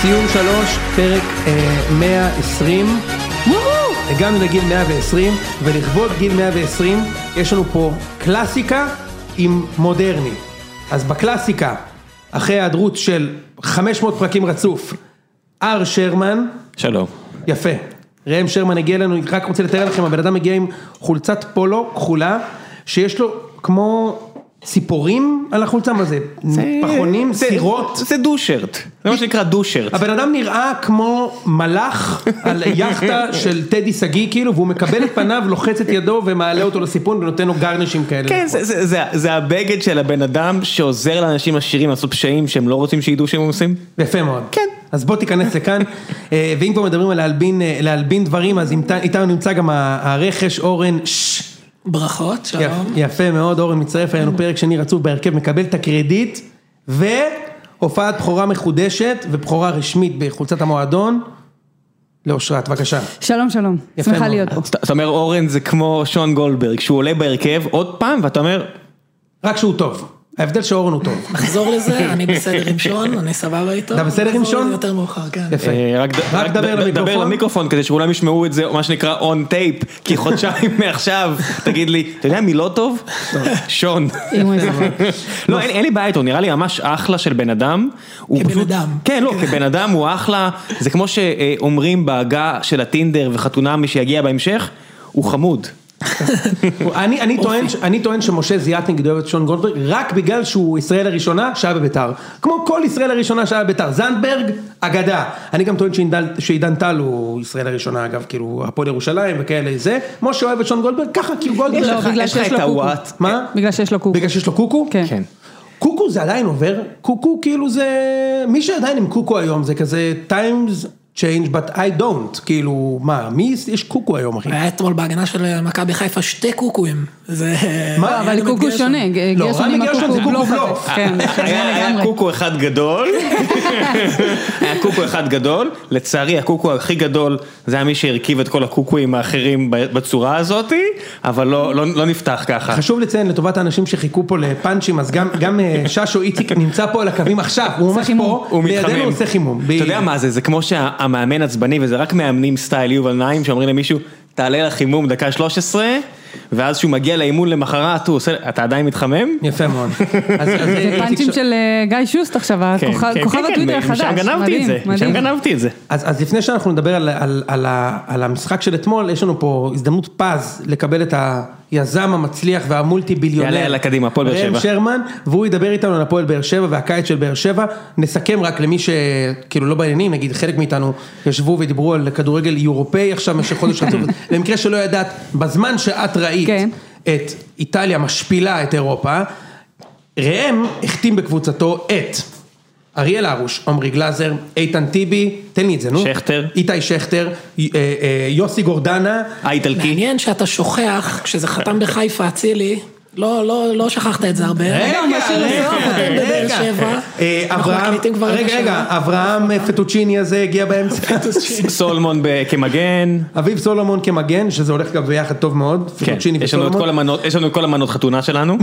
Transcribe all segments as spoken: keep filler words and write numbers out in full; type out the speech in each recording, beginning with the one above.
ציון שלוש, פרק אה, מאה ועשרים. הגענו לגיל מאה ועשרים, ולכבוד גיל מאה ועשרים יש לנו פה קלאסיקה עם מודרני. אז בקלאסיקה, אחרי ההיעדרות של חמש מאות פרקים רצוף, אר שרמן. שלום. יפה. ראם שרמן הגיע לנו, רק רוצה לתאר לכם, הבן אדם מגיע עם חולצת פולו כחולה, שיש לו כמו ציפורים על החולצה, מה זה? פחונים, סירות. זה דו-שרט, זה מה שנקרא דו-שרט. הבן אדם נראה כמו מלאך על יחטה של טדי סגי, כאילו, והוא מקבל את פניו, לוחץ את ידו ומעלה אותו לסיפון ונותן לו גרנישים כאלה. כן, זה הבגד של הבן אדם שעוזר לאנשים עשירים לעשות פשעים שהם לא רוצים שידעו שהם עושים. יפה מאוד. כן. אז בוא תיכנס לכאן, ואם כבר מדברים על להלבין, להלבין דברים, אז איתנו נמצא גם הרכש אורן ש... ברכות, שלום. יפה מאוד, אורן מצטרף, היה לנו פרק שני רצוף בהרכב, מקבל את הקרדיט, והופעת בחורה מחודשת, ובחורה רשמית בחולצת המועדון, לאושרת, בבקשה. שלום, שלום, שמחה להיות פה. אתה אומר אורן זה כמו שון גולדברג, שהוא עולה בהרכב עוד פעם, ואתה אומר... רק שהוא טוב. ההבדל שאורן הוא טוב. נחזור לזה, אני בסדר עם שון, אני סבבה איתו. אתה בסדר עם שון? יותר מאוחר, כן. יפה. רק דבר למיקרופון, כדי שכולם ישמעו את זה, מה שנקרא on tape, כי חודשיים מעכשיו, תגיד לי, אתה יודע מי לא טוב? שון. לא, אין לי בעיה איתו, נראה לי ממש אחלה של בן אדם. כבן אדם. כן, לא, כבן אדם הוא אחלה, זה כמו שאומרים בהגה של הטינדר וחתונה מי שיגיע בהמשך, הוא חמוד. אני, אני טוען, אני טוען שמשה זיאטניק דואב את שון גולדברג רק בגלל שהוא ישראל הראשונה שהיה בביתר. כמו כל ישראל הראשונה שהיה בביתר. זנדברג, אגדה. אני גם טוען שעידן טל הוא ישראל הראשונה, אגב, כאילו, הפועל ירושלים וכאלה זה. משה אוהב את שון גולדברג, ככה, כאילו גולדברג. לא, בגלל שיש לו קוקו. מה? בגלל שיש לו קוקו. בגלל שיש לו קוקו? כן. קוקו זה עדיין עובר. קוקו כאילו זה... מי שעדיין עם קוקו היום זה כזה times... change, but I don't, כאילו, מה, מי יש קוקו היום, אחי? היה אתמול בהגנה של מכבי חיפה שתי קוקויים. מה, אבל קוקו שונה, גרשון עם הקוקו בלוף הזה. היה קוקו אחד גדול, היה קוקו אחד גדול, לצערי הקוקו הכי גדול, זה היה מי שהרכיב את כל הקוקויים האחרים בצורה הזאת, אבל לא נפתח ככה. חשוב לציין לטובת האנשים שחיכו פה לפאנצ'ים, אז גם ששו איציק נמצא פה על הקווים עכשיו, הוא ממש פה, לידינו עושה חימום. אתה יודע מה זה, זה כמו שה... המאמן עצבני, וזה רק מאמנים סטייל יובל נעים, שאומרים למישהו, תעלה לחימום דקה שלוש עשרה, ואז שהוא מגיע לאימון למחרת, הוא עושה, אתה עדיין מתחמם? יפה מאוד. זה פאנצ'ים של גיא שוסט עכשיו, כוכב הטוויטר החדש. משם גנבתי את זה, משם גנבתי את זה. אז לפני שאנחנו נדבר על המשחק של אתמול, יש לנו פה הזדמנות פז לקבל את היזם המצליח והמולטי ביליונר. יאללה, יאללה, קדימה, הפועל באר שבע. ראם שרמן, והוא ידבר איתנו על הפועל באר שבע והקיץ של באר שבע. נסכם רק למי שכאילו לא בעניינים, נגיד חלק מאיתנו ישבו ודיברו על כדורגל אירופאי עכשיו משך חודש רצוף. למקרה שלא ידעת, בזמן שאת ראית את איטליה משפילה את אירופה, ראם החתים בקבוצתו את אריאל ארוש, עומרי גלאזר, איתן טיבי, תן לי את זה, נו. שכטר. איתי שכטר, יוסי גורדנה. האיטלקי. מעניין שאתה שוכח, כשזה חתם בחיפה, אצילי, לא, לא, לא שכחת את זה הרבה. רגע, רגע, רגע, רגע, רגע, אברהם פטוצ'יני הזה הגיע באמצע. סולומון כמגן. אביב סולומון כמגן, שזה הולך גם ביחד טוב מאוד. כן, יש לנו את כל המנות חתונה שלנו.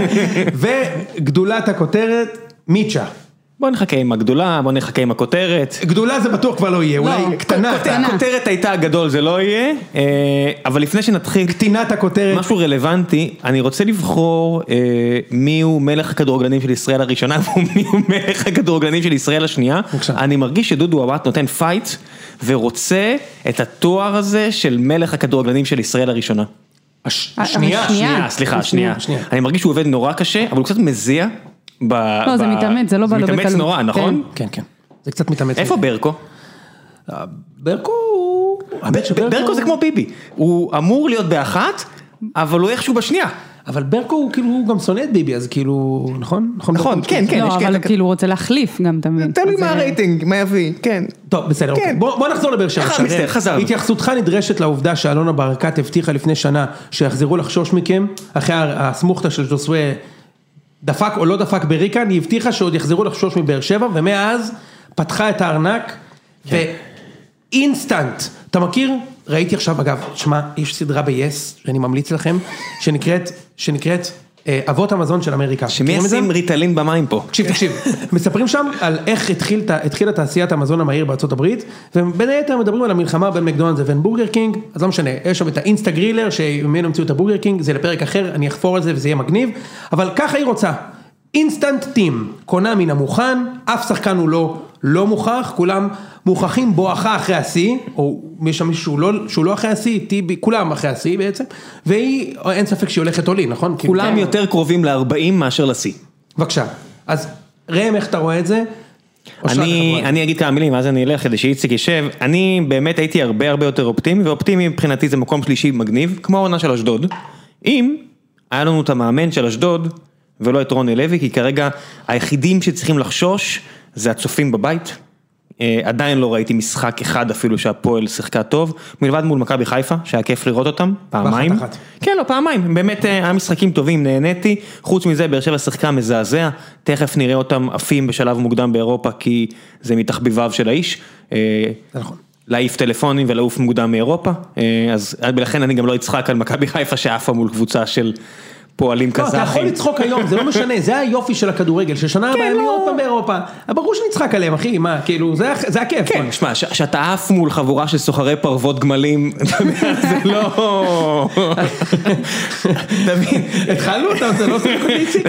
וגדולת הכותרת, מיצ'ה. בוא נחכה עם הגדולה, בוא נחכה עם הכותרת. גדולה זה בטוח כבר לא יהיה, אולי קטנה. הכותרת הייתה גדול, זה לא יהיה, אבל לפני שנתחיל, קטינת הכותרת. משהו רלוונטי, אני רוצה לבחור מי הוא מלך הכדורגלנים של ישראל הראשונה, ומי הוא מלך הכדורגלנים של ישראל השנייה. אני מרגיש שדודו אבט נותן פייט, ורוצה את התואר הזה של מלך הכדורגלנים של ישראל הראשונה. השנייה. שנייה, סליחה, שנייה. אני מרגיש שהוא עובד נורא קשה, אבל הוא קצת מזיע. לא, זה מתאמץ, זה לא בא לו בקלות. זה מתאמץ נורא, נכון? כן, כן. זה קצת מתאמץ. איפה ברקו? ברקו... ברקו זה כמו ביבי. הוא אמור להיות באחת, אבל הוא איכשהו בשנייה. אבל ברקו הוא כאילו, הוא גם שונא את ביבי, אז כאילו, נכון? נכון, כן, כן. לא, אבל כאילו הוא רוצה להחליף גם, תמיד. תלוי מה הרייטינג, מה יביא, כן. טוב, בסדר. בוא נחזור לבאר שבע. חזרנו. התייחסותך נדרשת לעובדה שאלונה ברקת הבטיחה לפני שנה, שיחזרו לחשוש מכם, אחרי הסמוכתה של ג'וסווה דפק או לא דפק בריקן, היא הבטיחה שעוד יחזרו לחשוש מבאר שבע, ומאז פתחה את הארנק, ואינסטנט, אתה מכיר? ראיתי עכשיו, אגב, שמה, יש סדרה ב-Yes, שאני ממליץ לכם, שנקראת, שנקראת אבות המזון של אמריקה. שמי ישים ריטלין במים פה? תקשיב, תקשיב, מספרים שם על איך התחילה תעשיית המזון המהיר בארצות הברית, ובין היתר מדברים על המלחמה בין מקדונלדס לבין בורגר קינג, אז לא משנה, יש שם את האינסטה גרילר, שממנו המציאו את הבורגר קינג, זה לפרק אחר, אני אחפור על זה וזה יהיה מגניב, אבל ככה היא רוצה, אינסטנט טים, קונה מן המוכן, אף שחקן הוא לא, לא מוכח, כולם מוכחים בואכה אחרי השיא, או יש שם מישהו שהוא לא, שהוא לא אחרי השיא, טיבי, כולם אחרי השיא בעצם, והיא, אין ספק שהיא הולכת עולים, נכון? כולם יותר קרובים ל-ארבעים מאשר לשיא. בבקשה, אז ראם, איך אתה רואה את זה? אני, אני אגיד כמה מילים, אז אני אלך כדי שאיציק יישב, אני באמת הייתי הרבה הרבה יותר אופטימי, ואופטימי מבחינתי זה מקום שלישי מגניב, כמו העונה של אשדוד, אם היה לנו את המאמן של אשדוד, ולא את רוני לוי, כי כרגע היחידים שצריכים לחשוש, זה הצופים בבית, עדיין לא ראיתי משחק אחד אפילו שהפועל שיחקה טוב, מלבד מול מכבי חיפה, שהיה כיף לראות אותם, פעמיים. אחת אחת. כן, לא, פעמיים, באמת היה משחקים טובים, נהניתי, חוץ מזה, באר שבע שיחקה מזעזע, תכף נראה אותם עפים בשלב מוקדם באירופה, כי זה מתחביביו של האיש. נכון. להעיף טלפונים ולעוף מוקדם מאירופה, אז לכן אני גם לא אצחק על מכבי חיפה, שעפה מול קבוצה של פועלים קזחים. אתה יכול לצחוק היום, זה לא משנה, זה היופי של הכדורגל, ששנה הבאה הם עוד פעם באירופה, ברור שנצחק עליהם, אחי, מה, כאילו, זה הכיף. כן, שמע, שאתה עף מול חבורה של סוחרי פרוות גמלים, זה לא... תבין. התחלנו אותם, זה לא סוחר איציק.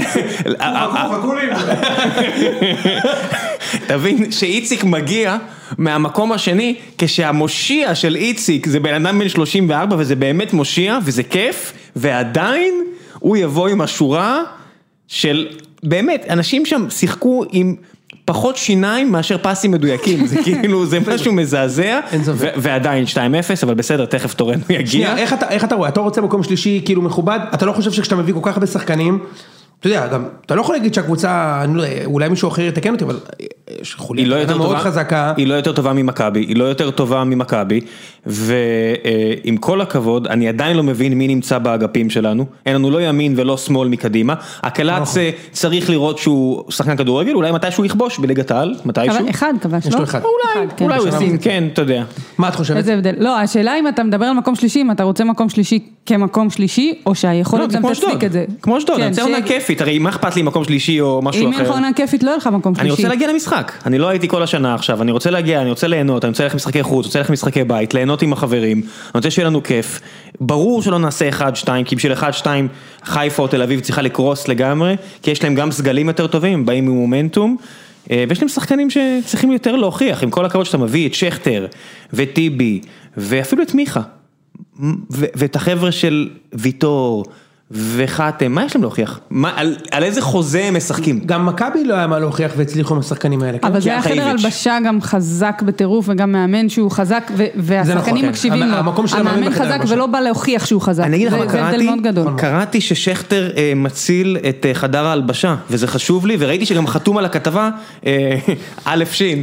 תבין שאיציק מגיע מהמקום השני, כשהמושיע של איציק זה בן אדם בן שלושים וארבע, וזה באמת מושיע, וזה כיף, ועדיין הוא יבוא עם השורה של, באמת, אנשים שם שיחקו עם פחות שיניים מאשר פסים מדויקים, זה כאילו, זה משהו מזעזע, ועדיין שתיים אפס, אבל בסדר, תכף תורנו יגיע. שנייה, איך אתה רואה? אתה רוצה מקום שלישי כאילו מכובד? אתה לא חושב שכשאתה מביא כל כך הרבה שחקנים, אתה יודע, גם, אתה לא יכול להגיד שהקבוצה, אולי מישהו אחר יתקן אותי, אבל היא לא יותר טובה, חזקה. היא לא יותר טובה ממכבי, היא לא יותר טובה ממכבי, ועם כל הכבוד, אני עדיין לא מבין מי נמצא באגפים שלנו, אין לנו לא ימין ולא שמאל מקדימה, הקלץ צריך לראות שהוא שחקן כדורגל, אולי מתי שהוא יכבוש בליגת העל, מתישהו. אחד כבש, לא? יש לו אחד. אולי, אולי הוא ישים, כן, אתה יודע. מה את חושבת? איזה הבדל? לא, השאלה אם אתה מדבר על מקום שלישי, אם אתה רוצה מקום שלישי כמקום שלישי, או שהיכולת גם תספיק את זה. כמו אשדוד, אני רוצה עונה כיפית, הרי מה אכפת לי מקום שלישי או משהו אחר? אם אין עונה כיפית, לא יהיה לך מקום שלישי. אני רוצה להגיע למשחק, אני לא הייתי כל השנה עכשיו, אני רוצה להגיע, אני רוצה ליהנות, אני רוצה ללכת משחקי חוץ, רוצה ללכת משחקי בית, ליהנות עם החברים, אני רוצה שיהיה לנו כיף, ברור שלא נעשה אחד שתיים, כי בשביל אחד שתיים חיפה או תל אביב צריכה לקרוס לגמרי, כי יש להם גם סגלים יותר טובים, הם באים ממומנטום, ויש להם שחקנים שצריכים יותר להוכיח, עם כל הכבוד שאתה מביא את שכטר, וטיבי, ואפילו את מיכה, ואת החבר'ה של ויטור, וחתם, מה יש להם להוכיח? מה, על, על איזה חוזה הם משחקים? גם מכבי לא היה מה להוכיח והצליחו עם השחקנים האלה. אבל זה היה חדר הלבשה גם חזק בטירוף, וגם מאמן שהוא חזק, והשחקנים מקשיבים לו. המאמן חזק ולא בא להוכיח שהוא חזק. אני אגיד לך מה קראתי, קראתי ששכטר מציל את חדר ההלבשה, וזה חשוב לי, וראיתי שגם חתום על הכתבה, א' שין.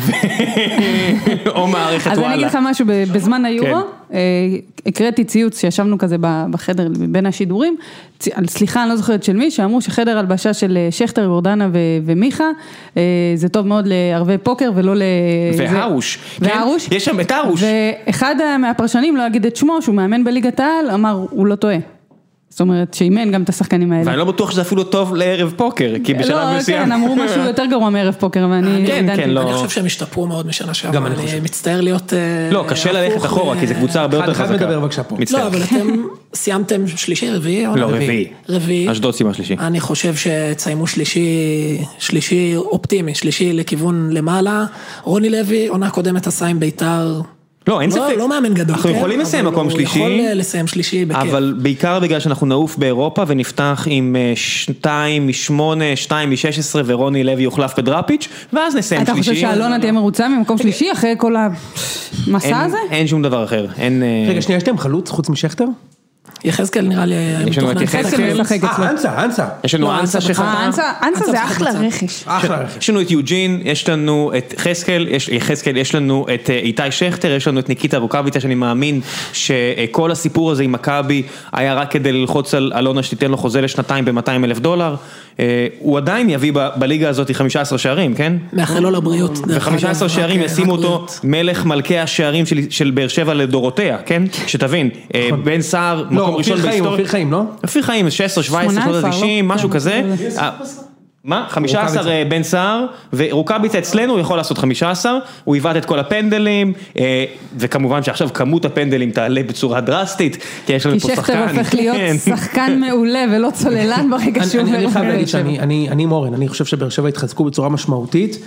או מערכת וואלה. אז אני אגיד לך משהו, בזמן היורו, הקראתי ציוץ שישבנו כזה בחדר בין השידורים, סליחה, אני לא זוכרת של מי, שאמרו שחדר הלבשה של שכטר, גורדנה ומיכה, זה טוב מאוד לערבי פוקר ולא ל... והרוש. והרוש. יש שם את הרוש. ואחד מהפרשנים, לא אגיד את שמו, שהוא מאמן בליגת העל, אמר, הוא לא טועה. זאת אומרת, שאימן גם את השחקנים האלה. ואני לא בטוח שזה אפילו טוב לערב פוקר, כי בשלב מסוים... לא, כן, אמרו משהו יותר גרוע מערב פוקר, ואני... כן, כן, לא... אני חושב שהם השתפרו מאוד משנה שעברה, אני מצטער להיות... לא, קשה ללכת אחורה, כי זו קבוצה הרבה יותר חזקה. אחד מדבר בבקשה פה. לא, אבל אתם סיימתם שלישי, רביעי? לא, רביעי. רביעי. אשדוד סיימה שלישי. אני חושב שציימו שלישי, שלישי אופטימי, שלישי לכיוון למעלה. רוני לוי, עונה קודמת עשה עם ביתר... לא, אין ספק. לא מאמן גדול. אנחנו יכולים לסיים מקום שלישי. הוא יכול לסיים שלישי בכיף. אבל בעיקר בגלל שאנחנו נעוף באירופה ונפתח עם שתיים משמונה, שתיים משש עשרה ורוני לוי יוחלף בדראפיץ' ואז נסיים שלישי. אתה חושב שאלונה תהיה מרוצה ממקום שלישי אחרי כל המסע הזה? אין שום דבר אחר. רגע, שנייה, יש להם חלוץ חוץ משכטר? יחזקאל נראה לי... יש לנו את יחזקאל. אה, אנסה, אנסה. יש לנו אנסה שחתה. אנסה זה אחלה רכש. יש לנו את יוג'ין, יש לנו את יחזקאל, יחזקאל, יש לנו את איתי שכטר, יש לנו את ניקיטה רוקאביצה, שאני מאמין שכל הסיפור הזה עם מכבי היה רק כדי ללחוץ על אלונה שתיתן לו חוזה לשנתיים ב-מאתיים אלף דולר. הוא עדיין יביא בליגה הזאת חמישה עשר שערים, כן? מאחל לו לבריאות. ו-חמישה עשר שערים ישימו אותו מלך מלכי השערים של באר שבע לדורותיה, כן? שתבין, בן סער... לא, מקום ראשון בהיסטוריה. אופיר חיים, לא? אופיר חיים, שש עשרה שבע עשרה, שנות ה-תשעים, משהו כזה. מה? חמישה עשר בן סער, ורוקאביצה אצלנו יכול לעשות חמישה עשר, הוא היווט את כל הפנדלים, וכמובן שעכשיו כמות הפנדלים תעלה בצורה דרסטית, כי יש לנו פה שחקן. כי שכטר הופך להיות שחקן מעולה ולא צוללן ברגע שהוא... אני חייב להגיד שאני מורן, אני חושב שבאר שבע התחזקו בצורה משמעותית,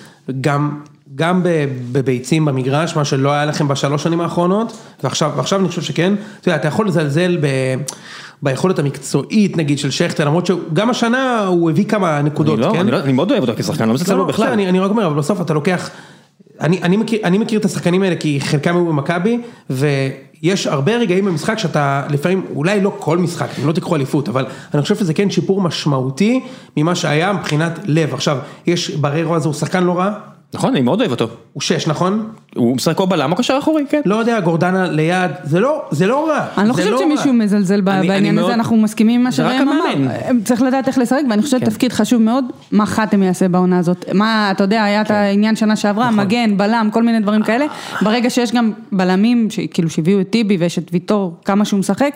גם בביצים במגרש, מה שלא היה לכם בשלוש שנים האחרונות, ועכשיו אני חושב שכן, אתה יכול לזלזל ב... ביכולת המקצועית, נגיד, של שכטר, למרות שגם השנה הוא הביא כמה נקודות, כן? אני מאוד אוהב אותו כשחקן, לא מצטער לו בכלל. אני רק אומר, אבל בסוף אתה לוקח, אני מכיר את השחקנים האלה, כי חלקם היו במכבי, ויש הרבה רגעים במשחק שאתה, לפעמים, אולי לא כל משחק, אם לא תקחו אליפות, אבל אני חושב שזה כן שיפור משמעותי, ממה שהיה מבחינת לב. עכשיו, יש בררו הזה, הוא שחקן לא רע, נכון, אני מאוד אוהב אותו. הוא שש, נכון? הוא משחק או בלם או קשר אחורי, כן. לא יודע, גורדנה ליד, זה לא, זה לא רע. אני לא חושבת שמישהו מזלזל בעניין הזה, אנחנו מסכימים עם מה שראם אמר. צריך לדעת איך לשחק, ואני חושבת תפקיד חשוב מאוד, מה חתם יעשה בעונה הזאת. מה, אתה יודע, היה את העניין שנה שעברה, מגן, בלם, כל מיני דברים כאלה. ברגע שיש גם בלמים, כאילו שהביאו את טיבי ויש את ויטור, כמה שהוא משחק,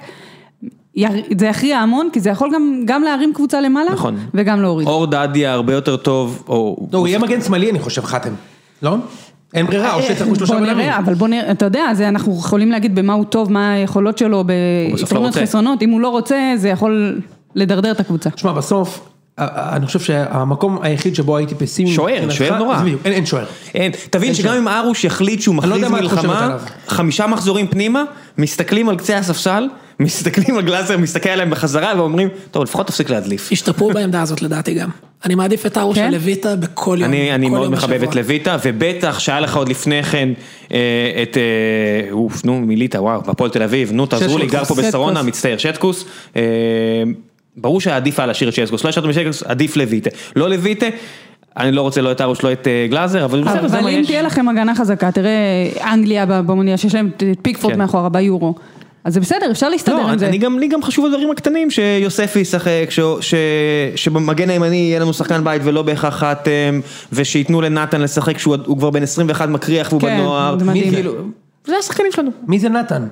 זה יכריע המון, כי זה יכול גם, גם להרים קבוצה למעלה, נכון. וגם להוריד. אור דדיה הרבה יותר טוב, או... לא, הוא יהיה מגן שמאלי, אני חושב, חתם. לא? אין ברירה, או שצריכו שלושה בלמים. אבל בוא נראה, אתה יודע, זה אנחנו יכולים להגיד במה הוא טוב, מה היכולות שלו, ביתרונות חסרונות, אם הוא לא רוצה, זה יכול לדרדר את הקבוצה. תשמע, בסוף, אני חושב שהמקום היחיד שבו הייתי פסימי... שוער, שוער נורא. אין שוער. אין, תבין שגם אם ארוש יחליט שהוא מכריז מלחמה, חמישה מחזורים פנימה, מסתכלים על קצה הספסל, מסתכלים על גלאזר, מסתכל עליהם בחזרה ואומרים, טוב, לפחות תפסיק להדליף. השתפרו בעמדה הזאת לדעתי גם. אני מעדיף את ארוש של לויטה בכל יום. אני מאוד מחבב את לויטה, ובטח שהיה לך עוד לפני כן את, אוף, נו, מיליטה, וואו, בפועל תל אביב, נו, תעזרו לי, גר פה בשרונה, מצטער, שטקוס, ברור שעדיף היה להשאיר את שטקוס, לא השארתם שטקוס, עדיף לויטה. לא לויטה, אני לא רוצה לא את ארוש, לא את גלאזר, אבל בסדר, זה מה יש. אבל אם תהיה לכם הגנה חזקה, תראה, אנגליה במוניה, שיש להם פיקפורד מאחורה, ביורו. אז זה בסדר, אפשר להסתדר עם זה. אני גם, לי גם חשוב הדברים הקטנים, שיוספי ישחק, שבמגן הימני יהיה לנו שחקן בית ולא בהכרח חתם, ושיתנו לנתן לשחק, שהוא כבר בן עשרים ואחת מקריח והוא בנוער. זה השחקנים שלנו. מי זה נתן?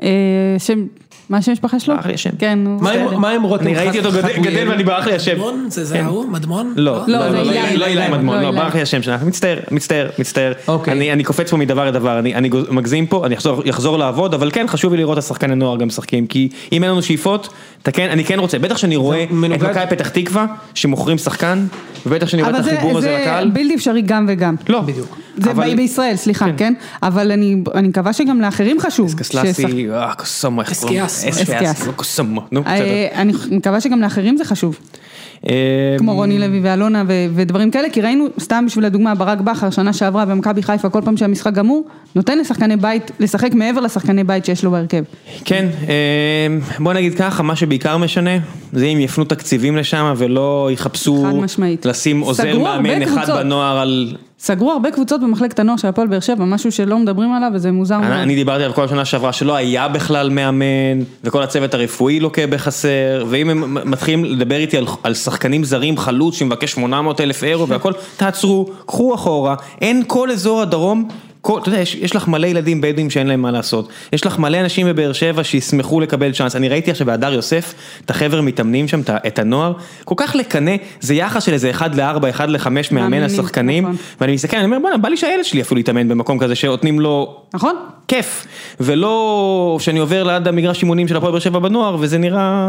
מה השם משפחה שלו? ברח לי השם. כן. מה עם רותם? אני ראיתי אותו גדל ואני ברח לי השם. מדמון? זה זה ההוא? מדמון? לא, לא, לא אילי מדמון, לא, ברח לי השם שלך. מצטער, מצטער, מצטער. אני קופץ פה מדבר לדבר, אני מגזים פה, אני אחזור לעבוד, אבל כן, חשוב לי לראות את השחקן הנוער גם משחקים, כי אם אין לנו שאיפות, אני כן רוצה, בטח שאני רואה את מכבי פתח תקווה, שמוכרים שחקן, ובטח שאני רואה את החיבור הזה לקהל. זה בלתי אפשרי גם וגם. לא, בדיוק. זה בישראל, סליחה, כן? אבל אני מקווה שגם לאחרים חשוב. אסקסלסי, קוסומו, איך קוראים? אסקיאס, קוסומו, נו, בסדר. אני מקווה שגם לאחרים זה חשוב. כמו רוני לוי ואלונה ודברים כאלה, כי ראינו, סתם בשביל הדוגמה, ברק בכר, שנה שעברה במכבי חיפה, כל פעם שהמשחק גמור, נותן לשחקני בית, לשחק מעבר לשחקני בית שיש לו בהרכב. כן, בוא נגיד ככה, מה שבעיקר משנה, זה אם יפנו תקציבים לשם, ולא יחפשו לשים עוזר מאמן אחד בנוער על... סגרו הרבה קבוצות במחלקת הנוער של הפועל באר שבע, משהו שלא מדברים עליו, וזה מוזר מאוד. אני דיברתי על כל השנה שעברה שלא היה בכלל מאמן, וכל הצוות הרפואי לוקה בחסר, ואם הם מתחילים לדבר איתי על, על שחקנים זרים, חלוץ שמבקש שמונה מאות אלף אירו והכל, תעצרו, קחו אחורה, אין כל אזור הדרום, כל, אתה יודע, יש, יש לך מלא ילדים בדואים שאין להם מה לעשות, יש לך מלא אנשים בבאר שבע שישמחו לקבל צ'אנס, אני ראיתי עכשיו בהדר יוסף, את החבר מתאמנים שם, את הנוער, כל כך לקנה, זה יחס של איזה אחד לארבע, אחד לחמש מאמן השחקנים, נכון. ואני מסתכל, אני אומר, בוא, בא לי שהילד שלי אפילו להתאמן במקום כזה, שעותנים לו נכון. כיף, ולא שאני עובר ליד המגרש אימונים של הפועל באר שבע בנוער, וזה נראה...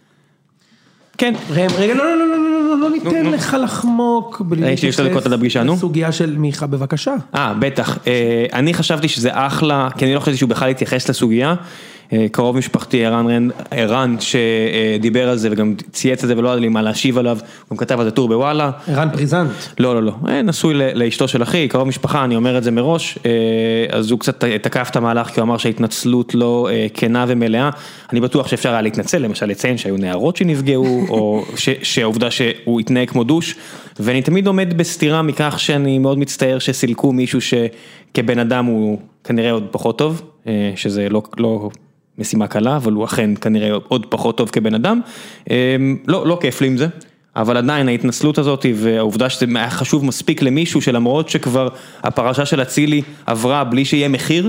כן. רגע, לא, לא, לא, לא, לא ניתן לך לחמוק בלי סוגיה של מיכה, בבקשה. אה, בטח. אני חשבתי שזה אחלה, כי אני לא חשבתי שהוא בכלל התייחס לסוגיה. קרוב משפחתי, ערן, ערן שדיבר על זה וגם צייץ את זה ולא היה לי מה להשיב עליו, הוא גם כתב על זה טור בוואלה. ערן פריזנט. לא, לא, לא. נשוי לאשתו של אחי, קרוב משפחה, אני אומר את זה מראש, אז הוא קצת תקף את המהלך, כי הוא אמר שההתנצלות לא כנה ומלאה. אני בטוח שאפשר היה להתנצל, למשל לציין שהיו נערות שנפגעו, או שהעובדה שהוא התנהג כמו דוש, ואני תמיד עומד בסתירה מכך שאני מאוד מצטער שסילקו מישהו שכבן אדם הוא כנראה עוד פחות טוב, שזה לא, לא משימה קלה, אבל הוא אכן כנראה עוד פחות טוב כבן אדם. לא, לא כיף לי עם זה, אבל עדיין ההתנסלות הזאת, והעובדה שזה היה חשוב מספיק למישהו, שלמרות שכבר הפרשה של הצילי עברה בלי שיהיה מחיר,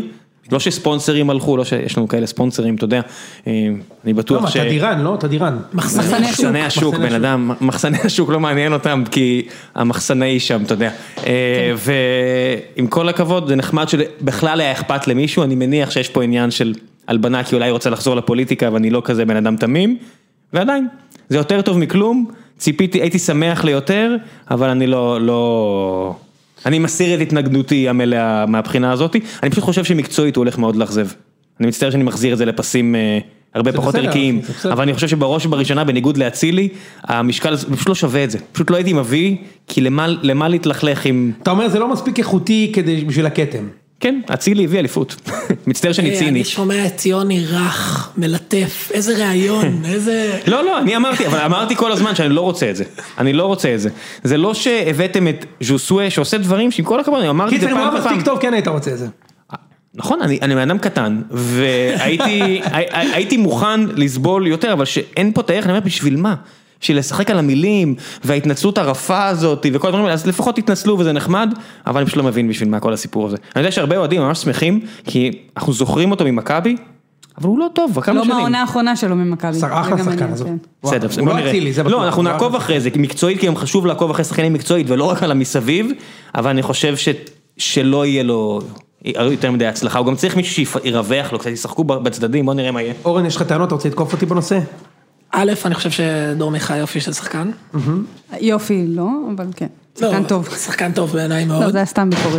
לא שספונסרים הלכו, לא שיש לנו כאלה ספונסרים, אתה יודע, אני בטוח ש... לא, תדירן, לא? תדירן. מחסני השוק, בן אדם, מחסני השוק לא מעניין אותם, כי המחסני שם, אתה יודע. ועם כל הכבוד, זה נחמד שבכלל היה אכפת למישהו, אני מניח שיש פה עניין של הלבנה, כי אולי רוצה לחזור לפוליטיקה, ואני לא כזה בן אדם תמים, ועדיין, זה יותר טוב מכלום, ציפיתי, הייתי שמח ליותר, אבל אני לא, לא... אני מסיר את התנגדותי המלאה מהבחינה הזאת, אני פשוט חושב שמקצועית הוא הולך מאוד לאכזב. אני מצטער שאני מחזיר את זה לפסים הרבה פחות ערכיים, אבל אני חושב שבראש ובראשונה, בניגוד להצילי, המשקל פשוט לא שווה את זה. פשוט לא הייתי מביא, כי למה להתלכלך עם... אתה אומר, זה לא מספיק איכותי כדי בשביל הכתם. כן, אצילי הביא אליפות. מצטער שאני ציני. אני שומע את יוני רך, מלטף, איזה רעיון, איזה... לא, לא, אני אמרתי, אבל אמרתי כל הזמן שאני לא רוצה את זה. אני לא רוצה את זה. זה לא שהבאתם את ז'וסואה שעושה דברים שעם כל הכבוד, אני אמרתי את זה פעם ופעם. כי מספיק טוב, כן היית רוצה את זה. נכון, אני, אני מאדם קטן, והייתי הייתי מוכן לסבול יותר, אבל שאין פה תארך, אני אומר, בשביל מה? של לשחק על המילים, וההתנצלות הרפה הזאת, וכל הדברים האלה, אז לפחות תתנצלו וזה נחמד, אבל אני פשוט לא מבין בשביל מה כל הסיפור הזה. אני יודע שהרבה אוהדים ממש שמחים, כי אנחנו זוכרים אותו ממכבי, אבל הוא לא טוב, כמה שנים. לא מהעונה האחרונה שלו ממכבי. אחלה שחקן הזאת. בסדר, בוא נראה. לא, אנחנו נעקוב אחרי זה, כי מקצועית, כי הם חשוב לעקוב אחרי שחקנים מקצועית, ולא רק על המסביב, אבל אני חושב שלא יהיה לו... יותר מדי הצלחה, הוא גם צריך מישהו שירווח לו, קצת ישחקו בצדדים, בוא נראה מה יהיה. אורן, יש לך טענות, אתה רוצה לתקוף אותי בנושא? א', אני חושב שדור מיכה יופי של שחקן. יופי, לא, אבל כן. שחקן טוב. שחקן טוב בעיניי מאוד. לא, זה היה סתם ביקורת.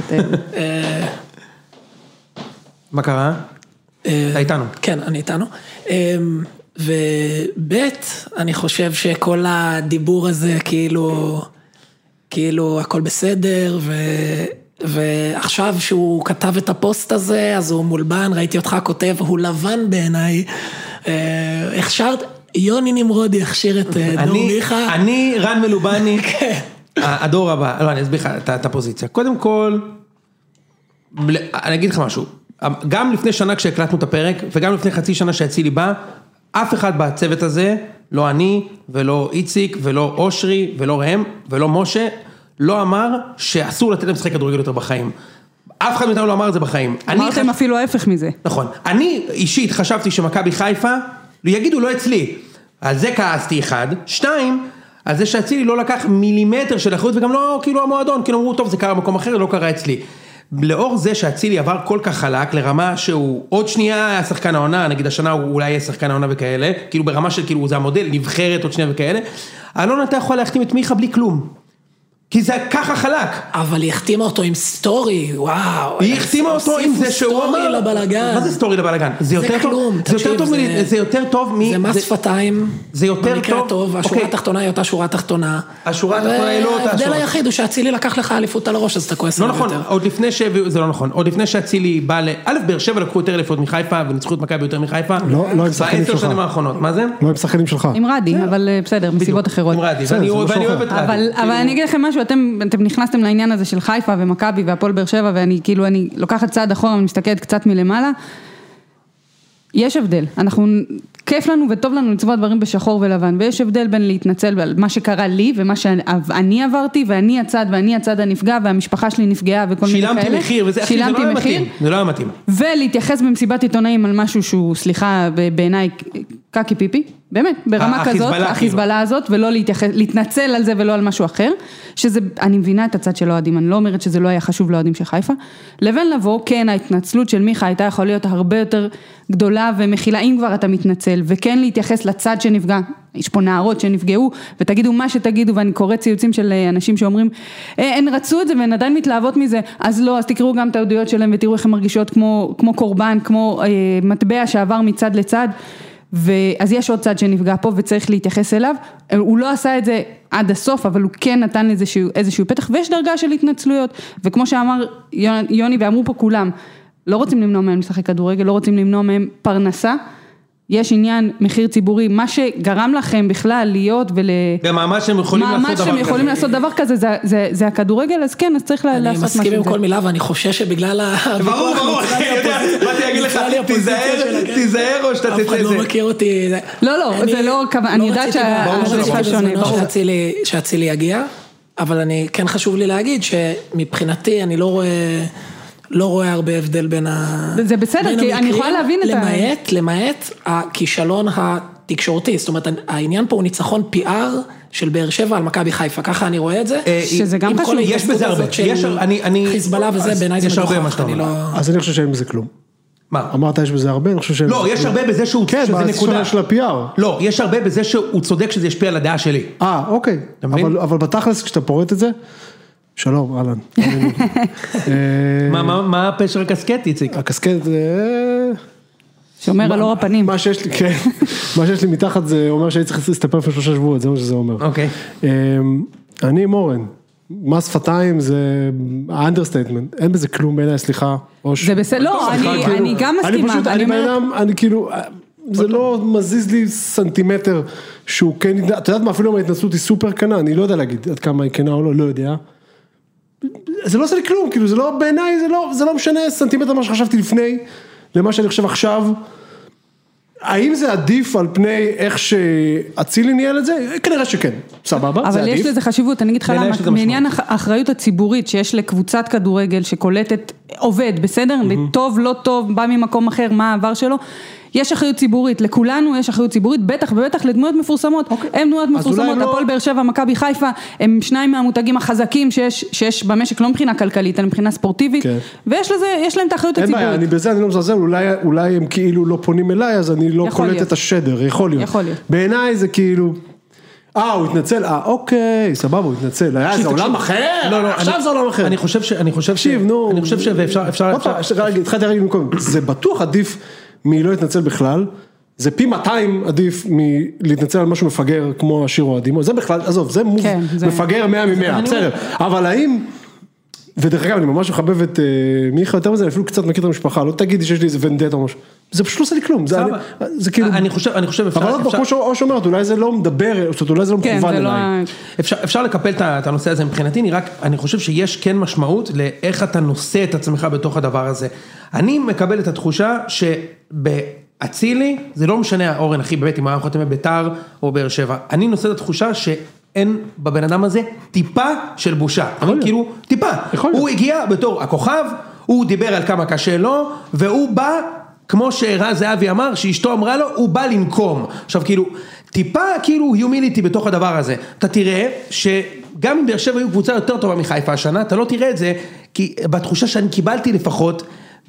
מה קרה? אתה איתנו. כן, אני איתנו. וב', אני חושב שכל הדיבור הזה, כאילו, כאילו, הכל בסדר, ו... ועכשיו שהוא כתב את הפוסט הזה, אז הוא מולבן, ראיתי אותך כותב, הוא לבן בעיניי, הכשרת, יוני נמרודי הכשיר את דור מיכה. אני רן מלובני, הדור הבא, לא, אני אסביר לך את הפוזיציה. קודם כל, אני אגיד לך משהו, גם לפני שנה כשהקלטנו את הפרק, וגם לפני חצי שנה שהצילי בא, אף אחד בצוות הזה, לא אני, ולא איציק, ולא אושרי, ולא ראם, ולא משה, לא אמר שאסור לתת להם לשחק כדורגל יותר בחיים. אף אחד מאיתנו לא אמר את זה בחיים. אמרתם אפילו ההפך מזה. נכון. אני אישית חשבתי שמכבי חיפה, יגידו לא אצלי. על זה כעסתי אחד. שתיים, על זה שאצילי לא לקח מילימטר של אחריות, וגם לא כאילו המועדון, כאילו אמרו, טוב, זה קרה במקום אחר, לא קרה אצלי. לאור זה שאצילי עבר כל כך חלק, לרמה שהוא עוד שנייה היה שחקן העונה, נגיד השנה הוא אולי יהיה שחקן העונה וכאלה, כאילו ברמה של כאילו זה המודל, נבחרת עוד שנייה וכאלה. אלון, אתה יכול להחתים את מיכה בלי כלום. כי זה ככה חלק. אבל היא החתימה אותו עם סטורי, וואו. היא החתימה אותו עם זה שהוא אמר... סטורי לבלגן. מה זה סטורי לבלגן? זה יותר כלום, טוב, זה יותר טוב, זה יותר טוב מ... זה מס שפתיים. זה יותר טוב. השורה התחתונה היא אותה שורה תחתונה. השורה התחתונה היא לא אותה שורה. ההבדל היחיד הוא שאצילי לקח לך אליפות על הראש, אז אתה כועס עליו יותר. לא נכון, עוד לפני ש... זה לא נכון. עוד לפני שאצילי בא ל... א', באר שבע לקחו יותר אליפות מחיפה, וניצחו את מכבי יותר מחיפה. לא, לא עם שחקנים שלך. בעשר שנים האחרונות. מה זה? לא עם שחקנים שלך. עם רדי, אבל בסדר, מסיבות אחרות. עם רדי, ואני אוהב את רדי. אבל אני אגיד לכם משהו, אתם נכנסתם לעניין הזה של חיפה ומכבי והפועל באר שבע, ואני כאילו, אני לוקחת צעד אחורה, אני מסתכלת קצת מלמעלה. יש הבדל. אנחנו, כיף לנו וטוב לנו לצבוע דברים בשחור ולבן, ויש הבדל בין להתנצל על מה שקרה לי, ומה שאני עברתי, ואני הצד, ואני הצד הנפגע, והמשפחה שלי נפגעה, וכל מיני כאלה. שילמתי מחיר, וזה אחי, זה לא היה מתאים. זה לא היה מתאים. ולהתייחס במסיבת עיתונאים על משהו שהוא, סליחה, בעיניי, קקי פיפי, באמת, ברמה כזאת, החיזבאללה הזאת, ולא להתייחס, להתנצל על זה ולא על משהו אחר, שזה, אני מבינה את הצד של האוהדים, אני לא אומרת שזה לא היה חשוב לאוהדים של חיפה, לבין לבוא, כן, ההתנצלות של מיכה הייתה יכול להיות הרבה יותר גדולה ומכילה, אם כבר אתה מתנצל, וכן להתייחס לצד שנפגע, יש פה נערות שנפגעו, ותגידו מה שתגידו, ואני קורא ציוצים של אנשים שאומרים, הן רצו את זה, והן עדיין מתלהבות מזה, אז לא, אז תקראו גם את העדויות שלהם, ותראו איך הן מרגישות כמו, כמו קורבן, כמו אה, מטבע שעבר מצד לצד, ואז יש עוד צד שנפגע פה וצריך להתייחס אליו, הוא לא עשה את זה עד הסוף, אבל הוא כן נתן איזשהו, איזשהו פתח, ויש דרגה של התנצלויות, וכמו שאמר יוני ואמרו פה כולם, לא רוצים למנוע מהם לשחק כדורגל, לא רוצים למנוע מהם פרנסה, יש עניין מחיר ציבורי, מה שגרם לכם בכלל להיות ול... במאמץ שהם יכולים לעשות דבר כזה. שהם יכולים לעשות דבר כזה, זה, זה, זה הכדורגל, אז כן, אז צריך לעשות משהו. אני מסכים עם כל מילה, ואני חושש שבגלל ה... ברור, ברור, באתי להגיד לך, תיזהר או שאתה תצא את זה. אף אחד לא מכיר אותי. לא, לא, זה לא... אני יודעת שהשאלה שונה. שאצילי יגיע, אבל אני כן חשוב לי להגיד שמבחינתי אני לא רואה... לא רואה הרבה הבדל בין ה... זה בסדר, כי אני יכולה להבין את ה... למעט, למעט הכישלון התקשורתי, זאת אומרת, העניין פה הוא ניצחון פי אר של באר שבע על מכבי חיפה, ככה אני רואה את זה. שזה גם חשוב. יש בזה הרבה. חיזבאללה וזה, בעיניי זה מגוחך. אז אני חושב שאין בזה כלום. מה? אמרת יש בזה הרבה, אני חושב שאין... לא, יש הרבה בזה שהוא... כן, בהצלחה של ה-פי אר. לא, יש הרבה בזה שהוא צודק שזה ישפיע על הדעה שלי. אה, אוקיי. אבל בתכלס כשאתה פורט את זה, שלום, אהלן. מה הפשר הקסקט, איציק? הקסקט זה... שאומר על אור הפנים. מה שיש לי, כן, מה שיש לי מתחת זה אומר שהייתי צריך להסתפר לפני שלושה שבועות, זה מה שזה אומר. אוקיי. אני מורן, מס שפתיים זה האנדרסטייטמנט, אין בזה כלום בעיניי, סליחה. זה בסדר, לא, אני גם מסכימה. אני פשוט, אני בעינם, אני כאילו, זה לא מזיז לי סנטימטר שהוא כן, אתה יודעת מה, אפילו אם ההתנסות היא סופר קנה, אני לא יודע להגיד עד כמה היא קנה או לא, לא יודע. זה לא עושה לי כלום, כאילו זה לא, בעיניי זה לא, זה לא משנה סנטימטר מה שחשבתי לפני, למה שאני חושב עכשיו, האם זה עדיף על פני איך שאצילי ניהל את זה? כנראה שכן, סבבה, זה עדיף. אבל יש לזה חשיבות, אני אגיד לך למה, מעניין האחריות הציבורית שיש לקבוצת כדורגל שקולטת, עובד, בסדר? טוב, לא טוב, בא ממקום אחר, מה העבר שלו? יש אחריות ציבורית, לכולנו יש אחריות ציבורית, בטח ובטח לדמויות מפורסמות, הם דמויות מפורסמות, הפועל באר שבע, מכבי חיפה, הם שניים מהמותגים החזקים שיש, שיש במשק, לא מבחינה כלכלית, אלא מבחינה ספורטיבית, ויש לזה, יש להם את האחריות הציבורית. אין בעיה, אני בזה אני לא מזלזל, אולי, אולי הם כאילו לא פונים אליי, אז אני לא קולט את השדר, יכול להיות. יכול להיות. בעיניי זה כאילו, אה, הוא התנצל, אה, אוקיי, סבבה, הוא התנצל, היה איזה עולם אחר, עכשיו זה עולם אחר. אני חושב ש, אני חושב ש, אני חושב ש, ואפשר, אפשר, התחלתי להגיד במקום, זה בטוח עדיף מי לא יתנצל בכלל, זה פי מאתיים עדיף מלהתנצל על משהו מפגר כמו השיר אוהדים, זה בכלל, עזוב, זה מפגר מאה ממאה, בסדר, אבל האם, ודרך אגב אני ממש מחבב את מיכה יותר מזה, אני אפילו קצת מכיר את המשפחה, לא תגידי שיש לי איזה ונדט או משהו, זה פשוט לא עושה לי כלום, זה כאילו, אני חושב, אני חושב, אבל עוד כמו שאומרת, אולי זה לא מדבר, אולי זה לא מכוון אליי. אפשר לקפל את הנושא הזה מבחינתי, אני חושב שיש כן משמעות לאיך אתה נושא את עצמך בתוך הדבר הזה. אני מקבל את התחושה שבאצילי, זה לא משנה אורן אחי, באמת אם היה חותם בביתר או באר שבע, אני נושא את התחושה שאין בבן אדם הזה טיפה של בושה, כאילו טיפה, הוא הגיע בתור הכוכב, הוא דיבר על כמה קשה לו, והוא בא, כמו שרז זהבי אמר, שאשתו אמרה לו, הוא בא לנקום, עכשיו כאילו, טיפה כאילו היומיליטי בתוך הדבר הזה, אתה תראה שגם אם באר שבע היו קבוצה יותר טובה מחיפה השנה, אתה לא תראה את זה, כי בתחושה שאני קיבלתי לפחות,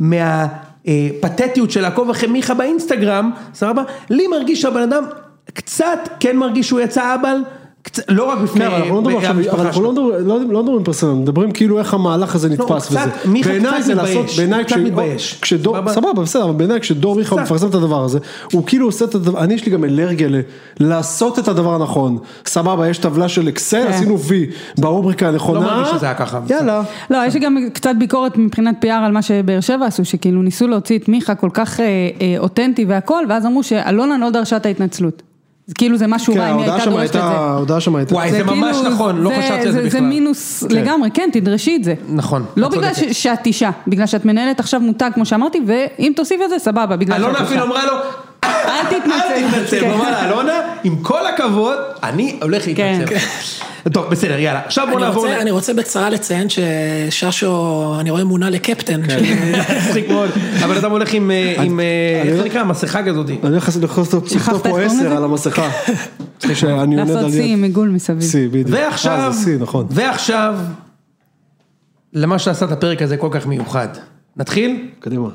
מהפתטיות של לעקוב אחרי מיכה באינסטגרם, סבבה? לי מרגיש שהבן אדם קצת כן מרגיש שהוא יצא אבל, לא רק בפני המשפחה שלו. אבל אנחנו לא מדברים פרסונל, מדברים כאילו איך המהלך הזה נתפס וזה. מיכה קצת מתבייש, הוא קצת מתבייש. סבבה, בסדר, אבל בעיניי כשדור מיכה מפרסם את הדבר הזה, הוא כאילו עושה את הדבר, אני יש לי גם אלרגיה לעשות את הדבר הנכון. סבבה, יש טבלה של אקסל, עשינו וי ברובריקה הנכונה. לא מרגיש שזה היה ככה. יאללה. לא, יש גם קצת ביקורת מבחינת פי אר על מה שבאר שבע עשו, שכאילו ניסו להוציא את מיכה כל כך אותנטי והכל, ואז אמרו שאלונה לא דרשה את ההתנצלות. כאילו זה משהו רע, אם היא הייתה דורשת את זה. ההודעה שם הייתה. וואי, זה ממש נכון, לא חשבתי על זה בכלל. זה מינוס לגמרי, כן, תדרשי את זה. נכון. לא בגלל שאת אישה, בגלל שאת מנהלת עכשיו מותג, כמו שאמרתי, ואם תוסיף את זה, סבבה, בגלל שאת אישה. אלונה אפילו אמרה לו, אל תתנצל. אל תתנצל, אלונה, עם כל הכבוד, אני הולך להתנצל. טוב, בסדר, יאללה. עכשיו בוא נעבור... אני רוצה בקצרה לציין שששו, אני רואה מונה לקפטן. מצחיק מאוד. אבל אתה הולך עם, איך זה נקרא? מסכה כזאת. אני הולך לכתוב פה עשר על המסכה. לעשות סי עם עיגול מסביב. סי, בדיוק. ועכשיו, ועכשיו, למה שעשה את הפרק הזה כל כך מיוחד. נתחיל? קדימה.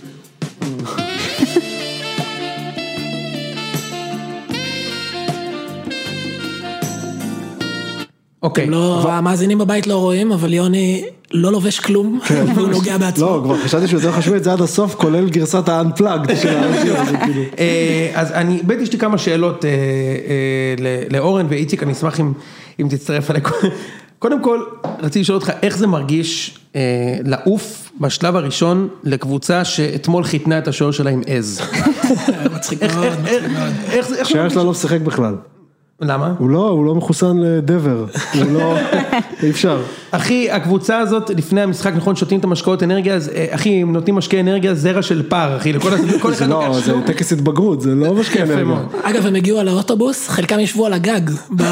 אוקיי. המאזינים בבית לא רואים, אבל יוני לא לובש כלום, והוא נוגע בעצמו. לא, כבר חשבתי שהוא יותר חשוב את זה עד הסוף, כולל גרסת ה-unplugged של האנג'יר הזה, כאילו. אז אני, בטח יש לי כמה שאלות לאורן ואיציק, אני אשמח אם תצטרף עליי. קודם כל, רציתי לשאול אותך, איך זה מרגיש לעוף בשלב הראשון לקבוצה שאתמול חיתנה את השוער שלה עם עז? מצחיק מאוד, מצחיק מאוד. השוער שלה לא משחק בכלל. למה? הוא לא, הוא לא מחוסן לדבר, הוא לא, אי אפשר. אחי, הקבוצה הזאת, לפני המשחק, נכון, שותים את המשקאות אנרגיה, אז, אחי, הם נותנים משקי אנרגיה, זרע של פר, אחי, לכל אחד... זה לא, זה טקס התבגרות, זה לא משקי אנרגיה. אגב, הם הגיעו על האוטובוס, חלקם ישבו על הגג.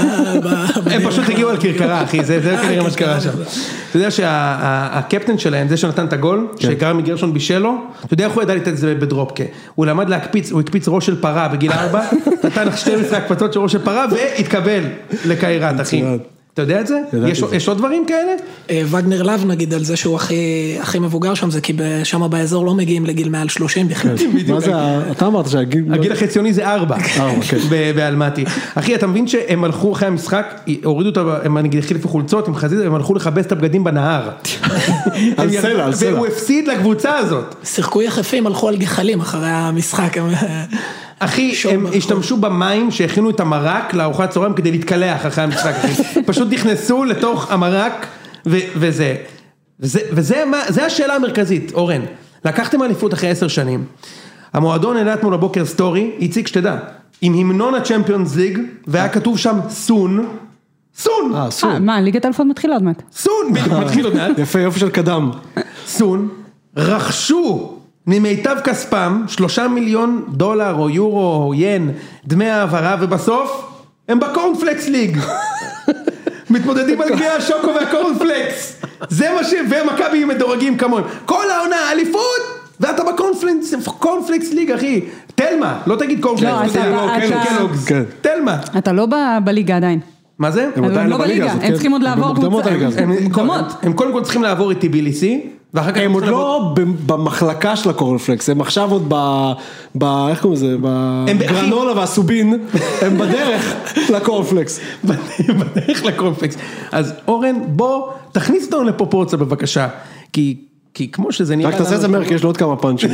הם פשוט הגיעו על כרכרה, אחי, זה כנראה מה שקרה שם. אתה יודע שהקפטן שלהם, זה שנתן את הגול, שקרא מגרשון בישלו, אתה יודע איך הוא ידע לתת את זה בדרופקה? הוא למד להקפיץ, הוא הקפיץ ראש של פרה בגיל ארבע, נתן שתים עשרה הקפצות של ראש של פרה, והתקבל לקיירת, אחי. אתה יודע את זה? יש עוד דברים כאלה? וגנר לב נגיד על זה שהוא הכי מבוגר שם, זה כי שם באזור לא מגיעים לגיל מעל שלושים בכלל. מה זה, אתה אמרת שהגיל... הגיל החציוני זה ארבע, באלמטי. אחי, אתה מבין שהם הלכו אחרי המשחק, הורידו אותם, הם נגיד החליפו חולצות, הם הלכו לחבש את הבגדים בנהר. על סלע, על סלע. והוא הפסיד לקבוצה הזאת. שיחקו יחפים, הלכו על גחלים אחרי המשחק. אחי, הם השתמשו במים שהכינו את המרק לארוחת צהריים כדי להתקלח אחרי המשחק, אחי. פשוט נכנסו לתוך המרק, וזה, וזה, וזה, זה השאלה המרכזית, אורן. לקחתם אליפות אחרי עשר שנים. המועדון העלה אתמול לבוקר סטורי, הציג שתדע, עם המנון הצ'מפיונס ליג, והיה כתוב שם סון, סון. אה, סון. מה, ליגת האלופות מתחילה עוד מעט. סון, מתחיל עוד מעט. יפה, יופי של קדם. סון, רכשו ממיטב כספם, שלושה מיליון דולר או יורו או ין, דמי העברה, ובסוף הם בקורנפלקס ליג. מתמודדים על גביע השוקו והקורנפלקס. זה מה ש... ומכבי מדורגים כמון. כל העונה, אליפות, ואתה בקורנפלקס ליג, אחי. תלמה, לא תגיד קורנפלקס. תלמה. אתה לא בליגה עדיין. מה זה? הם לא בליגה, הם צריכים עוד לעבור קבוצה. הם קודם כל צריכים לעבור את טיביליסי, הם עוד לא במחלקה של הקורנפלקס, הם עכשיו עוד ב... איך קוראים לזה? בגרנולה והסובין, הם בדרך לקורנפלקס. בדרך לקורנפלקס. אז אורן, בוא, תכניס אותנו לפרופורציה בבקשה, כי... כי כמו שזה נראה... רק תעשה את זה מהר, כי יש לו עוד כמה פאנצ'ים.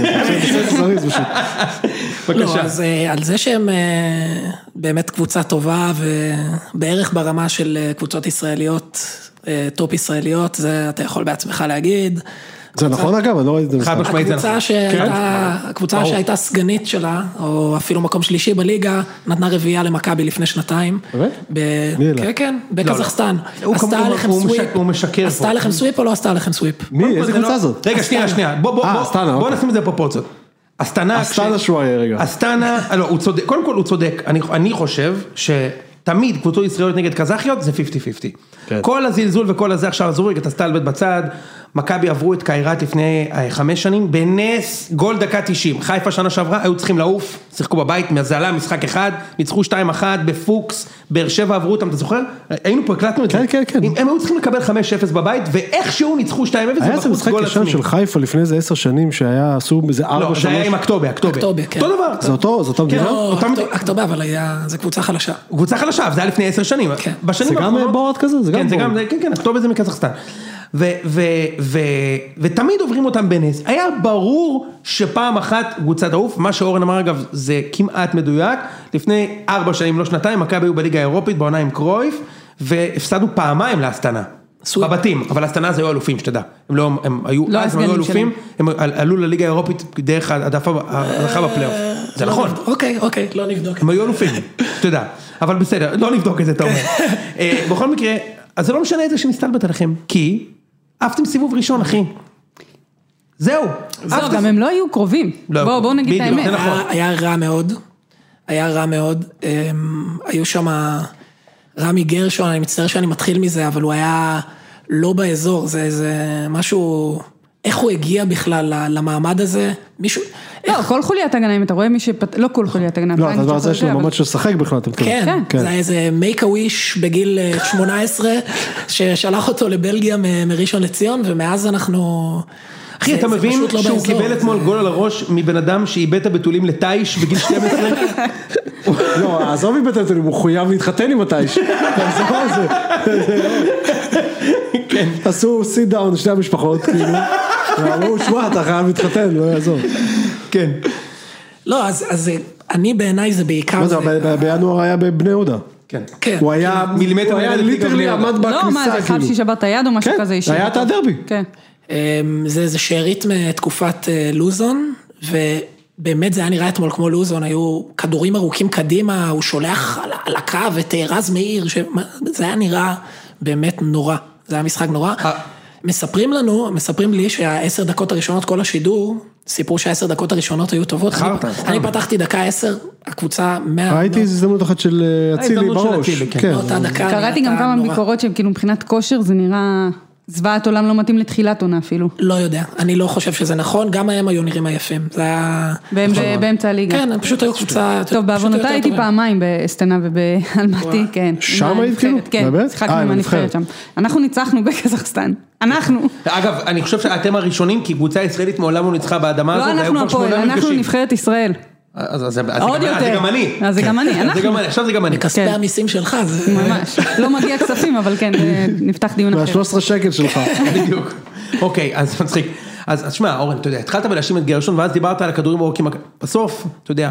לא, אז על זה שהם באמת קבוצה טובה, ובערך ברמה של קבוצות ישראליות, טופ ישראליות, זה אתה יכול בעצמך להגיד. זה נכון אגב, אני לא ראיתי את זה. הקבוצה שהייתה סגנית שלה, או אפילו מקום שלישי בליגה, נתנה רביעייה למכבי לפני שנתיים. כן, כן, בקזחסטן. עשתה לכם סוויפ. הוא משקר. עשתה לכם סוויפ או לא עשתה לכם סוויפ? מי? איזה קבוצה זאת? רגע, שנייה, שנייה. בוא נשים את זה בפרופורציות. אסטנה... אסטנה שוואיה, רגע. אסטנה, לא, הוא צודק, קודם כל הוא צודק. אני חושב ש... תמיד קבוצות ישראליות נגד קזחיות זה חמישים חמישים. כל הזלזול וכל הזה עכשיו עזרו רגע, תסתל בית בצד, מכבי עברו את קיירת לפני חמש שנים, בנס גול דקה תשעים, חיפה שנה שעברה, היו צריכים לעוף, שיחקו בבית, מזלה, משחק אחד, ניצחו שתיים אחת, בפוקס, באר שבע עברו אותם, אתה זוכר? היינו פה, הקלטנו את זה. כן, כן, כן. הם היו צריכים לקבל חמש אפס בבית, ואיכשהו ניצחו שתיים אפס, היה זה משחק ישן של חיפה לפני איזה עשר שנים, שהיה עשו בזה ארבע שלוש. לא, זה היה עם אקטובה, אקטובה. אותו דבר. זה אותו, זה אותו מדינה? אקטובה, אבל זה קבוצה חלשה. קבוצה חלשה, זה היה לפני עשר שנים. זה גם בורד כזה? כן, זה גם, כן, כן, אקטובה זה מקזחסטן. ותמיד עוברים אותם בנס. היה ברור שפעם אחת קבוצה תעוף, מה שאורן אמר אגב זה כמעט מדויק, לפני ארבע שנים, לא שנתיים, מכבי היו בליגה האירופית, בעונה עם קרויף, והפסדנו פעמיים לאסטנה, בבתים, אבל אסטנה זה היו אלופים, שתדע, הם לא, הם היו, אז הם היו אלופים, הם עלו לליגה האירופית דרך הדחה בפלייאוף, זה נכון. אוקיי, אוקיי, לא נבדוק. הם היו אלופים, שתדע, אבל בסדר, לא נבדוק את זה, אתה אומר. בכל מקרה, אז זה לא משנה את זה שנסתלבט עליכם, כי עפתם סיבוב ראשון, אחי. זהו. זהו, גם הם לא היו קרובים. בואו, בואו נגיד את האמת. היה רע מאוד. היה רע מאוד. היו שם רמי גרשון, אני מצטער שאני מתחיל מזה, אבל הוא היה לא באזור. זה משהו... איך הוא הגיע בכלל למעמד הזה? מישהו... לא, כל חוליית הגנה, אם אתה רואה מי שפת... לא כל חוליית הגנה. לא, הדבר הזה שלו ממש ששחק בכלל. כן, זה היה איזה make a wish בגיל שמונה עשרה, ששלח אותו לבלגיה מראשון לציון, ומאז אנחנו... אחי, אתה מבין שהוא קיבל אתמול גול על הראש מבן אדם שאיבד את הבתולים לטייש בגיל שתים עשרה? לא, עזוב איבד את הבתולים, הוא חויב להתחתן עם הטייש. זה מה זה? כן. עשו סיט דאון שתי המשפחות, כאילו. אמרו, שמע, אתה חייב להתחתן, לא יעזור. כן. לא, אז אני בעיניי זה בעיקר... בינואר היה בבני יהודה. כן. הוא היה מילימטר, הוא היה ליטרלי עמד בכניסה. לא, מה, זה אחד ששבר את היד או משהו כזה? כן, היה את הדרבי. כן. זה שארית מתקופת לוזון, ובאמת זה היה נראה אתמול כמו לוזון, היו כדורים ארוכים קדימה, הוא שולח על הקו את רז מאיר, זה היה נראה באמת נורא. זה היה משחק נורא. מספרים לנו, מספרים לי שהעשר דקות הראשונות, כל השידור, סיפרו שהעשר דקות הראשונות היו טובות. אני פתחתי דקה עשר, הקבוצה מאה... ראיתי איזו הזדמנות אחת של אצילי בראש. קראתי גם כמה ביקורות שהם כאילו מבחינת כושר, זה נראה זוועת עולם לא מתאים לתחילת עונה אפילו. לא יודע, אני לא חושב שזה נכון, גם הם היו נראים היפים. זה היה... באמצע הליגה. כן, הם פשוט היו קבוצה... טוב, בעוונותה הייתי פעמיים באסטנה ובאלמטי, כן. שם היית כאילו? כן, שיחקנו עם הנבחרת שם. אנחנו ניצחנו בקזחסטן. אנחנו. אגב, אני חושב שאתם הראשונים, כי קבוצה ישראלית מעולם לא ניצחה באדמה הזאת. לא אנחנו הפועל, אנחנו נבחרת ישראל. אז זה גם אני. אז זה גם אני, אנחנו. עכשיו זה גם אני. מכספי המיסים שלך. ממש. לא מגיע כספים, אבל כן, נפתח דיון אחר. מה-שלוש עשרה שקל שלך. בדיוק. אוקיי, אז מצחיק. אז שמע, אורן, אתה יודע, התחלת בלהאשים את גרשון, ואז דיברת על הכדורים ארוכים. בסוף, אתה יודע,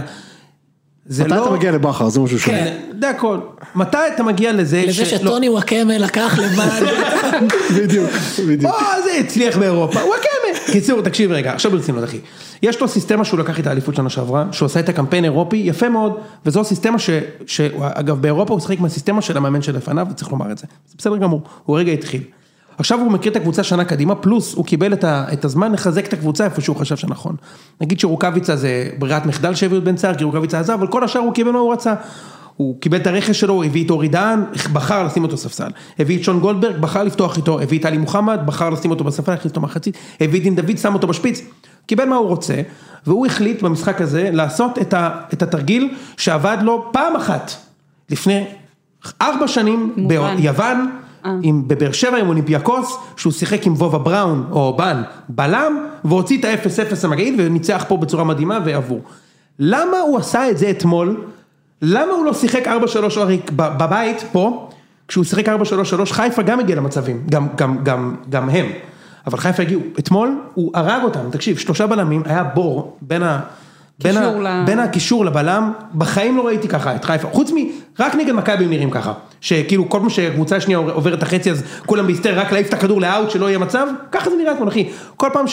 זה לא... מתי אתה מגיע לבחר? זה משהו שונה. כן, זה הכל. מתי אתה מגיע לזה... לזה שטוני וואקמה לקח לבד. בדיוק, בדיוק. או, זה הצליח באירופה, וואקמה. קיצור, תקשיב רגע, עכשיו ברצינות, אחי. יש לו סיסטמה שהוא לקח את האליפות שנה שעברה, שהוא עושה את הקמפיין אירופי, יפה מאוד, וזו סיסטמה שאגב, באירופה הוא שחק מהסיסטמה של המאמן שלפניו, וצריך לומר את זה. זה בסדר גמור, הוא רגע התחיל. עכשיו הוא מכיר את הקבוצה שנה קדימה, פלוס הוא קיבל את הזמן לחזק את הקבוצה איפה שהוא חשב שנכון. נגיד שרוקביצה זה ברירת מחדל שהביאו את בן צער, כי רוקביצה עזב, אבל כל השאר הוא קיבל מה הוא רצה. הוא קיבל את הרכש שלו, הוא הביא את אורידן, בחר לשים אותו ספסל. הביא את שון גולדברג, בחר לפתוח איתו, הביא את עלי מוחמד, בחר לשים אותו בספסל, הכניס אותו מחצית, הביא את דין דוד, שם אותו בשפיץ. קיבל מה הוא רוצה, והוא החליט במשחק הזה לעשות את, ה, את התרגיל שעבד לו פעם אחת, לפני ארבע שנים ביוון, עם בבאר שבע עם אולימפיאקוס, שהוא שיחק עם וובה בראון או בן, בלם, והוציא את ה-אפס אפס המגעיל, וניצח פה בצורה מדהימה ועבור. למה הוא עשה את זה אתמול? למה הוא לא שיחק ארבע שלוש אריק בבית פה, כשהוא שיחק ארבע שלוש שלוש, חיפה גם הגיע למצבים, גם, גם, גם, גם הם. אבל חיפה הגיעו, אתמול הוא הרג אותם, תקשיב, שלושה בלמים, היה בור בין ה... בין, ה, ל... בין הקישור לבלם, בחיים לא ראיתי ככה את חיפה, חוץ מ... רק נגד מכבי הם נראים ככה, שכאילו כל מה שקבוצה השנייה עוברת את החצי, אז כולם בהסתר רק להעיף את הכדור לאאוט שלא יהיה מצב, ככה זה נראה אתמול, אחי, כל פעם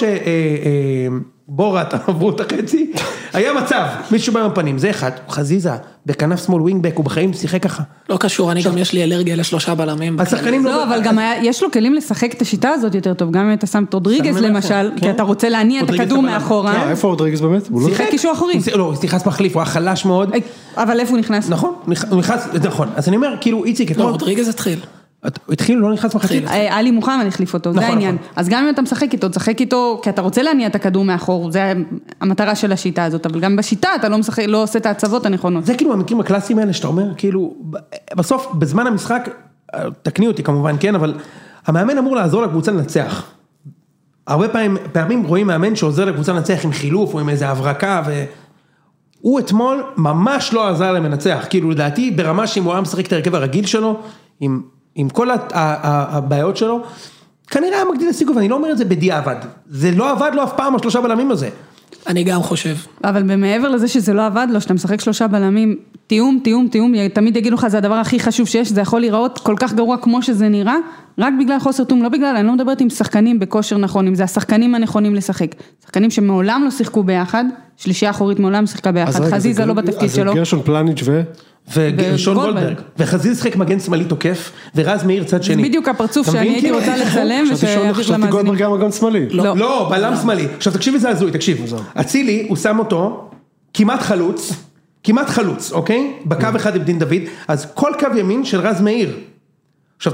שבורת עברו את החצי, היה מצב, מישהו בא עם הפנים, זה אחד, חזיזה, בכנף שמאל ווינגבק, הוא בחיים שיחק ככה. לא קשור, אני גם יש לי אלרגיה לשלושה בלמים. השחקנים לא, אבל גם יש לו כלים לשחק את השיטה הזאת יותר טוב, גם אם אתה שם את רודריגז למשל, כי אתה רוצה להניע את הכדור מאחורה. איפה רודריגז באמת? שיחק קישור אחורי. לא, הוא נכנס מחליף, הוא היה חלש מאוד. אבל איפה הוא נכנס? נכון, הוא נכנס, נכון, אז אני אומר, כאילו, איציק, לא, רודריגז התחיל. התחיל, לא נכנס מחצית. עלי מוחמד החליף אותו, זה העניין. אז גם אם אתה משחק איתו, תשחק איתו, כי אתה רוצה להניע את הכדור מאחור, זה המטרה של השיטה הזאת, אבל גם בשיטה אתה לא משחק, לא עושה את ההצבות הנכונות. זה כאילו המקרים הקלאסיים האלה שאתה אומר, כאילו, בסוף, בזמן המשחק, תקני אותי כמובן, כן, אבל המאמן אמור לעזור לקבוצה לנצח. הרבה פעמים, פעמים רואים מאמן שעוזר לקבוצה לנצח עם חילוף, או עם איזה הברקה, והוא אתמול ממש לא עזר למנצח, כאילו לדעתי, ברמה שאם הוא היה משחק את הרכב הרגיל שלו, עם עם כל הבעיות שלו, כנראה היה מגדיל לסיגוב, אני לא אומר את זה בדיעבד, זה לא עבד לו אף פעם, השלושה בלמים הזה. אני גם חושב. אבל במעבר לזה שזה לא עבד לו, שאתה משחק שלושה בלמים, תיאום, תיאום, תיאום, תמיד יגידו לך, זה הדבר הכי חשוב שיש, זה יכול להיראות כל כך גרוע כמו שזה נראה, רק בגלל חוסר תיאום, לא בגלל, אני לא מדברת עם שחקנים בכושר נכון, אם זה השחקנים הנכונים לשחק, שחקנים שמעולם לא שיחקו ביחד, שלישייה אחורית מעולם שיחקה ביחד, חזיזה לא בתפקיד שלו. אז גרשון פלניץ' ו... ושון גולדברג, וחזיזה שחק מגן שמאלי תוקף, ורז מאיר צד שני. זה בדיוק הפרצוף שאני הייתי רוצה לצלם, חשבתי גולדברג גם מגן שמאלי. לא, בלם שמאלי. עכשיו תקשיב איזה הזוי, תקשיב. אצילי, הוא שם אותו כמעט חלוץ, כמעט חלוץ, אוקיי? בקו אחד עם דין דוד, אז כל קו ימין של רז מאיר. עכשיו,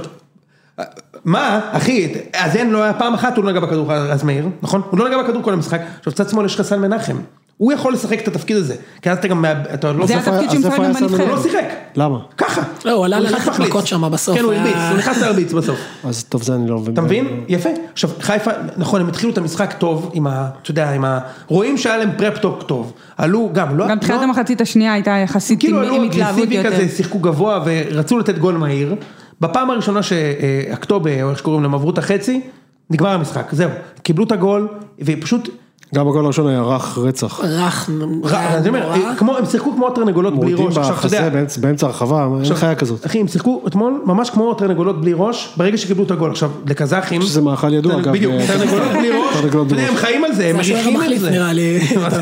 מה, אחי, אז אין, לא היה פעם אחת, הוא לא נגע בכדור רז מאיר, נכון? הוא לא נגע בכדור כל המשחק. עכשיו, צד שמאל יש חסן מנחם. הוא יכול לשחק את התפקיד הזה, כי אז אתה גם, אתה לא... זה התפקיד שמשחק גם בנבחרת. הוא לא שיחק. למה? ככה. לא, הוא עלה ללכת מכות שם בסוף. כן, הוא הרביץ, הוא נכנס להרביץ בסוף. אז טוב, זה אני לא מבין. אתה מבין? יפה. עכשיו, חיפה, נכון, הם התחילו את המשחק טוב, עם ה... אתה יודע, עם ה... רואים שהיה להם פרפטוק טוב. עלו גם, לא... גם תחילת המחצית השנייה הייתה יחסית עם התלהבות יותר. כזה, שיחקו גבוה ורצו לתת גול מהיר. בפעם הראשונה שאקטובה, או איך שקוראים להם, עברו את החצי, נגמר המשחק. זהו. קיבלו את הגול, ופשוט גם בגול הראשון היה רך רצח. רך, אני אומר, הם שיחקו כמו תרנגולות בלי ראש. מורידים בחזה באמצע הרחבה, אין חיה כזאת. אחי, הם שיחקו אתמול ממש כמו תרנגולות בלי ראש, ברגע שקיבלו את הגול. עכשיו, לקזחים... שזה מאכל ידוע, אגב. בדיוק, תרנגולות בלי ראש. הם חיים על זה, הם מריחים על זה. נראה לי.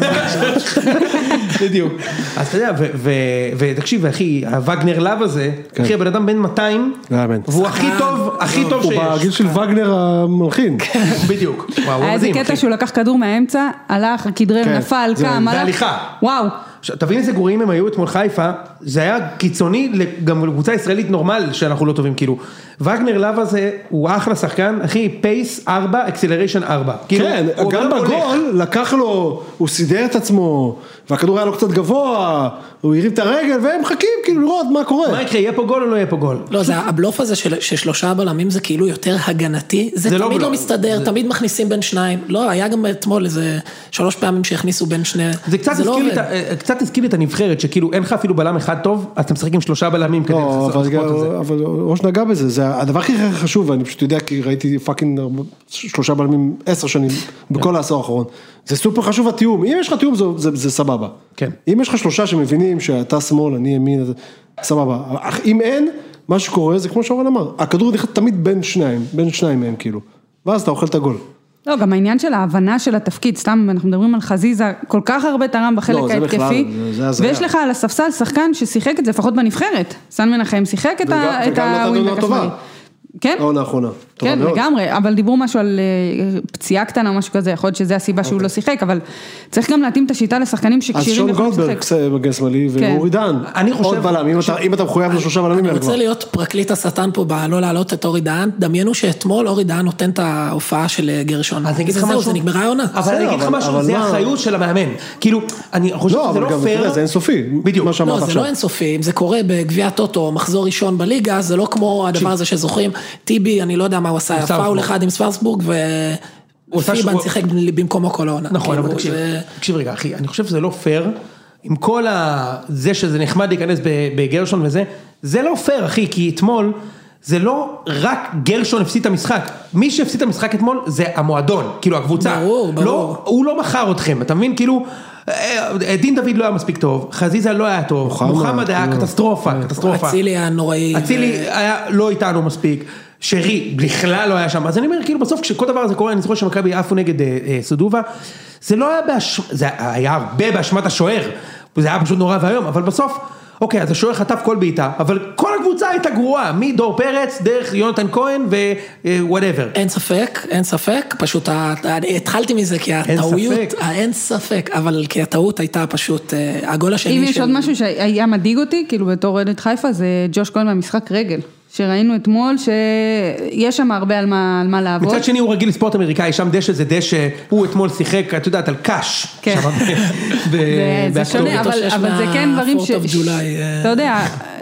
בדיוק. אז אתה יודע, ותקשיב, אחי, הווגנר לב הזה, אחי, הבן אדם בן מאתיים, והוא הכי טוב, הכי טוב שיש. הוא בגיל של ווגנר המלחין. בדיוק. היה איזה קטע שהוא לקח כדור מהאמצע, הלך, כדרר, נפל, קם, בהליכה. וואו. תבין איזה גרועים הם היו אתמול חיפה, זה היה קיצוני גם לקבוצה ישראלית נורמל שאנחנו לא טובים, כאילו, וגנר לב הזה הוא אחלה שחקן, אחי, פייס ארבע, אקסלריישן ארבע. כן, גם בגול לקח לו, הוא סידר את עצמו, והכדור היה לו קצת גבוה, הוא הרים את הרגל, והם מחכים כאילו לראות מה קורה. מה יקרה, יהיה פה גול או לא יהיה פה גול? לא, זה הבלוף הזה ששלושה בלמים זה כאילו יותר הגנתי, זה תמיד לא מסתדר, תמיד מכניסים בין שניים, לא, היה גם אתמול איזה שלוש פעמים שהכניסו בין שני, זה לא עובד. קצת הזכיר לי את הנבחרת, שכאילו אין לך אפילו בלם אחד טוב, אז אתם משחקים שלושה בלמים כדי לחסות את זה. אבל ראש נגע בזה, זה הדבר הכי חשוב, ואני פשוט יודע, כי ראיתי פאקינג שלושה בלמים עשר שנים, בכל העשור האחרון. זה סופר חשוב התיאום, אם יש לך תיאום זה סבבה. אם יש לך שלושה שמבינים שאתה שמאל, אני ימין, סבבה. אך אם אין, מה שקורה זה כמו שאורן אמר, הכדור נכנס תמיד בין שניים, בין שניים מהם כאילו, ואז אתה אוכל את הגול. לא, גם העניין של ההבנה של התפקיד, סתם אנחנו מדברים על חזיזה, כל כך הרבה תרם בחלק ההתקפי, ויש לך על הספסל שחקן ששיחק את זה, לפחות בנבחרת, סן מנחם שיחק את הווינבק השמאלי. כן? העונה האחרונה. כן, לגמרי, אבל דיברו משהו על פציעה קטנה או משהו כזה, יכול להיות שזה הסיבה שהוא לא שיחק, אבל צריך גם להתאים את השיטה לשחקנים שכשירים יכולים לשחק. אז שון גולדברג מגן שמאלי, ואורי דן, עוד בלם, אם אתה מחויב לשלושה בלמים. אני רוצה להיות פרקליט השטן פה, לא להעלות את אורי דן, דמיינו שאתמול אורי דן נותן את ההופעה של גרשון. זהו, זה נגמרה העונה. אבל אני אגיד לך משהו, זה האחריות של המאמן. כאילו, אני חושב שזה לא פייר. זה אינסופי. בדיוק. לא, זה לא אינסופי. אם זה קורה בגביע טוטו, מחזור ראשון בליגה, זה לא כמו הדבר הזה שזוכרים. טיבי, אני לא יודע מה הוא עשה, פאול אחד עם ספרסבורג, ופיבן שיחק במקומו כל העונה. נכון, אבל תקשיב רגע, אחי, אני חושב שזה לא פייר, עם כל זה שזה נחמד להיכנס בגרשון וזה, זה לא פייר, אחי, כי אתמול, זה לא רק גרשון הפסיד את המשחק, מי שהפסיד את המשחק אתמול, זה המועדון, כאילו הקבוצה. ברור, ברור. הוא לא מכר אתכם, אתה מבין? כאילו, דין דוד לא היה מספיק טוב, חזיזה לא היה טוב, מוחמד היה קטסטרופה, קטסטרופה. אצילי היה נוראי. אצילי היה לא איתנו מספיק. שרי בכלל לא היה שם, אז אני אומר, כאילו בסוף כשכל דבר הזה קורה, אני זוכר שמכבי עפו נגד סודובה, זה לא היה באשמת, זה היה הרבה באשמת השוער, זה היה פשוט נורא והיום, אבל בסוף, אוקיי, אז השוער חטף כל בעיטה, אבל כל הקבוצה הייתה גרועה, מדור פרץ, דרך יונתן כהן ו-whatever. אין ספק, אין ספק, פשוט התחלתי מזה, כי הטעויות, אין ספק, אבל כי הטעות הייתה פשוט, הגול השני של... אם יש עוד משהו שהיה מדאיג אותי, כאילו בתור אוהדת חיפה, זה ג'וש כהן במשחק רגל. שראינו אתמול שיש שם הרבה על מה, על מה לעבוד. מצד שני הוא רגיל לספורט אמריקאי, שם דשא זה דשא, הוא אתמול שיחק, את יודעת, על קש. כן. זה שונה, אבל זה כן דברים ש... אתה יודע,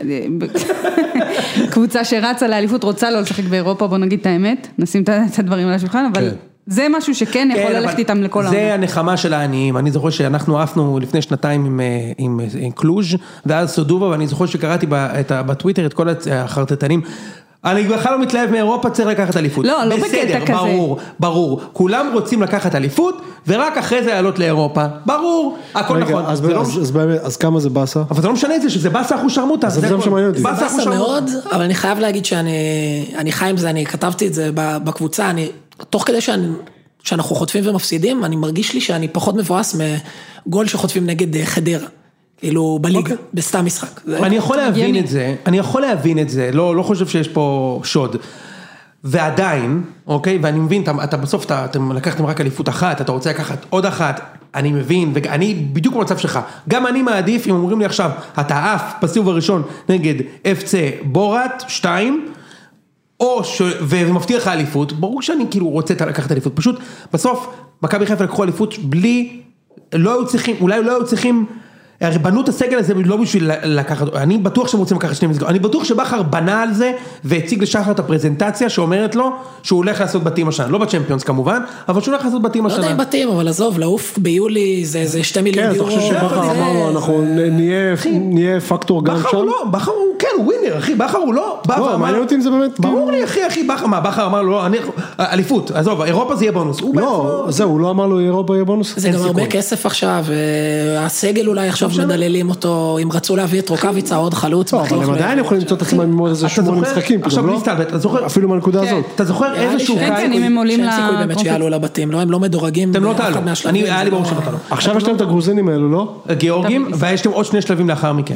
קבוצה שרצה לאליפות רוצה לא לשחק באירופה, בוא נגיד את האמת, נשים את הדברים על השולחן, אבל... זה משהו שכן יכול ללכת איתם לכל העונה. זה הנחמה של העניים, אני זוכר שאנחנו עפנו לפני שנתיים עם, עם, עם קלוז' ואז סודובה, ואני זוכר שקראתי בטוויטר את כל החרטטנים, אני בכלל לא מתלהב מאירופה, צריך לקחת אליפות. לא, לא בקטע כזה. ברור, ברור, כולם רוצים לקחת אליפות, ורק אחרי זה לעלות לאירופה, ברור, הכל נכון. אז כמה זה בסה? אבל זה לא משנה את זה, שזה בסה אחו שרמוטה. זה בסה מאוד, אבל אני חייב להגיד שאני חי עם זה, אני כתבתי את זה בקבוצה, אני... תוך כדי שאני, שאנחנו חוטפים ומפסידים, אני מרגיש לי שאני פחות מבואס מגול שחוטפים נגד חדרה, כאילו בליגה, בסתם משחק. אני יכול להבין את זה, אני יכול להבין את זה, לא, לא חושב שיש פה שוד, ועדיין, אוקיי, ואני מבין, אתה, אתה בסוף, אתה, אתם לקחתם רק אליפות אחת, אתה רוצה לקחת עוד אחת, אני מבין, ואני בדיוק במצב שלך, גם אני מעדיף, אם אומרים לי עכשיו, אתה עף בסיבוב הראשון נגד אף סי בורת, שתיים, או ש... ומבטיח האליפות, ברור שאני כאילו רוצה לקחת אליפות, פשוט בסוף מכבי חיפה לקחו אליפות בלי, לא היו צריכים, אולי לא היו צריכים, הרי בנו את הסגל הזה לא בשביל לקחת, אני בטוח שהם רוצים לקחת שני מסגרות, אני בטוח שבחר בנה על זה, והציג לשחר את הפרזנטציה שאומרת לו, שהוא הולך לעשות בתים השנה, לא בצ'מפיונס כמובן, אבל שהוא הולך לעשות בתים השנה. לא יודע אם בתים, אבל עזוב, לעוף ביולי זה שתי מיליון יורו. כן, אתה חושב שבחר אמרנו, אנחנו נהיה פקטור גם שם? בחר הוא, בחר הוא כן, הוא ווינר, אחי, בכר הוא לא, בא לא, ואמר, מעניין אותי אם זה באמת, ברור לי, אחי, אחי, בכר, מה, בכר אמר לו, לא, אני, אליפות, עזוב, אירופה זה יהיה בונוס, הוא לא, זהו, הוא לא אמר לו אירופה יהיה בונוס? זה גם הרבה כסף עכשיו, הסגל אולי עכשיו מדללים אותו, אם רצו להביא את רוקאביצה עוד חלוץ. לא, אבל הם עדיין יכולים למצוא את עצמם עם עוד איזה שמונה משחקים, עכשיו בלי סטלבט, אתה זוכר, אפילו מהנקודה הזאת. אתה זוכר איזשהו קיץ, אם עולים שאין סיכוי באמת שיעלו לבתים, לא, הם לא מדורגים, אתם לא תעלו, אני, היה לי ברור שלא תעלו. עכשיו יש להם את הגרוזינים האלו, לא? גיאורגים, ויש להם עוד שני שלבים לאחר מכן.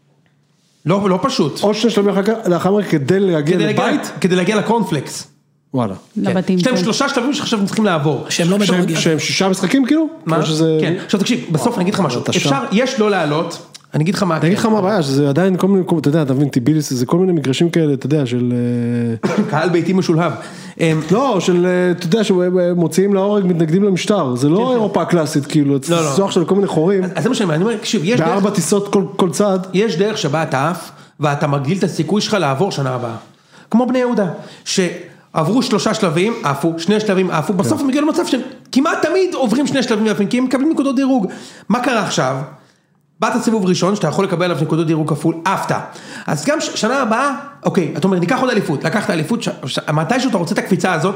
לא, לא פשוט. עוד שני שלבים לאחר מכן כדי להגיע לבית? כדי להגיע לקורנפלקס. וואלה. לבתים. יש להם שלושה שלבים שעכשיו הם צריכים לעבור. שהם לא מדורגים. שהם שישה משחקים כאילו? מה? כן, עכשיו תקשיב, בסוף אני אגיד לך משהו. אפשר, יש לא לעלות, אני אגיד לך מה... אני אגיד לך מה הבעיה, שזה עדיין כל מיני, אתה יודע, אתה מבין, טיביליס, זה כל מיני מגרשים כאלה, אתה יודע, של... קהל ביתי משולהב. לא, של, אתה יודע, שמוציאים להורג, מתנגדים למשטר, זה לא אירופה הקלאסית, כאילו, זה סוח של כל מיני חורים. אז זה מה שאני אומר, תקשיב, יש דרך... בארבע טיסות כל צעד. יש דרך שבה אתה עף, ואתה מגדיל את הסיכוי שלך לעבור שנה הבאה. כמו בני יהודה, שעברו שלושה שלבים, עפו, שני שלבים עפו, בסוף הם הגיעו למצב שהם כמעט תמיד עוברים שני שלבים עפים, כי הם מקבלים נקודות דירוג. מה קרה עכשיו? באת סיבוב ראשון, שאתה יכול לקבל עליו נקודות דירוג כפול, עפת. אז גם שנה הבאה, אוקיי, אתה אומר, ניקח עוד אליפות, לקחת אליפות, מתי שאתה רוצה את הקפיצה הזאת,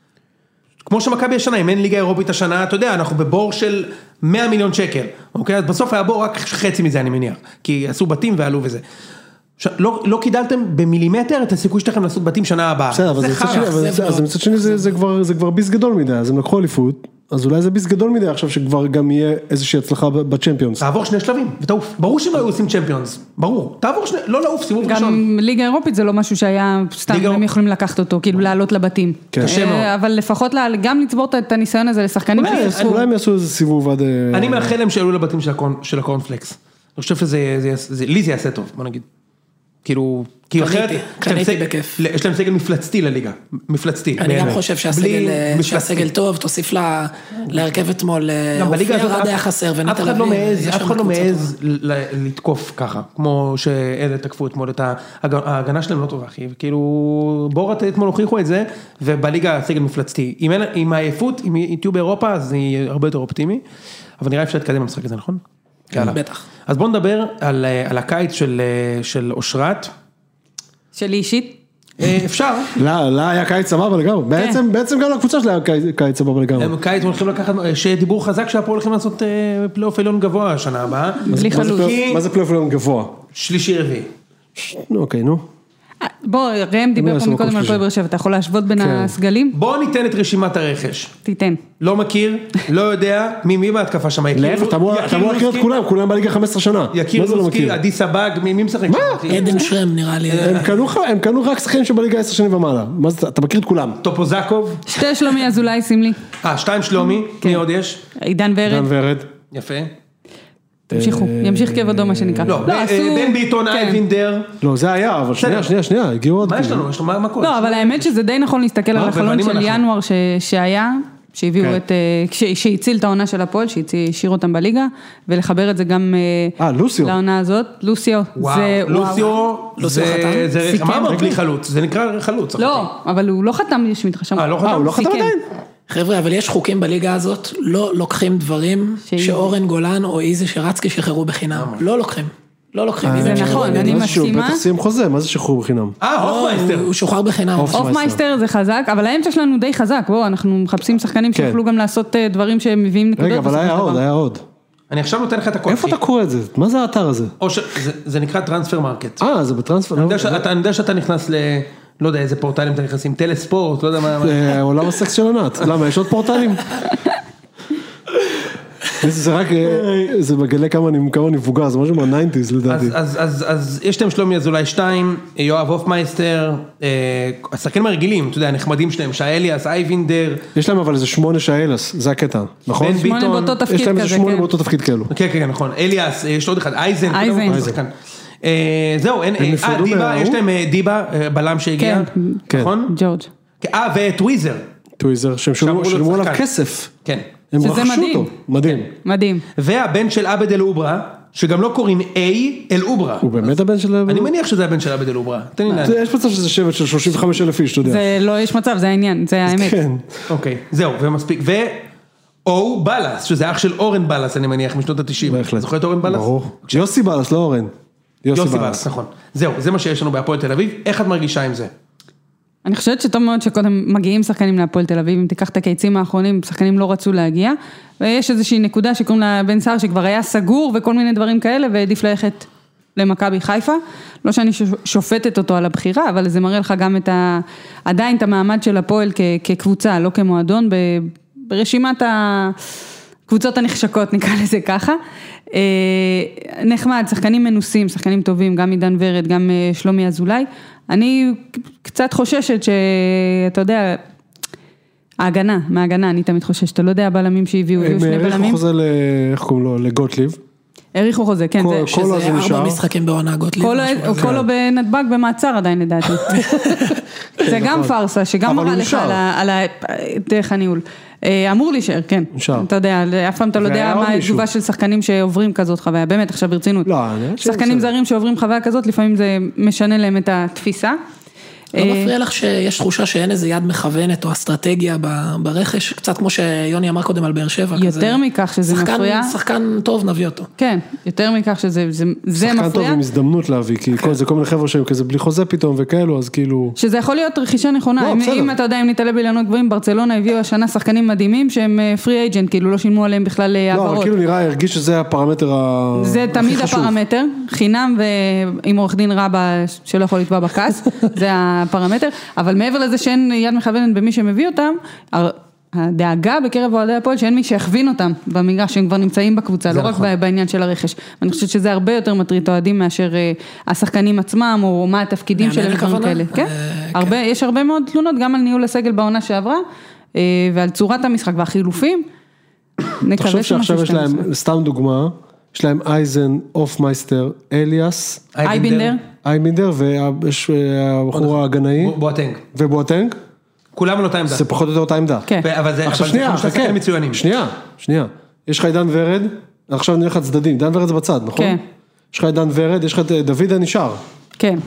כמו שמכבי השנה, אם אין ליגה אירופית השנה, אתה יודע, אנחנו בבור של מאה מיליון שקל, אוקיי? אז בסוף היה בור רק חצי מזה, אני מניח, כי עשו בתים ועלו וזה. לא, לא קידלתם במילימטר את הסיכוי שלכם לעשות בתים שנה הבאה. בסדר, אבל זה מצד שני, זה כבר ביס גדול מדי, אז הם לקחו אליפות, אז אולי זה ביס גדול מדי עכשיו שכבר גם יהיה איזושהי הצלחה בצ'מפיונס. תעבור שני שלבים ותעוף. ברור שהם לא היו עושים צ'מפיונס, ברור. תעבור שני, לא לעוף, סיבוב ראשון. גם ליגה אירופית זה לא משהו שהיה, סתם הם יכולים לקחת אותו, כאילו לעלות לבתים. קשה מאוד. אבל לפחות גם לצבור את הניסיון הזה לשחקנים. אולי הם יעשו איזה סיבוב עד... אני מאחל להם שעלו לבתים של הקורנפלקס. אני חושב שזה, לי זה יעשה טוב, בוא נגיד. כאילו, כי אחרת, קניתי בכיף. יש להם סגל מפלצתי לליגה, מפלצתי. אני גם חושב שהסגל טוב, תוסיף להרכב אתמול, אופיר עד היה חסר, אף אחד לא מעז, אף אחד לא מעז לתקוף ככה, כמו שאלה תקפו אתמול, ההגנה שלהם לא טובה, אחי, כאילו, בורת אתמול הוכיחו את זה, ובליגה הסגל מפלצתי. אם העייפות, אם תהיו באירופה, אז זה יהיה הרבה יותר אופטימי, אבל נראה אפשר להתקדם במשחק הזה, נכון? בטח. אז בוא נדבר על, על הקיץ של, של אושרת. שלי אישית? אפשר. לא, לא היה קיץ סבבה לגמרי. בעצם, בעצם גם לקבוצה שלה היה קיץ סבבה לגמרי. הם קיץ הולכים לקחת, שדיבור חזק שהפועל הולכים לעשות פלייאוף עליון גבוה השנה הבאה. בלי חלוץ. מה זה פלייאוף עליון גבוה? שלישי רביעי. אוקיי, נו. בוא, ראם דיבר פה מקודם על פועל באר שבע, אתה יכול להשוות בין הסגלים? בוא ניתן את רשימת הרכש. תיתן. לא מכיר, לא יודע, מי מההתקפה שם? להפך, אתה אמור להכיר את כולם, כולם בליגה חמש עשרה שנה. יקיר לוסקי, עדי סבג, מי משחק? עדן שרם נראה לי. הם קנו רק שחקנים שבליגה עשר שנים ומעלה. אתה מכיר את כולם? טופוזקוב? שתי שלומי אזולאי סמלי. אה, שתיים שלומי, מי עוד יש? עידן ורד. עידן ורד. יפה. תמשיכו, ימשיך כבודו מה שנקרא. לא, בן ביטון, אייבינדר. לא, זה היה, אבל שנייה, שנייה, שנייה, הגיעו עוד. מה יש לנו? יש לנו מה קורה? לא, אבל האמת שזה די נכון להסתכל על החלון של ינואר שהיה, שהביאו את, שהציל את העונה של הפועל, שהשאיר אותם בליגה, ולחבר את זה גם לעונה הזאת. לוסיו. וואו, לוסיו, זה, מה אמרת לי חלוץ? זה נקרא חלוץ. לא, אבל הוא לא חתם, יש מתחשם. אה, לא חתם? הוא לא חתם עדיין? חבר'ה, אבל יש חוקים בליגה הזאת, לא לוקחים דברים שאורן גולן או איזי שרצקי שחררו בחינם. לא לוקחים. לא לוקחים. זה נכון, אני מסכימה. בטח סיים חוזה, מה זה שחרור בחינם? אה, הופמייסטר. הוא שוחרר בחינם. הופמייסטר זה חזק, אבל האמצע שלנו די חזק. בואו, אנחנו מחפשים שחקנים שיוכלו גם לעשות דברים שהם מביאים נקודות. רגע, אבל היה עוד, היה עוד. אני עכשיו נותן לך את הכל. איפה אתה קורא את זה? מה זה האתר הזה? זה נקרא טרנספר מרקט. אה, זה בטרנספר. אני יודע שאתה נכנס ל... לא יודע איזה פורטלים אתם נכנסים, טלספורט, לא יודע מה... עולם הסקס של ענת, למה, יש עוד פורטלים? זה רק, זה מגלה כמה אני מבוגר, זה משהו מהניינטיז לדעתי. אז יש להם שלומי אזולאי שתיים, יואב הופמייסטר, השחקנים הרגילים, אתה יודע, נחמדים שלהם, שאליאס, אייבינדר. יש להם אבל איזה שמונה שאליאס, זה הקטע, נכון? בן ביטון. שמונה באותו תפקיד כזה, יש להם איזה שמונה באותו תפקיד כאלו. כן, כן, נכון. אליאס, יש עוד אחד, אייזן. אייזן. זהו, דיבה, יש להם דיבה, בלם שהגיע, נכון? ג'ורג'. אה, וטוויזר. טוויזר, שהם שילמו עליו כסף. כן. הם רכשו אותו. מדהים. מדהים. והבן של עבד אל אוברה, שגם לא קוראים איי אל אוברה. הוא באמת הבן של... אני מניח שזה הבן של עבד אל אוברה. תן לי להגיד. יש מצב שזה שבט של שלושים וחמישה אלף איש, אתה יודע. זה לא יש מצב, זה העניין, זה האמת. כן. אוקיי, זהו, ומספיק. או בלס, שזה אח של אורן בלס, אני מניח, משנות ה-תשעים. בהחלט. זוכר את אורן בלס? ברור. יוסי בלס, לא אורן. יוסי בלס, נכון. זהו, זה מה שיש לנו בהפועל תל אביב, איך את מרגישה עם זה? אני חושבת שטוב מאוד שקודם מגיעים שחקנים להפועל תל אביב, אם תיקח את הקיצים האחרונים, שחקנים לא רצו להגיע, ויש איזושהי נקודה שקוראים לה בן סער, שכבר היה סגור וכל מיני דברים כאלה, ועדיף ללכת למכבי חיפה, לא שאני שופטת אותו על הבחירה, אבל זה מראה לך גם את ה... עדיין את המעמד של הפועל כ... כקבוצה, לא כמועדון, ב... ברשימת הקבוצות הנחשקות, נקרא לזה ככה. נחמד, שחקנים מנוסים, שחקנים טובים, גם עידן ורד, גם שלומי אזולאי. אני קצת חוששת שאתה יודע, ההגנה, מההגנה, אני תמיד חוששת, אתה לא יודע, הבלמים שהביאו, הביאו שני בלמים. העריכו חוזה, איך קוראים לו, לגוטליב. העריכו חוזה, כן. שזה ארבע משחקים בעונה גוטליב. קולו בנתב"ג במעצר עדיין לדעתי. זה גם פרסה, שגם מראה לך על דרך הניהול. אמור להישאר, כן. אתה יודע, אף פעם אתה לא יודע מה התגובה של שחקנים שעוברים כזאת חוויה, באמת עכשיו ברצינות. שחקנים זרים שעוברים חוויה כזאת, לפעמים זה משנה להם את התפיסה. לא מפריע לך שיש תחושה שאין איזה יד מכוונת או אסטרטגיה ברכש, קצת כמו שיוני אמר קודם על באר שבע. יותר מכך שזה מפריע. שחקן טוב נביא אותו. כן, יותר מכך שזה מפריע. שחקן טוב עם הזדמנות להביא, כי זה כל מיני חבר'ה שהם כזה בלי חוזה פתאום וכאלו, אז כאילו... שזה יכול להיות רכישה נכונה. אם אתה יודע, אם נתעלה בילנות גבוהים, ברצלונה הביאו השנה שחקנים מדהימים שהם פרי אייג'נט, כאילו לא שילמו עליהם בכלל העברות. לא, אבל כאילו נראה, הרגיש שזה הפרמטר הכי חשוב. זה תמיד הפרמטר, חינם ועם עורך דין רבא שלא יכול לתבוע בכס, זה הפרמטר, אבל מעבר לזה שאין יד מכוונת במי שמביא אותם, הדאגה בקרב אוהדי הפועל שאין מי שיכווין אותם במגרש שהם כבר נמצאים בקבוצה, לא רק בעניין של הרכש. אני חושבת שזה הרבה יותר מטריד אוהדים מאשר השחקנים עצמם, או מה התפקידים שלהם דברים כאלה. יש הרבה מאוד תלונות גם על ניהול הסגל בעונה שעברה, ועל צורת המשחק והחילופים. תחשוב שעכשיו יש להם, סתם דוגמה, יש להם אייזן, אופמייסטר, אליאס, אייבינדר, אייבינדר, ויש הבחור ההגנאי, בואטנג. ובואטנג. כולם על אותה עמדה. זה פחות או יותר אותה עמדה. כן. אבל זה חמישה שחקנים מצוינים. שנייה, שנייה. יש לך עידן ורד, עכשיו נלך לצדדים, עידן ורד זה בצד, נכון? כן. יש לך עידן ורד, יש לך דוד הנשאר. כן.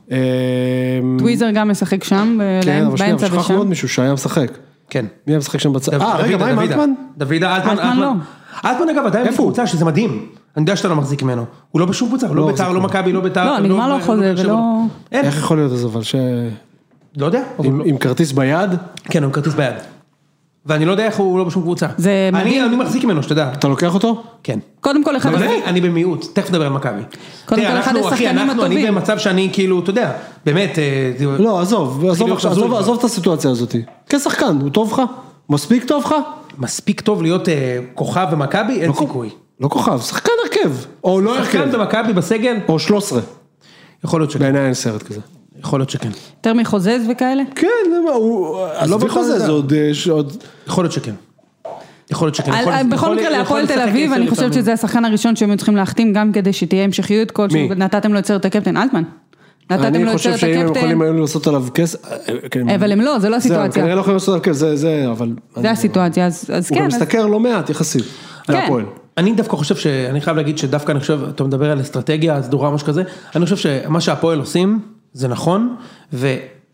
טוויזר גם משחק שם, כן, אבל שנייה, שכח מאוד מישהו שהיה משחק. כן. מי היה משחק שם בצד? אה, רגע, מה עם אלטמן? דוד אלטמן. אלטמן לא. אלטמן אגב, עדיין בקבוצה שזה מדהים. אני יודע שאתה לא מחזיק ממנו. הוא לא בשום קבוצה, לא בית"ר, לא מכבי, לא בית"ר. לא, נגמר לו חוזה ולא... איך יכול להיות זה, אבל ש... לא יודע. עם כרטיס ביד? כן, עם כרטיס ביד. ואני לא יודע איך הוא לא בשום קבוצה. זה מדהים. אני מחזיק ממנו, שתדע. אתה לוקח אותו? כן. קודם כל אחד... אני במיעוט, תכף נדבר על מכבי. קודם כל אחד השחקנים הטובים. אני במצב שאני כאילו, אתה יודע, באמת... לא, עזוב, עזוב את הסיטואציה הזאת. כשחקן, הוא טוב לך? מספיק טוב לך? מספיק טוב להיות כוכב במכבי, אין סיכוי. לא כוכב, שחקן הרכב. או לא הרכב. שחקן במכבי בסגל. או שלוש עשרה. יכול להיות שכן. בעיניי אין סרט כזה. יכול להיות שכן. יותר מחוזז וכאלה? כן, לא בחוזז, זה עוד... יכול להיות שכן. יכול להיות שכן. בכל מקרה להפועל תל אביב, אני חושבת שזה השחקן הראשון שהם צריכים להחתים, גם כדי שתהיה המשכיות כלשהו, נתתם לו יוצר את הקפטן, אלטמן. אני חושב שאם הם יכולים היו לעשות עליו כס... אבל הם לא, זה לא הסיטואציה. כנראה לא יכולים לעשות עליו כס, זה, אבל... זה הסיטואציה, אז כן. הוא גם מסתכל לא מעט, יחסית, על הפועל. אני דווקא חושב שאני חייב להגיד שדווקא אני חושב, אתה מדבר על אסטרטגיה, סדורה, משהו כזה, אני חושב שמה שהפועל עושים, זה נכון, ו...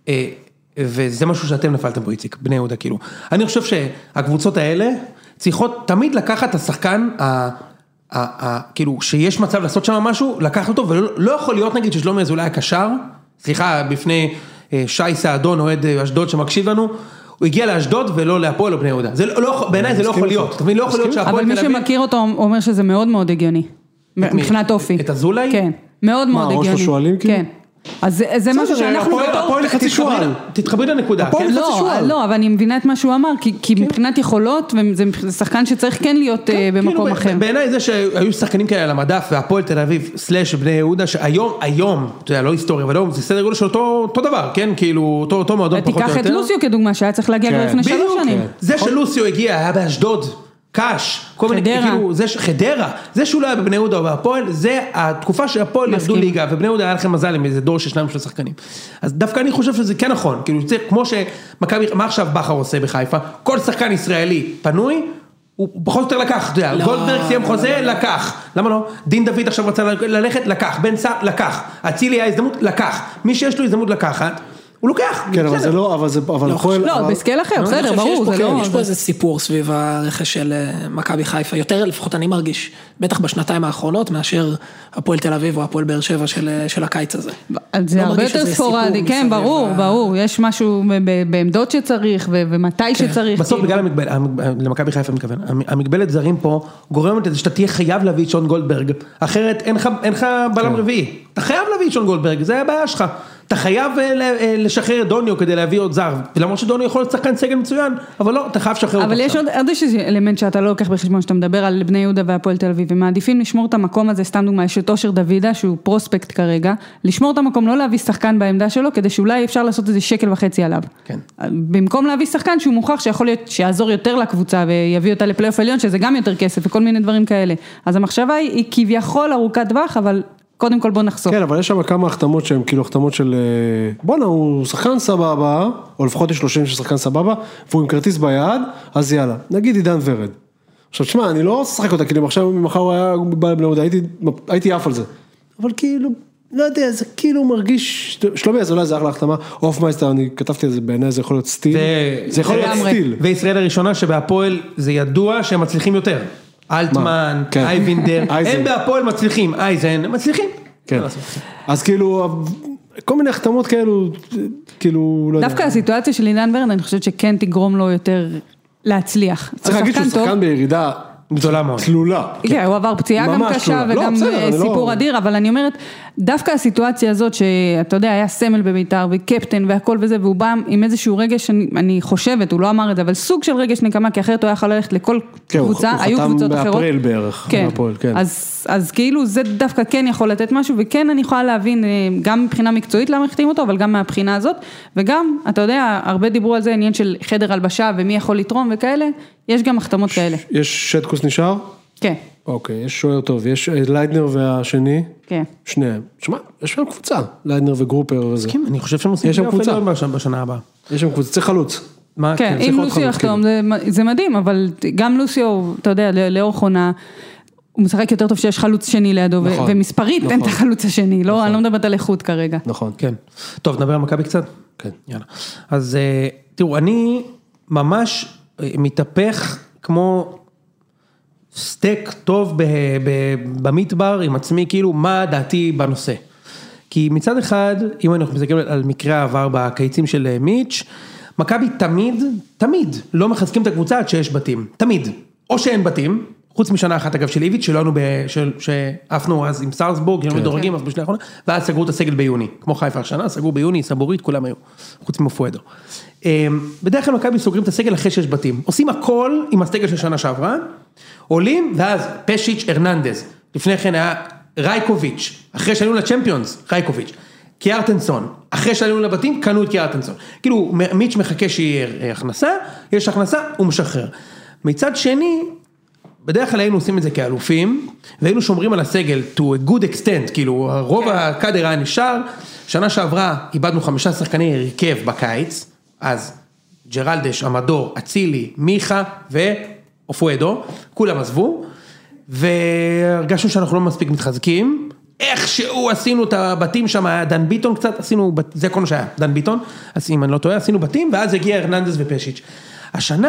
וזה משהו שאתם נפלתם בו, איציק, בני יהודה, כאילו. אני חושב שהקבוצות האלה צריכות תמיד לקחת את השחקן, כאילו, שיש מצב לעשות שם משהו, לקחת אותו, ולא יכול להיות, נגיד, ששלומי אזולאי הקשר, סליחה, בפני שי סעדון, אוהד אשדוד שמקשיב לנו, הוא הגיע לאשדוד ולא להפועל או בני יהודה. בעיניי זה לא יכול להיות. אתה מבין, לא יכול להיות שהפועל תל אביב... אבל מי שמכיר אותו אומר שזה מאוד מאוד הגיוני. מבחינת אופי. את אזולאי? כן. מאוד מאוד הגיוני. מה, ראש השואלים כאילו? כן. אז זה משהו שאנחנו... הפועל חצי שואל. תתחברי לנקודה. לא, אבל אני מבינה את מה שהוא אמר, כי מבחינת יכולות, וזה שחקן שצריך כן להיות במקום אחר. בעיניי זה שהיו שחקנים כאלה על המדף, והפועל תל אביב, סלש בני יהודה, שהיום, היום, אתה יודע, לא היסטוריה, אבל היום זה סדר גודל של אותו דבר, כן? כאילו, אותו מועדון פחות או יותר. תיקח את לוסיו כדוגמה, שהיה צריך להגיע כבר לפני שלוש שנים. זה שלוסיו הגיע, היה באשדוד. קש, כל מיני, כאילו, זה חדרה, זה שהוא לא היה בבני יהודה או בהפועל, זה התקופה שהפועל ירדו ליגה, ובני יהודה היה לכם מזל עם איזה דור של שניים של שחקנים. אז דווקא אני חושב שזה כן נכון, כאילו, כמו שמכבי, מה עכשיו בכר עושה בחיפה, כל שחקן ישראלי פנוי, הוא פחות או יותר לקח, אתה יודע, גולדברג סיים חוזה, לקח, למה לא? דין דוד עכשיו רצה ללכת, לקח, בן סער, לקח, אצילי היה הזדמנות, לקח, מי שיש לו הזדמנות לקחת, הוא לוקח. כן, אבל זה לא, אבל זה, אבל הפועל... לא, בסקייל אחר, בסדר, ברור, זה לא... יש פה איזה סיפור סביב הרכש של מכבי חיפה, יותר לפחות אני מרגיש, בטח בשנתיים האחרונות, מאשר הפועל תל אביב או הפועל באר שבע של הקיץ הזה. זה הרבה יותר ספורדי, כן, ברור, ברור, יש משהו בעמדות שצריך, ומתי שצריך. בסוף בגלל המגבלת, למכבי חיפה מתכוון, המגבלת זרים פה, גורמת לזה שאתה תהיה חייב להביא את שון גולדברג, אחרת אין לך בלם רביעי, אתה חייב להביא את שון גולדברג, זה הבעיה שלך. אתה חייב לשחרר את דוניו כדי להביא עוד זר, ולמרות שדוניו יכול להיות שחקן סגל מצוין, אבל לא, אתה חייב לשחרר אותו. אבל יש עוד איזה אלמנט שאתה לא לוקח בחשבון, שאתה מדבר על בני יהודה והפועל תל אביב, ומעדיפים לשמור את המקום הזה, סתם דוגמה, יש את אושר דוידה, שהוא פרוספקט כרגע, לשמור את המקום, לא להביא שחקן בעמדה שלו, כדי שאולי אפשר לעשות איזה שקל וחצי עליו. כן. במקום להביא שחקן שהוא מוכח שיכול להיות, שיעזור יותר לקבוצה, ויביא אותה לפלייאוף עליון, שזה גם יותר כסף, וכל מיני דברים כאלה. אז המחשבה היא, היא כביכול ארוכת טווח, אבל קודם כל בוא נחשוף. כן, אבל יש שם כמה החתמות שהן כאילו החתמות של, בוא'נה, הוא שחקן סבבה, או לפחות יש שלושים של שחקן סבבה, והוא עם כרטיס ביד, אז יאללה, נגיד עידן ורד. עכשיו, תשמע, אני לא שחק אותה, כאילו, עכשיו ממחר הוא היה בא לבני יהודה, הייתי, הייתי עף על זה. אבל כאילו, לא יודע, זה כאילו מרגיש, שלומי, אז אולי זה אחלה החתמה, אופמייסטר, אני כתבתי את זה בעיניי, זה יכול להיות סטיל. זה יכול להיות סטיל. וישראל הראשונה שבהפועל זה ידוע שהם מצליחים יותר. אלטמן, אייבינדר, הם בהפועל מצליחים, אייזן, מצליחים. כן, אז כאילו, כל מיני החתמות כאלו, כאילו, לא יודע. דווקא הסיטואציה של עידן ורד, אני חושבת שכן תגרום לו יותר להצליח. צריך להגיד שהוא שחקן בירידה גדולה מאוד. תלולה. כן, הוא עבר פציעה גם קשה וגם סיפור אדיר, אבל אני אומרת, דווקא הסיטואציה הזאת שאתה יודע, היה סמל בביתר וקפטן והכל וזה, והוא בא עם איזשהו רגש, אני חושבת, הוא לא אמר את זה, אבל סוג של רגש נקמה, כי אחרת הוא היה יכול ללכת לכל קבוצה, היו קבוצות אחרות. הוא חתם באפריל בערך. כן, אז כאילו זה דווקא כן יכול לתת משהו, וכן אני יכולה להבין, גם מבחינה מקצועית למה החתימו אותו, אבל גם מהבחינה הזאת, וגם, אתה יודע, הרבה דיברו על זה, עניין של חדר הלבשה ומי יכול לתרום וכאלה, יש גם החתמות כאלה. יש שטקוס נשאר? כן. אוקיי, יש שוער טוב, יש ליידנר והשני? כן. שניהם. שמע, יש שם קבוצה, ליידנר וגרופר וזה. כן, אני חושב שהם עושים קבוצה בשנה הבאה. יש שם קבוצה, צריך חלוץ. כן, אם לוסיו יחתום, זה מדהים, אבל גם לוסיו, אתה יודע, לאורך עונה, הוא משחק יותר טוב שיש חלוץ שני לידו, ומספרית אין את החלוץ השני, לא, אני לא מדברת על איכות כרגע. נכון. כן. טוב, נדבר על מכבי קצת? כן. יאללה. אז תראו, אני ממש מתהפך כמו סטייק טוב במדבר עם עצמי, כאילו מה דעתי בנושא. כי מצד אחד, אם אנחנו מסתכלים על מקרה העבר בקיצים של מיץ', מכבי תמיד, תמיד לא מחזקים את הקבוצה עד שיש בתים. תמיד. או שאין בתים, חוץ משנה אחת אגב של איביץ' שלנו, שעפנו אז עם סארסבורג, היינו מדורגים, אז בשנה האחרונה, ואז סגרו את הסגל ביוני. כמו חיפה השנה, סגרו ביוני, סבורית, כולם היו, חוץ מפואדו. בדרך כלל מכבי סוגרים את הסגל אחרי שיש בתים. עושים הכל עם הסגל של שנה שעברה, עולים, ואז פשיץ' הרננדז. לפני כן היה רייקוביץ', אחרי שעלינו לצ'מפיונס, רייקוביץ'. קיארטנסון, אחרי שעלינו לבתים, קנו את קיארטנסון. כאילו, מיץ' מחכה שיהיה הכנסה, יש הכנסה, הוא משחרר. מצד שני, בדרך כלל היינו עושים את זה כאלופים, והיינו שומרים על הסגל to a good extent, כאילו, רוב הקאדר היה נשאר, שנה שעברה איבדנו חמישה שחקני הרכב בקיץ, אז ג'רלדש, אמדור, אצילי, מיכה ואופואדו, כולם עזבו, והרגשנו שאנחנו לא מספיק מתחזקים, איכשהו עשינו את הבתים שם, דן ביטון קצת, עשינו, זה כל מה שהיה, דן ביטון, אז אם אני לא טועה, עשינו בתים, ואז הגיע הרננדז ופשיץ'. השנה,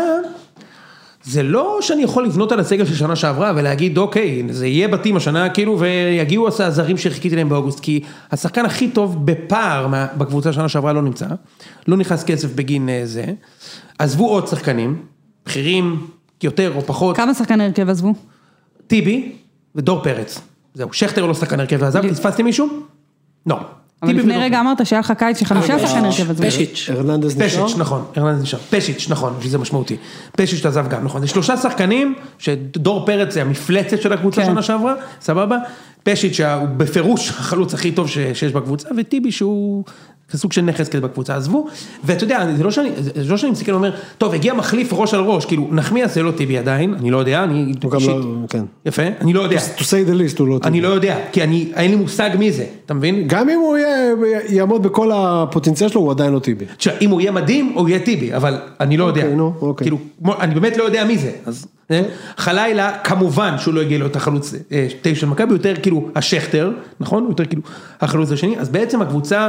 זה לא שאני יכול לבנות על הסגל של שנה שעברה, ולהגיד, אוקיי, זה יהיה בתים השנה, כאילו, ויגיעו הזרים שחיכיתי להם באוגוסט, כי השחקן הכי טוב בפער בקבוצה שנה שעברה לא נמצא, לא נכנס כסף בגין זה, עזבו עוד שחקנים, בכירים, יותר או פחות. כמה שחקני הרכב עזבו? טיבי ודור פרץ. זהו, שכטר לא שחקן הרכב ועזב, תתפסתי מישהו? לא. אבל לפני רגע אמרת שהיה לך קיץ שחמישה שחקן הרכב עזבו. פשיץ'. הרננדז נשאר? פשיץ', נכון, הרננדז נשאר. פשיץ', נכון, שזה משמעותי. פשיץ' תעזב גם, נכון. זה שלושה שחקנים, שדור פרץ זה המפלצת של הקבוצה שנה שעברה, סבבה? פשיץ' שהוא בפירוש החלוץ הכי טוב שיש בקבוצה, וטיבי שהוא כסוג של נכס כזה בקבוצה, עזבו. ואתה יודע, זה לא שאני, זה לא שאני מסתכל ואומר, טוב, הגיע מחליף ראש על ראש, כאילו, נחמיאס זה לא טיבי עדיין, אני לא יודע, אני... הוא גם לא, כן. יפה, אני לא יודע. To say the least הוא לא טיבי. אני לא יודע, כי אני, אין לי מושג מי זה, אתה מבין? גם אם הוא יעמוד בכל הפוטנציאל שלו, הוא עדיין לא טיבי. תשמע, אם הוא יהיה מדהים, הוא יהיה טיבי, אבל אני לא יודע. אוקיי, נו, אוקיי. כאילו, אני באמת לא יודע מי זה, אז... חלילה, כמובן שהוא לא הגיע לו את החלוץ תשע של מכבי, יותר כאילו השכטר, נכון? יותר כאילו החלוץ השני, אז בעצם הקבוצה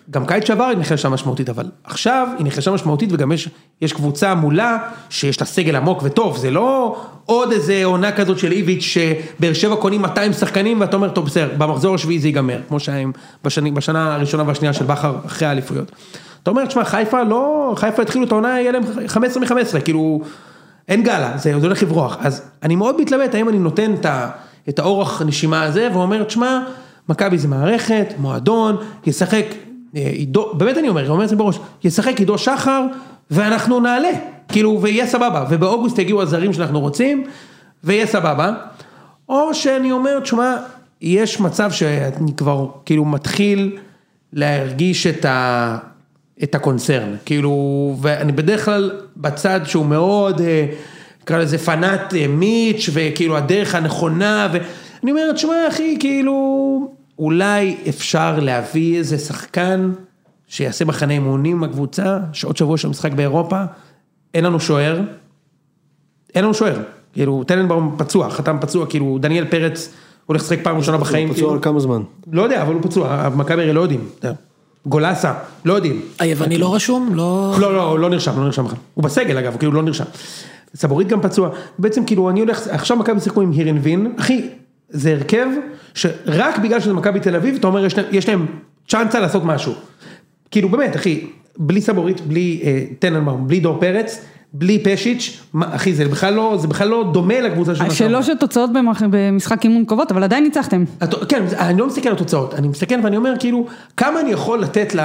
גם קיץ שעבר היא נחלשה משמעותית, אבל עכשיו היא נחלשה משמעותית, וגם יש, יש קבוצה מולה, שיש לה סגל עמוק וטוב, זה לא עוד איזה עונה כזאת של איביץ' שבאר שבע קונים מאתיים שחקנים, ואתה אומר, טוב, בסדר, במחזור השביעי זה ייגמר, כמו שהם בשני, בשנה הראשונה והשנייה של בכר אחרי האליפויות. אתה אומר, תשמע, חיפה לא, חיפה התחילו את העונה, יהיה להם חמש עשרה מ-חמש עשרה, כאילו, אין גלה, זה, זה הולך לברוח, אז אני מאוד מתלבט, האם אני נותן את, ה, את האורח נשימה הזה, ואומר, תשמע, מכבי זה מערכת, מועדון, ישחק, עידו, באמת אני אומר, אומר את זה בראש, ישחק עידו שחר, ואנחנו נעלה, כאילו, ויהיה סבבה, ובאוגוסט יגיעו הזרים שאנחנו רוצים, ויהיה סבבה, או שאני אומר, תשמע, יש מצב שאני כבר, כאילו, מתחיל להרגיש את ה... את הקונצרן, כאילו, ואני בדרך כלל בצד שהוא מאוד, נקרא לזה פנאט מיץ' וכאילו הדרך הנכונה, ואני אומרת, שמה אחי, כאילו, אולי אפשר להביא איזה שחקן שיעשה מחנה אימונים מהקבוצה, שעוד שבוע של משחק באירופה, אין לנו שוער, אין לנו שוער, כאילו, טננבאום פצוע, חתם פצוע, כאילו, דניאל פרץ הולך לשחק פעם ראשונה בחיים. הוא פצוע על כמה זמן? לא יודע, אבל הוא פצוע, מכבי לא יודעים, גולסה, לא יודעים. היווני לא רשום? לא, לא, לא, לא נרשם, לא נרשם. הוא בסגל אגב, כאילו לא נרשם. סבורית גם פצוע. בעצם כאילו אני הולך, עכשיו מכבי שיחקו עם הירנבין, אחי, זה הרכב שרק בגלל שזה מכבי תל אביב, אתה אומר, יש להם צ'אנסה לעשות משהו. כאילו באמת, אחי, בלי סבורית, בלי טננבאום, בלי דור פרץ, בלי פשיץ', אחי, זה בכלל לא, זה בכלל לא דומה לקבוצה של... שלוש התוצאות במשחק אימון קרובות, אבל עדיין ניצחתם. כן, אני לא מסתכל על התוצאות, אני מסתכל ואני אומר, כאילו, כמה אני יכול לתת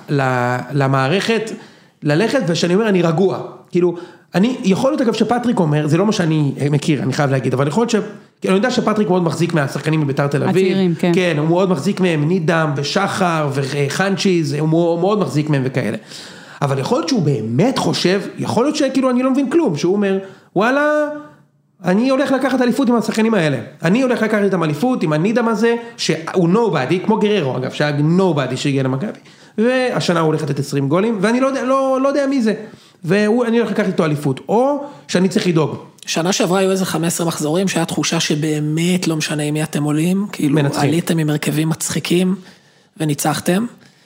למערכת ללכת, ושאני אומר, אני רגוע. כאילו, אני, יכול להיות אגב שפטריק אומר, זה לא מה שאני מכיר, אני חייב להגיד, אבל יכול להיות ש... אני יודע שפטריק מאוד מחזיק מהשחקנים בביתר תל אביב. הצעירים, כן. כן, הוא מאוד מחזיק מהם, נידם, בשחר וחנצ'יז, הוא מאוד מחזיק מהם וכאלה. אבל יכול להיות שהוא באמת חושב, יכול להיות שכאילו אני לא מבין כלום, שהוא אומר, וואלה, אני הולך לקחת אליפות עם השחקנים האלה, אני הולך לקחת איתם אליפות עם הנידם הזה, שהוא נובדי, כמו גררו אגב, שהיה נובדי שהגיע למכבי, והשנה הוא הולך לתת עשרים גולים, ואני לא יודע, לא, לא יודע מי זה, ואני הולך לקחת איתו אליפות, או שאני צריך לדאוג. שנה שעברה היו איזה חמש עשרה מחזורים, שהיה תחושה שבאמת לא משנה עם מי אתם עולים, כאילו מנצחים. עליתם עם הרכבים מצחיקים, וניצחתם.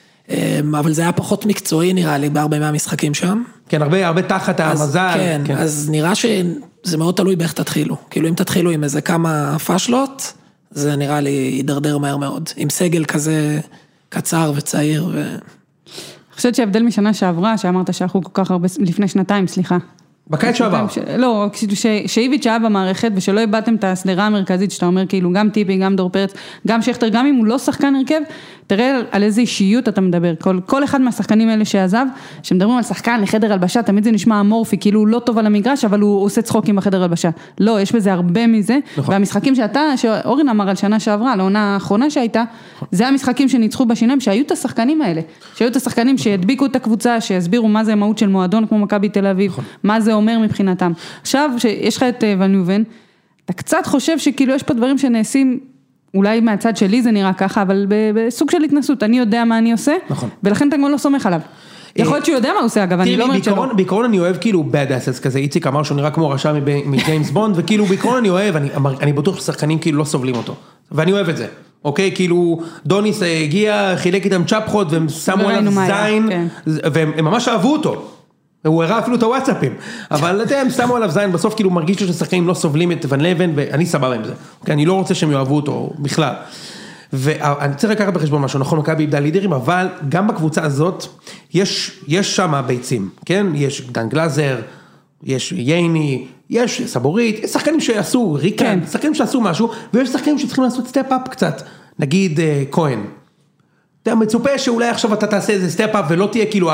אבל זה היה פחות מקצועי נראה לי בהרבה מהמשחקים שם. כן, הרבה, הרבה תחת המזל. כן, כן, אז נראה שזה מאוד תלוי באיך תתחילו. כאילו אם תתחילו עם איזה כמה פשלות, זה נראה לי יידרדר מהר מאוד. עם סגל כזה קצר וצעיר. ו... אני חושבת שההבדל משנה שעברה, שאמרת שאנחנו כל כך הרבה, לפני שנתיים, סליחה. בקיץ שעבר. לא, שאיביץ' היה במערכת ושלא איבדתם את הסדרה המרכזית שאתה אומר כאילו גם טיפי, גם דור פרץ, גם שכתר, גם אם הוא לא שחקן הרכב, תראה על איזה אישיות אתה מדבר, כל, כל אחד מהשחקנים האלה שעזב, שמדברים על שחקן לחדר הלבשה, תמיד זה נשמע אמורפי, כאילו הוא לא טוב על המגרש, אבל הוא עושה צחוקים בחדר הלבשה. לא, יש בזה הרבה מזה, נכון. והמשחקים שאתה, שאורן אמר על שנה שעברה, על העונה האחרונה שהייתה, נכון. זה המשחקים שניצחו בשיניים, שהיו את השחקנים האלה, שהיו את השחקנים שידביקו את הקבוצה, שיסבירו מה זה המהות של מועדון כמו מכבי תל אביב, נכון. מה זה אומר מבחינתם. עכשיו, שיש לך את ון יובן, אתה קצת חושב שכאילו יש פה דברים שנעשים אולי מהצד שלי זה נראה ככה, אבל בסוג של התנסות, אני יודע מה אני עושה, נכון. ולכן אתה גם לא סומך עליו. יכול להיות שהוא יודע מה הוא עושה, אגב, אני לא אומרת שלא. בעיקרון אני אוהב כאילו bad assets כזה, איציק אמר שהוא נראה כמו רשע מג'יימס בונד, וכאילו בעיקרון אני אוהב, אני בטוח ששחקנים כאילו לא סובלים אותו, ואני אוהב את זה, אוקיי? כאילו דוניס הגיע, חילק איתם צ'פחות, והם שמו עליו זין, והם ממש אהבו אותו. הוא הראה אפילו את הוואטסאפים, אבל אתם שמו עליו זין, בסוף כאילו מרגיש לו ששחקנים לא סובלים את ון לבן, ואני סבבה עם זה, אני לא רוצה שהם יאהבו אותו בכלל, ואני צריך לקחת בחשבון משהו, נכון, מכבי איבדה לידרים, אבל גם בקבוצה הזאת, יש, יש שם ביצים, כן, יש דן גלזר, יש ייני, יש סבורית, יש שחקנים שעשו ריקן, כן. שחקנים שעשו משהו, ויש שחקנים שצריכים לעשות סטפ-אפ קצת, נגיד כהן, אתה מצופה שאולי עכשיו אתה תעשה איזה סטפ-אפ ולא תהיה כאילו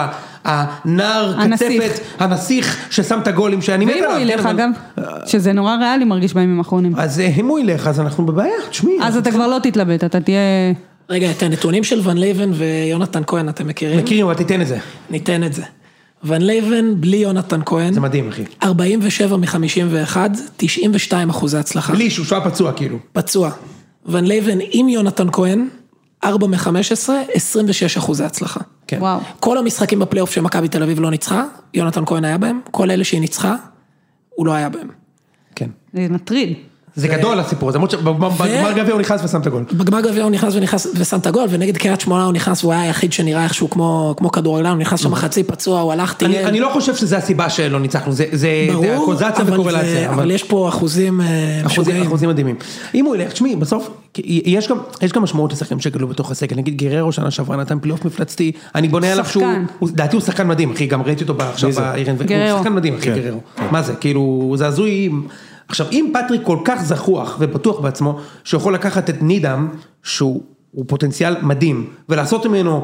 הנער קצפת, הנסיך ששם את הגולים שאני מת עליו. ואם הוא ילך אגב, שזה נורא ריאלי מרגיש בימים האחרונים. אז אם הוא ילך, אז אנחנו בבעיה, תשמעי. אז אתה כבר לא תתלבט, אתה תהיה... רגע, את הנתונים של ון לייבן ויונתן כהן אתם מכירים? מכירים, אבל תיתן את זה. ניתן את זה. ון לייבן בלי יונתן כהן. זה מדהים, אחי. ארבעים ושבע מ-חמישים ואחת, תשעים ושתיים אחוז הצלחה. בלי שהוא שעה פצוע כאילו. פצוע. ון לייבן עם יונתן כהן, ארבע מ-חמש עשרה, עשרים ושש אחוז הצלחה. כן. וואו. כל המשחקים בפלייאוף שמכבי תל אביב לא ניצחה, יונתן כהן היה בהם, כל אלה שהיא ניצחה, הוא לא היה בהם. כן. זה מטריד. זה גדול הסיפור הזה, למרות שבגמר גביע הוא נכנס ושם את הגול. בגמר גביע הוא נכנס ושם את הגול, ונגד קריית שמונה הוא נכנס, והוא היה היחיד שנראה איכשהו כמו כדורגלן, הוא נכנס שם חצי פצוע, הוא הלך טייל. אני לא חושב שזה הסיבה שלא ניצחנו, זה הקוזציה וקורלציה. אבל יש פה אחוזים משוגעים. אחוזים מדהימים. אם הוא ילך, תשמעי, בסוף, יש גם משמעות לשחקנים שגדלו בתוך הסגל, נגיד גררו שנה שעברה נתן פלייאוף מפלצתי, אני בונה עליו שהוא, דעתי הוא שחקן מדהים, אחי, גם ראיתי אותו עכשיו באירן, הוא שחקן מדהים, אחי, גררו. מה זה? כאילו, זה הזוי. עכשיו, אם פטריק כל כך זכוח ובטוח בעצמו, שיכול לקחת את נידם, שהוא פוטנציאל מדהים, ולעשות ממנו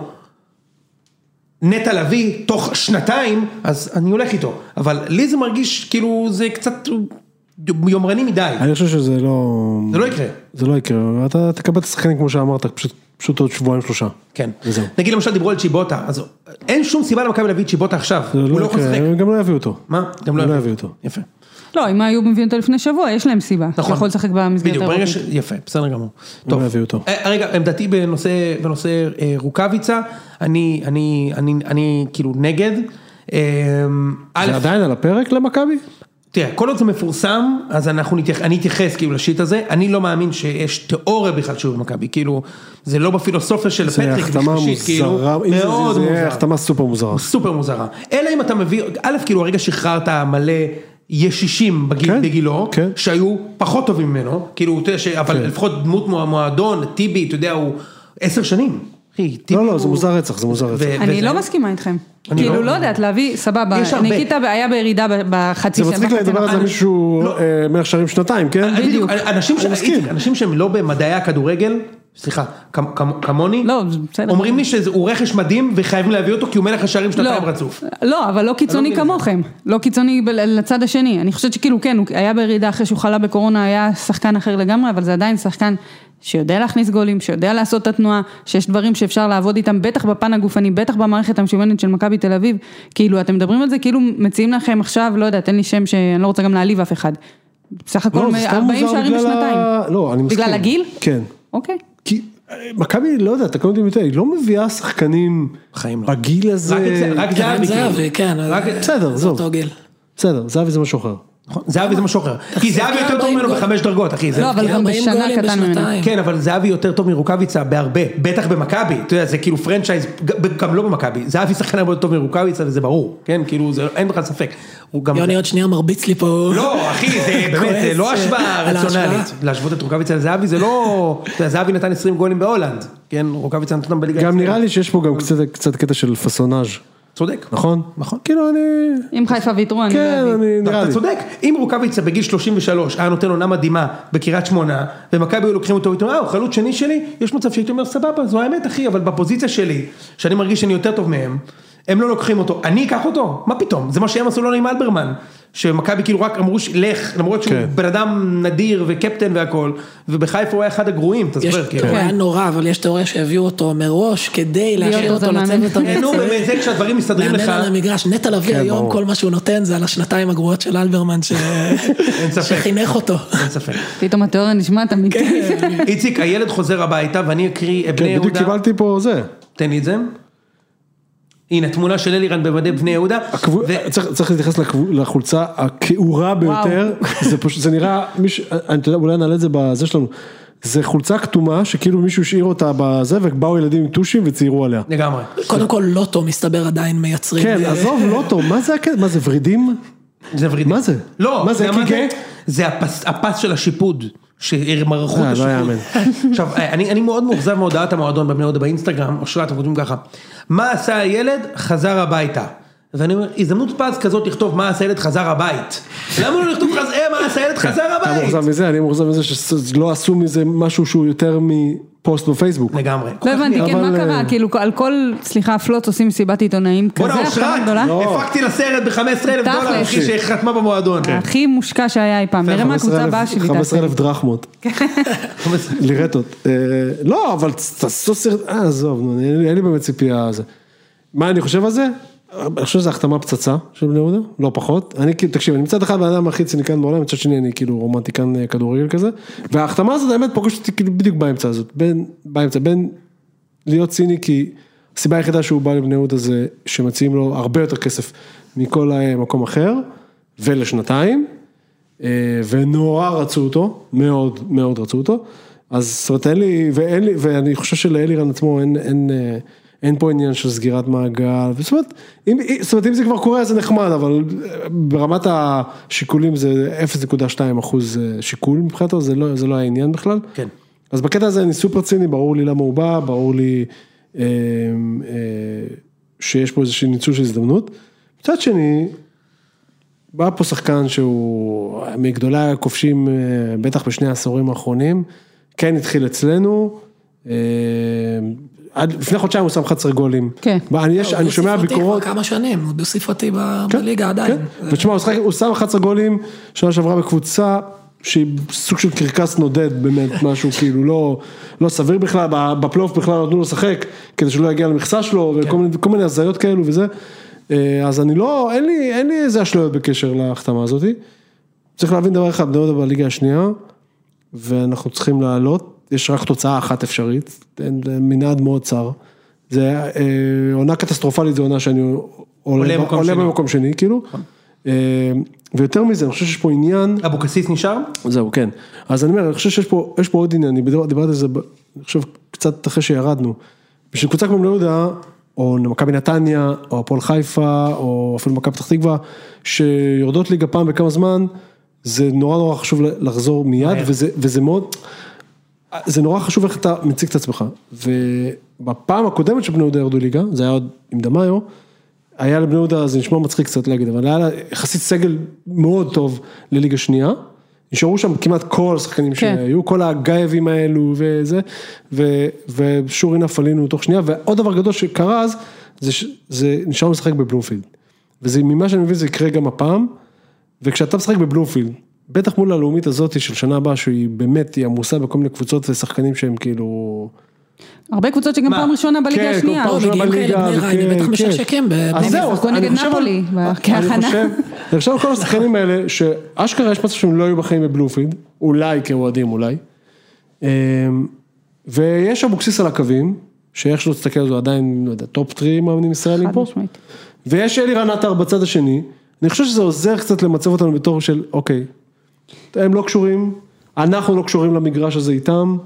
נטע לביא תוך שנתיים, אז אני הולך איתו. אבל לי זה מרגיש כאילו זה קצת יומרני מדי. אני חושב שזה לא... זה לא יקרה. זה לא יקרה. אתה תקבל את השחקנים כמו שאמרת, פשוט, פשוט עוד שבועיים שלושה. כן. וזהו. נגיד למשל דיברו על צ'יבוטה, אז אין שום סיבה למכבי להביא צ'יבוטה עכשיו. הוא לא יכול לשחק. גם לא יביאו אותו. מה? גם לא יביאו אותו. יפה. לא, אם היו מביאים אותו לפני שבוע, יש להם סיבה. נכון. יכול לשחק במסגרת האירופית. יפה, בסדר גמור. טוב. רגע, עמדתי בנושא, בנושא רוקאביצה, אני, אני, אני, אני כאילו נגד. זה עדיין על הפרק למכבי? תראה, כל עוד זה מפורסם, אז אנחנו נתייח, אני אתייחס כאילו לשיט הזה, אני לא מאמין שיש תיאוריה בכלל שהוא במכבי, כאילו, זה לא בפילוסופיה של פטריק, זה החתמה מוזרה, מאוד מוזרה. זה החתמה סופר מוזרה. סופר מוזרה. אלא אם אתה מביא, א', כאילו הרגע שחררת מלא ישישים בגילו, שהיו פחות טובים ממנו, כאילו, אבל לפחות דמות מועדון, טיבי, אתה יודע, הוא עשר שנים. לא, לא, זה מוזר רצח, זה מוזר רצח. אני לא מסכימה איתכם. כאילו, לא יודעת, להביא, סבבה, ניקיטה היה בירידה בחצי שנה. זה מצחיק לדבר על זה מישהו מלך שערים שנתיים, כן? בדיוק. אנשים שהם לא במדעי הכדורגל, סליחה, כמוני, אומרים לי שהוא רכש מדהים וחייבים להביא אותו כי הוא מלך השערים שנתיים רצוף. לא, אבל לא קיצוני כמוכם, לא קיצוני לצד השני. אני חושבת שכאילו כן, הוא היה בירידה אחרי שהוא חלה בקורונה, היה שחקן אחר לגמרי, אבל זה עדיין שחקן שיודע להכניס גולים, שיודע לעשות את התנועה, שיש דברים שאפשר לעבוד איתם, בטח בפן הגופני, בטח במערכת המשומנת של מכבי תל אביב, כאילו אתם מדברים על זה, כאילו מציעים לכם עכשיו, לא יודע, תן לי שם שאני לא רוצה גם להעליב אף אחד. בסך הכל ארבעים שערים בשנתיים. לא, אני מסכים. בגלל הגיל? כן. אוקיי. כי מכבי, לא יודע, תקנו אותי יותר, היא לא מביאה שחקנים בגיל הזה. רק זהבי, כן. בסדר, זהו. בסדר, זהבי זה משהו אחר. זהבי זה משהו אחר, כי זהבי יותר טוב ממנו בחמש דרגות, אחי. לא, אבל גם בשנה קטן ממנו. כן, אבל זהבי יותר טוב מרוקאביצה בהרבה, בטח במכבי, אתה יודע, זה כאילו פרנצ'ייז, גם לא במכבי, זהבי שחקן הרבה יותר טוב מרוקאביצה, וזה ברור, כן, כאילו, אין בכלל ספק. יוני עוד שנייה מרביץ לי פה. לא, אחי, זה באמת, זה לא השוואה רציונלית, להשוות את רוקאביצה לזהבי, זה לא, זהבי נתן עשרים גולים בהולנד, כן, רוקאביצה נתן בליגה. גם נראה לי שיש פה גם קצת קטע של פסונאז'. צודק. נכון? נכון. כאילו אני... אם חיפה ויתרו, אני כן, אני נראה לי. אתה צודק. אם רוקאביצה בגיל שלושים ושלוש היה נותן עונה מדהימה בקריית שמונה, ומכבי היו לוקחים אותו ואיתו, אה, הוא חלוץ שני שלי, יש מצב שהייתי אומר, סבבה, זו האמת, אחי, אבל בפוזיציה שלי, שאני מרגיש שאני יותר טוב מהם, הם לא לוקחים אותו. אני אקח אותו? מה פתאום? זה מה שהם עשו לו עם אלברמן, שמכבי כאילו רק אמרו לך, למרות שהוא בן אדם נדיר וקפטן והכל, ובחיפה הוא היה אחד הגרועים, תסבר. הוא היה נורא, אבל יש תיאוריה שהביאו אותו מראש, כדי להשאיר אותו לצוות המקצועי. נו, באמת, זה כשהדברים מסתדרים לך. מאמן על המגרש, נטע לביא היום, כל מה שהוא נותן זה על השנתיים הגרועות של אלברמן, שחינך אותו. אין ספק. פתאום התיאוריה נשמעת אמיתי. איציק, הילד חוזר הביתה, ואני אקריא בני יהודה. בדיוק קיבלתי פה זה. תן לי את זה. הנה, תמונה של אלירן במדי בני יהודה. צריך להתייחס לחולצה הכעורה ביותר, זה נראה, אני יודע, אולי נעלה את זה בזה שלנו, זה חולצה כתומה שכאילו מישהו השאיר אותה בזה, ובאו ילדים עם טושים וציירו עליה. לגמרי. קודם כל לוטו מסתבר עדיין מייצרים. כן, עזוב לוטו, מה זה הקטע? מה זה ורידים? זה ורידים. מה זה? לא, מה זה קיגה? זה הפס של השיפוד. שמרחו את השיפוד. עכשיו, אני מאוד מאוכזב מהודעת המועדון בבני יהודה באינסטגרם, אושרת, הם כותבים ככה, מה עשה הילד? חזר הביתה. ואני אומר, הזדמנות פז כזאת לכתוב מה עשה הילד? חזר הבית. למה לא לכתוב מה עשה הילד? חזר הבית? אתה מאוכזב מזה, אני מאוכזב מזה שלא עשו מזה משהו שהוא יותר מפוסט בפייסבוק. לגמרי. לא הבנתי, כן, מה קרה? כאילו, על כל, סליחה, פלוט עושים מסיבת עיתונאים כזה, אושרת, הפקתי לסרט ב-חמישה עשר אלף דולר, אחי שחתמה במועדון. הכי מושקע שהיה אי פעם, נראה מה הקבוצה הבאה שלי. חמישה עשר אלף דרחמות. לירטות. לא, אבל תעשו סרט, אה, עזוב, אין לי באמת ציפייה הזה. מה אני חושב על זה? אני חושב שזו החתמה פצצה של בני יהודה, לא פחות. אני, תקשיב, אני מצד אחד באדם הכי ציניקן בעולם, מצד שני אני כאילו רומנטיקן כדורגל כזה, וההחתמה הזאת האמת פוגשת אותי כאילו בדיוק באמצע הזאת, בין, באמצע, בין להיות ציני, כי הסיבה היחידה שהוא בא לבני יהודה זה שמציעים לו הרבה יותר כסף מכל מקום אחר, ולשנתיים, ונורא רצו אותו, מאוד מאוד רצו אותו, אז זאת אומרת, אין לי, ואין לי, ואני חושב שלאלירן עצמו אין, אין, אין פה עניין של סגירת מעגל, זאת אומרת, אם, זאת אומרת, אם זה כבר קורה, זה נחמד, אבל ברמת השיקולים זה אפס נקודה שתיים אחוז שיקול מבחינתו, זה לא, זה לא העניין בכלל. כן. אז בקטע הזה אני סופר ציני, ברור לי למה הוא בא, ברור לי אה, אה, שיש פה איזושהי ניצול של הזדמנות. מצד שני, בא פה שחקן שהוא מגדולי הכובשים, בטח בשני העשורים האחרונים, כן התחיל אצלנו, עד לפני חודשיים הוא שם אחת עשרה גולים. כן. אני שומע ביקורות. כמה שנים, הוא דו-ספרתי בליגה עדיין. ותשמע, הוא שם אחת עשרה גולים, שנה שעברה בקבוצה, שהיא סוג של קרקס נודד, באמת משהו כאילו לא, לא סביר בכלל, בפלייאוף בכלל נתנו לו לשחק, כדי שלא יגיע למכסה שלו, וכל מיני הזיות כאלו וזה. אז אני לא, אין לי, אין לי איזה אשליות בקשר להחתמה הזאת. צריך להבין דבר אחד, בני יהודה בליגה השנייה, ואנחנו צריכים לעלות, יש רק תוצאה אחת אפשרית, מנעד מאוד צר. זה עונה קטסטרופלית, זה עונה שאני עולה, עולה במקום שני, כאילו. ויותר מזה, אני חושב שיש פה עניין... אבוקסיס נשאר? זהו, כן. אז אני אומר, אני חושב שיש פה, יש פה עוד עניין, אני דיברתי על זה, אני חושב, קצת אחרי שירדנו. בשביל קבוצה כמו בני יהודה, או מכבי נתניה, או הפועל חיפה, או אפילו מכבי פתח תקווה, שיורדות ליגה פעם בכמה זמן, זה נורא נורא חשוב לחזור מיד, וזה, וזה מאוד, זה נורא חשוב איך אתה מציג את עצמך. ובפעם הקודמת שבני יהודה ירדו ליגה, זה היה עוד עם דמיו, היה לבני יהודה, זה נשמע מצחיק קצת להגיד, אבל היה לה יחסית סגל מאוד טוב לליגה שנייה, נשארו שם כמעט כל השחקנים שהיו, כל הגייבים האלו וזה, ושורי נפלינו תוך שנייה, ועוד דבר גדול שקרה אז, זה נשאר לשחק בבלומפילד, וזה ממה שאני מבין זה יקרה גם הפעם, וכשאתה משחק בבלומפילד, בטח מול הלאומית הזאת של שנה הבאה, שהיא באמת היא עמוסה בכל מיני קבוצות ושחקנים שהם כאילו... הרבה קבוצות שגם פעם ראשונה בליגה השנייה. כן, פעם ראשונה בליגה. בטח משחקים. אז זהו, אני נפולי, אני חושב כל השחקנים האלה, שאשכרה יש מצב שהם לא היו בחיים בבלומפילד, אולי כאוהדים אולי, ויש אבוקסיס על הקווים, שאיך שלא תסתכל על זה עדיין, לא יודע, טופ טרי מאמנים ישראלים פה, ויש אלירן עטר בצד השני, אני חושב שזה עוזר קצת למצב אותנו בתור של, אוקיי, הם לא קשורים, אנחנו לא קשורים למגרש הזה איתם,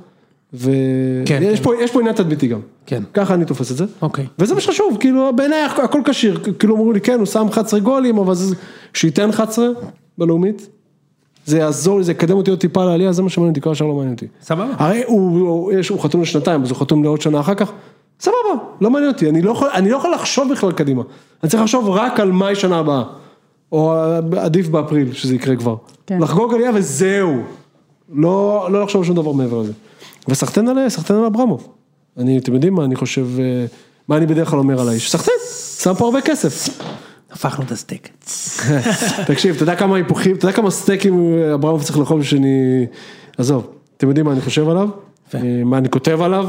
ויש פה, יש פה עניין תדמיתי גם. כן. ככה אני תופס את זה. אוקיי. וזה מה שחשוב, כאילו, בעיניי הכל קשיר, כאילו אמרו לי, כן, הוא שם אחת עשרה גולים, אבל זה, שייתן אחת עשרה בלאומית, זה יעזור, זה יקדם אותי עוד טיפה לעלייה, זה מה שמעניין אותי, כל השאר לא מעניין אותי. סבבה. הרי הוא, הוא, יש, הוא חתום לשנתיים, אז הוא חתום לעוד שנה אחר כך, סבבה, לא מעניין אותי, אני לא יכול, אני לא יכול לחשוב בכלל קדימה, אני צריך לחשוב רק על מאי שנה הבאה, או עדיף באפריל, שזה יקרה כבר. כן. לחגוג עלייה וזהו, לא, לא לחשוב שום דבר מעבר לזה. וסחטן עליה, סחטן על אברמוב. אני, אתם יודעים מה אני חושב, מה אני בדרך כלל אומר על האיש? סחטן, שם פה הרבה כסף. הפכנו את הסטייק. תקשיב, אתה יודע כמה היפוכים, אתה יודע כמה סטייקים אברמוב צריך לאכול שאני, עזוב, אתם יודעים מה אני חושב עליו? מה אני כותב עליו?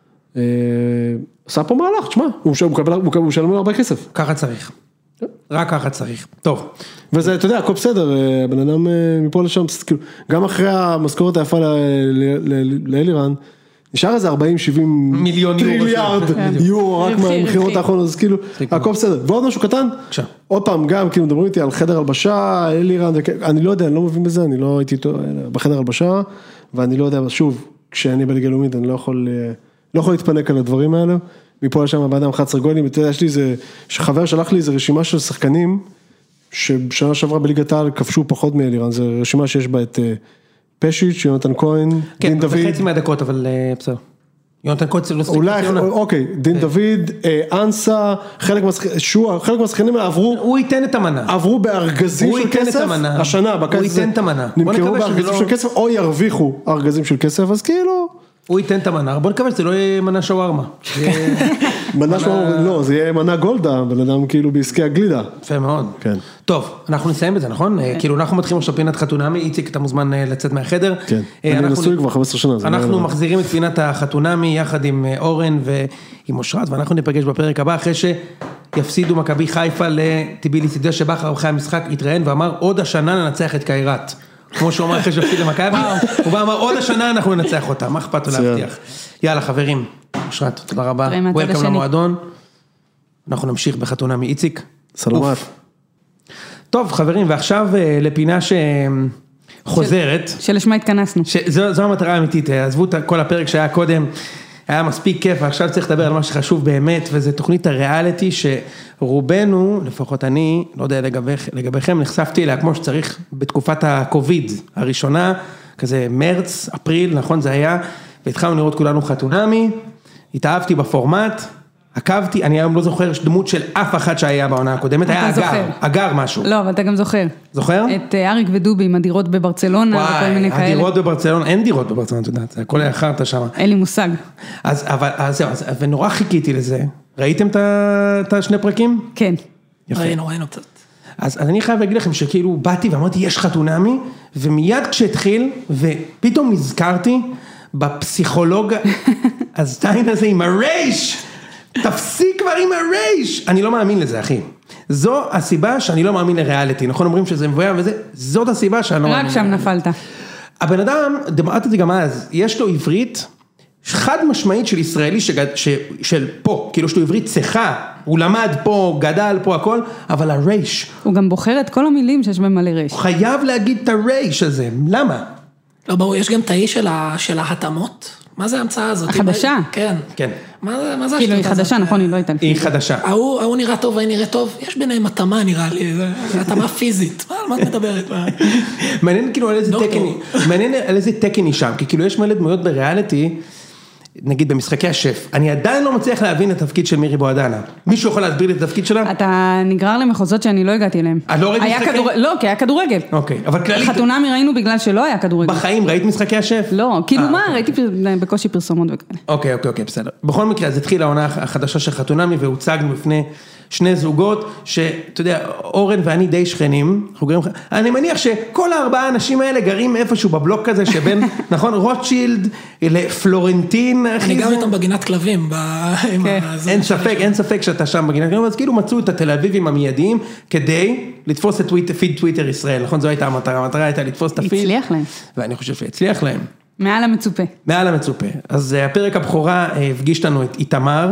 עשה פה מהלך, תשמע, הוא משלם לו הרבה כסף. ככה צריך. רק ככה צריך. טוב. וזה, אתה יודע, הכל בסדר, בן אדם מפה לשם, גם אחרי המשכורת היפה לאלירן, נשאר איזה ארבעים שבעים מיליון טריליארד יורו, רק מהמחירות האחרונות, אז כאילו, הכל בסדר. ועוד משהו קטן, עוד פעם, גם, כאילו, מדברים איתי על חדר הלבשה, אלירן, אני לא יודע, אני לא מבין בזה, אני לא הייתי איתו בחדר הלבשה, ואני לא יודע, שוב, כשאני בליגה לאומית, אני לא יכול, לא יכול להתפנק על הדברים האלה, מפה לשם הבאדם אחת עשרה גולים, אתה יודע, יש לי איזה, שחבר שלח לי איזה רשימה של שחקנים, שבשנה שעברה בליגת העל כבשו פחות מאלירן, זו רשימה שיש בה את פשיץ', יונתן כהן, דין דוד. כן, חצי מהדקות, אבל בסדר. יונתן כהן זה לא ספק. אולי, אוקיי, דין דוד, אנסה, חלק מהשחקנים עברו, הוא ייתן את המנה. עברו בארגזים של כסף, השנה, הוא ייתן את המנה. נמכרו בארגזים של כסף, או ירוויחו ארגזים של כסף, אז כאילו... הוא ייתן את המנה, בוא נקווה שזה לא יהיה מנה שווארמה. מנה שווארמה, לא, זה יהיה מנה גולדה, בן אדם כאילו בעסקי הגלידה. יפה מאוד. כן. טוב, אנחנו נסיים בזה, נכון? כאילו אנחנו מתחילים עכשיו פינת חתונמי, איציק אתה מוזמן לצאת מהחדר. כן, אני נשוי כבר חמש עשרה שנה. אנחנו מחזירים את פינת החתונמי יחד עם אורן ועם אושרת, ואנחנו ניפגש בפרק הבא אחרי שיפסידו מכבי חיפה לטיביליסי, דשא שבכר אחרי המשחק התראיין ואמר עוד השנה ננצח את קיירת. כמו שהוא אמר אחרי שהפסיד למכבי, הוא בא אמר עוד השנה אנחנו ננצח אותה, מה אכפת לו להבטיח. יאללה חברים, אושרת, תודה רבה, וולקאם למועדון, אנחנו נמשיך בחתונמי איציק. סלמת. טוב חברים, ועכשיו לפינה ש... חוזרת. שלשמה התכנסנו. זו המטרה האמיתית, עזבו את כל הפרק שהיה קודם, היה מספיק כיף, ועכשיו צריך לדבר על מה שחשוב באמת, וזה תוכנית הריאליטי שרובנו, לפחות אני, לא יודע לגביכם, לגביכם, נחשפתי אליה כמו שצריך בתקופת הקוביד הראשונה, כזה מרץ, אפריל, נכון זה היה, והתחלנו לראות כולנו חתונמי, התאהבתי בפורמט, עקבתי, אני היום לא זוכר דמות של אף אחד שהיה בעונה הקודמת, היה אגר, אגר משהו. לא, אבל אתה גם זוכר. זוכר? את אריק ודובי עם הדירות בברצלונה וכל מיני כאלה. הדירות בברצלונה, אין דירות בברצלונה, אתה יודעת, זה הכל האחרת שם. אין לי מושג. אז, אבל, אז זהו, ונורא חיכיתי לזה. ראיתם את השני פרקים? כן. ראינו, ראינו קצת. אז, אז אני חייב להגיד לכם שכאילו באתי ואמרתי, יש חתונמי, ומיד כשהתחיל, ופתאום נזכרתי בפסיכולוג הזין הזה עם הרייש, תפסיק כבר עם הרייש, אני לא מאמין לזה אחי, זו הסיבה שאני לא מאמין לריאליטי, נכון אומרים שזה מבוים וזה, זאת הסיבה שאני לא מאמין. רק שם נפלת. הבן אדם, דמעת את זה גם אז, יש לו עברית חד משמעית של ישראלי שגד, ש, של פה, כאילו יש לו עברית צחה, הוא למד פה, גדל פה הכל, אבל הרייש. הוא גם בוחר את כל המילים שיש בהם מלא רייש. הוא חייב להגיד את הרייש הזה, למה? לא ברור, יש גם תאי של, ה, של ההתאמות. מה זה ההמצאה הזאת? החדשה? כן. כן. מה זה, מה זה כאילו היא חדשה, נכון, היא לא הייתה. היא חדשה. ההוא, ההוא נראה טוב, והיא נראה טוב, יש ביניהם התאמה נראה לי, זה התאמה פיזית, מה, מה את מדברת? מעניין כאילו על איזה תקן, מעניין על איזה תקן היא שם, כי כאילו יש מלא דמויות בריאליטי, נגיד במשחקי השף, אני עדיין לא מצליח להבין את התפקיד של מירי בועדנה. מישהו יכול להסביר לי את התפקיד שלה? אתה נגרר למחוזות שאני לא הגעתי אליהם. את לא ראית משחקי? לא, כי היה כדורגל. אוקיי, אבל כללית. חתונמי ראינו בגלל שלא היה כדורגל. בחיים ראית משחקי השף? לא, כאילו מה, ראיתי בקושי פרסומות וכאלה. אוקיי, אוקיי, אוקיי, בסדר. בכל מקרה, אז התחילה העונה החדשה של חתונמי, והוצגנו בפני שני זוגות, שאתה יודע, אורן ואני די שכנים, אני מניח שכל הארבעה האנשים האלה גרים איפשהו בבלוק כזה, שבין, נכון, רוטשילד, לפלורנטין, אני גם איתם בגינת כלבים. אין ספק, אין ספק שאתה שם בגינת כלבים, אז כאילו מצאו את התל אביבים המיידיים, כדי לתפוס את פיד טוויטר ישראל, נכון, זו הייתה המטרה, המטרה הייתה לתפוס את הפיד. הצליח להם. ואני חושב שהצליח להם. מעל המצופה. מעל המצופה. אז הפרק הבכורה הפגיש לנו את איתמר,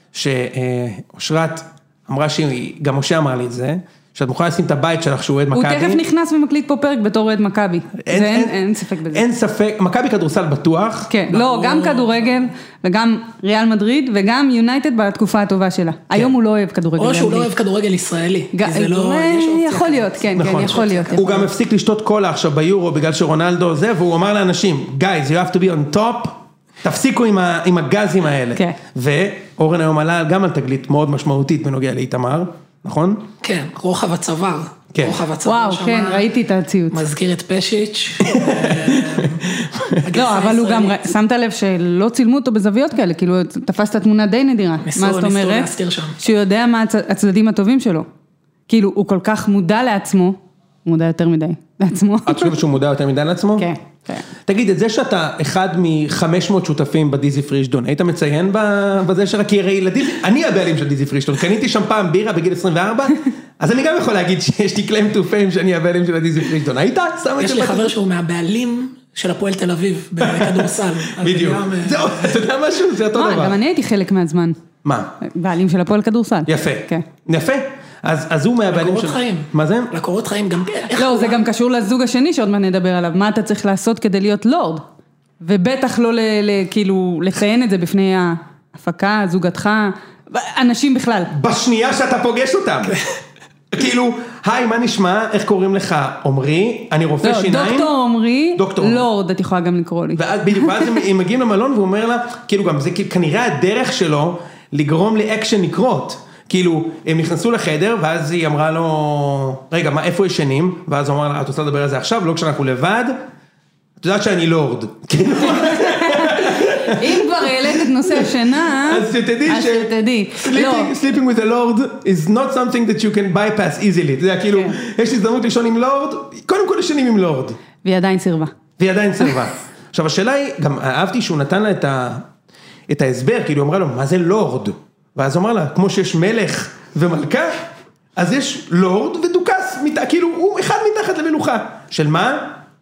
שאושרת אמרה שהיא, גם משה אמר לי את זה, שאת מוכנה לשים את הבית שלך שהוא אוהד מכבי. הוא תכף נכנס ומקליט פה פרק בתור אוהד מכבי. אין ספק בזה. אין ספק, מכבי כדורסל בטוח. כן, לא, גם כדורגל, וגם ריאל מדריד, וגם יונייטד בתקופה הטובה שלה. היום הוא לא אוהב כדורגל. או שהוא לא אוהב כדורגל ישראלי. יכול להיות, כן, כן, יכול להיות. הוא גם הפסיק לשתות קולה עכשיו ביורו, בגלל שרונלדו זה, והוא אמר לאנשים, guys, you have to be on top, תפסיקו עם הגזים האלה. ואורן היום עלה גם על תגלית מאוד משמעותית בנוגע לאיתמר, נכון? כן, רוחב הצוואר. רוחב הצוואר. וואו, כן, ראיתי את הציוץ. מזכיר את פשיץ'. לא, אבל הוא גם, שמת לב שלא צילמו אותו בזוויות כאלה, כאילו תפס את התמונה די נדירה. מה זאת אומרת? שהוא יודע מה הצדדים הטובים שלו. כאילו, הוא כל כך מודע לעצמו, מודע יותר מדי לעצמו. את חושבת שהוא מודע יותר מדי לעצמו? כן. תגיד, את זה שאתה אחד מ-חמש מאות שותפים בדיזי פרישדון, היית מציין בזה שלך? כי הרי לדיזי, אני הבעלים של דיזי פרישדון, קניתי שם פעם בירה בגיל עשרים וארבע, אז אני גם יכול להגיד שיש לי claim to fame שאני הבעלים של הדיזי פרישדון. היית? יש לי חבר שהוא מהבעלים של הפועל תל אביב, בכדורסל. בדיוק. זהו, אתה יודע משהו? זה אותו דבר. גם אני הייתי חלק מהזמן. מה? בעלים של הפועל כדורסל. יפה. יפה. אז, אז הוא מהבעלים של... לקורות חיים. מה זה? לקורות חיים גם... לא, זה גם קשור לזוג השני שעוד מה נדבר עליו. מה אתה צריך לעשות כדי להיות לורד? ובטח לא ל, ל, כאילו לציין את זה בפני ההפקה, זוגתך, אנשים בכלל. בשנייה שאתה פוגש אותם. כאילו, היי, מה נשמע? איך קוראים לך? עומרי, אני רופא לא, שיניים. דוקטור עומרי, דוקטור. לורד, את יכולה גם לקרוא לי. ואז בדיוק, ואז הם, הם מגיעים למלון והוא אומר לה, כאילו גם זה כנראה הדרך שלו לגרום לאקשן לקרות. כאילו, הם נכנסו לחדר, ואז היא אמרה לו, רגע, מה, איפה ישנים? ואז הוא אמר לה, את רוצה לדבר על זה עכשיו? לא כשאנחנו לבד? את יודעת שאני לורד. אם כבר העלית את נושא השינה, אז שתדעי ש... שתדעי. Sleeping with a lord is not something that you can bypass easily. זה כאילו, יש לי הזדמנות לישון עם לורד, קודם כל ישנים עם לורד. והיא עדיין סירבה. והיא עדיין סירבה. עכשיו, השאלה היא, גם אהבתי שהוא נתן לה את ההסבר, כאילו, הוא אמרה לו, מה זה לורד? ואז הוא אמר לה, כמו שיש מלך ומלכה, אז יש לורד ודוקס, כאילו הוא אחד מתחת למלוכה. של מה?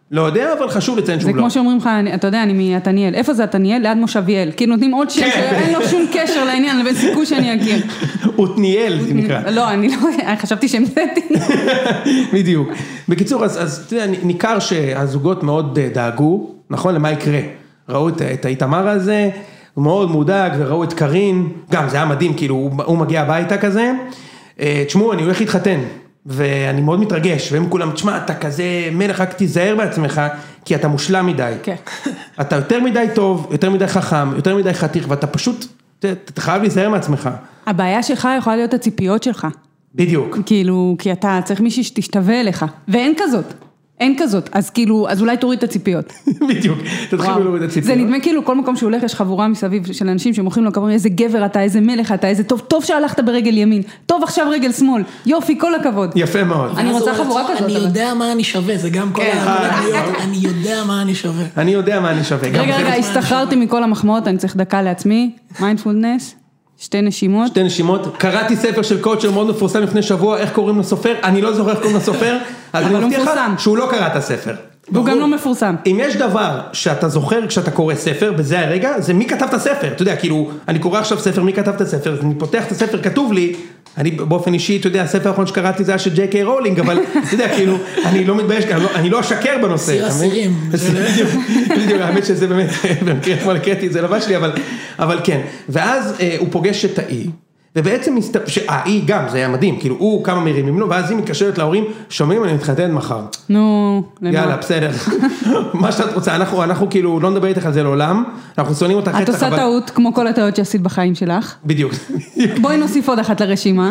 לא יודע, אבל חשוב לציין שהוא לא. זה כמו שאומרים לך, אתה יודע, אני מעתניאל. איפה זה עתניאל? ליד מושביאל. כי נותנים עוד שם שאין לו שום קשר לעניין, לבין סיכוי שאני אכיר. עתניאל, זה נקרא. לא, אני לא, חשבתי שהמצאתי. בדיוק. בקיצור, אז אתה יודע, ניכר שהזוגות מאוד דאגו, נכון, למה יקרה. ראו את האיתמר הזה, הוא מאוד מודאג, וראו את קרין, גם זה היה מדהים, כאילו, הוא מגיע הביתה כזה. תשמעו, אני הולך להתחתן. ואני מאוד מתרגש, והם כולם, תשמע, אתה כזה מלך, רק תיזהר בעצמך, כי אתה מושלם מדי. כן. אתה יותר מדי טוב, יותר מדי חכם, יותר מדי חתיך, ואתה פשוט, אתה חייב להיזהר מעצמך. הבעיה שלך יכולה להיות הציפיות שלך. בדיוק. כאילו, כי אתה צריך מישהי שתשתווה אליך, ואין כזאת. אין כזאת, אז כאילו, אז אולי תוריד את הציפיות. בדיוק, תתחילו להוריד את הציפיות. זה נדמה כאילו, כל מקום שהוא הולך, יש חבורה מסביב של אנשים שמוכרים לו כבוד, איזה גבר אתה, איזה מלך אתה, איזה טוב, טוב שהלכת ברגל ימין, טוב עכשיו רגל שמאל, יופי, כל הכבוד. יפה מאוד. אני רוצה חבורה כזאת. אני יודע מה אני שווה, זה גם כל העדויות, אני יודע מה אני שווה. אני יודע מה אני שווה. רגע, רגע, הסתחררתי מכל המחמאות, אני צריך דקה לעצמי, מיינדפולנס. שתי נשימות. שתי נשימות. קראתי ספר של קואוצ'ר מאוד מפורסם לפני שבוע, איך קוראים לסופר? אני לא זוכר איך קוראים לסופר, אז אני מבטיח לך שהוא לא קרא את הספר. והוא גם לא מפורסם. אם יש דבר שאתה זוכר כשאתה קורא ספר, בזה הרגע, זה מי כתב את הספר. אתה יודע, כאילו, אני קורא עכשיו ספר, מי כתב את הספר, אז אני פותח את הספר, כתוב לי, אני באופן אישי, אתה יודע, הספר האחרון שקראתי זה היה של ג'יי קיי רולינג, אבל אתה יודע, כאילו, אני לא מתבייש, אני לא אשקר בנושא. סיר הסירים. בדיוק, האמת שזה באמת, במקרה כמו לקראתי את זה לבא שלי, אבל כן. ואז הוא פוגש את האי, ובעצם האי גם, זה היה מדהים, כאילו, הוא כמה מרימים לו, ואז היא מתקשרת להורים, שומעים, אני מתחתן מחר. נו, יאללה, בסדר. מה שאת רוצה, אנחנו, אנחנו כאילו, לא נדבר איתך על זה לעולם, אנחנו שונאים אותך. את עושה טעות, כמו כל הטעות שעשית בחיים שלך. בדיוק. בואי נוסיף עוד אחת לרשימה.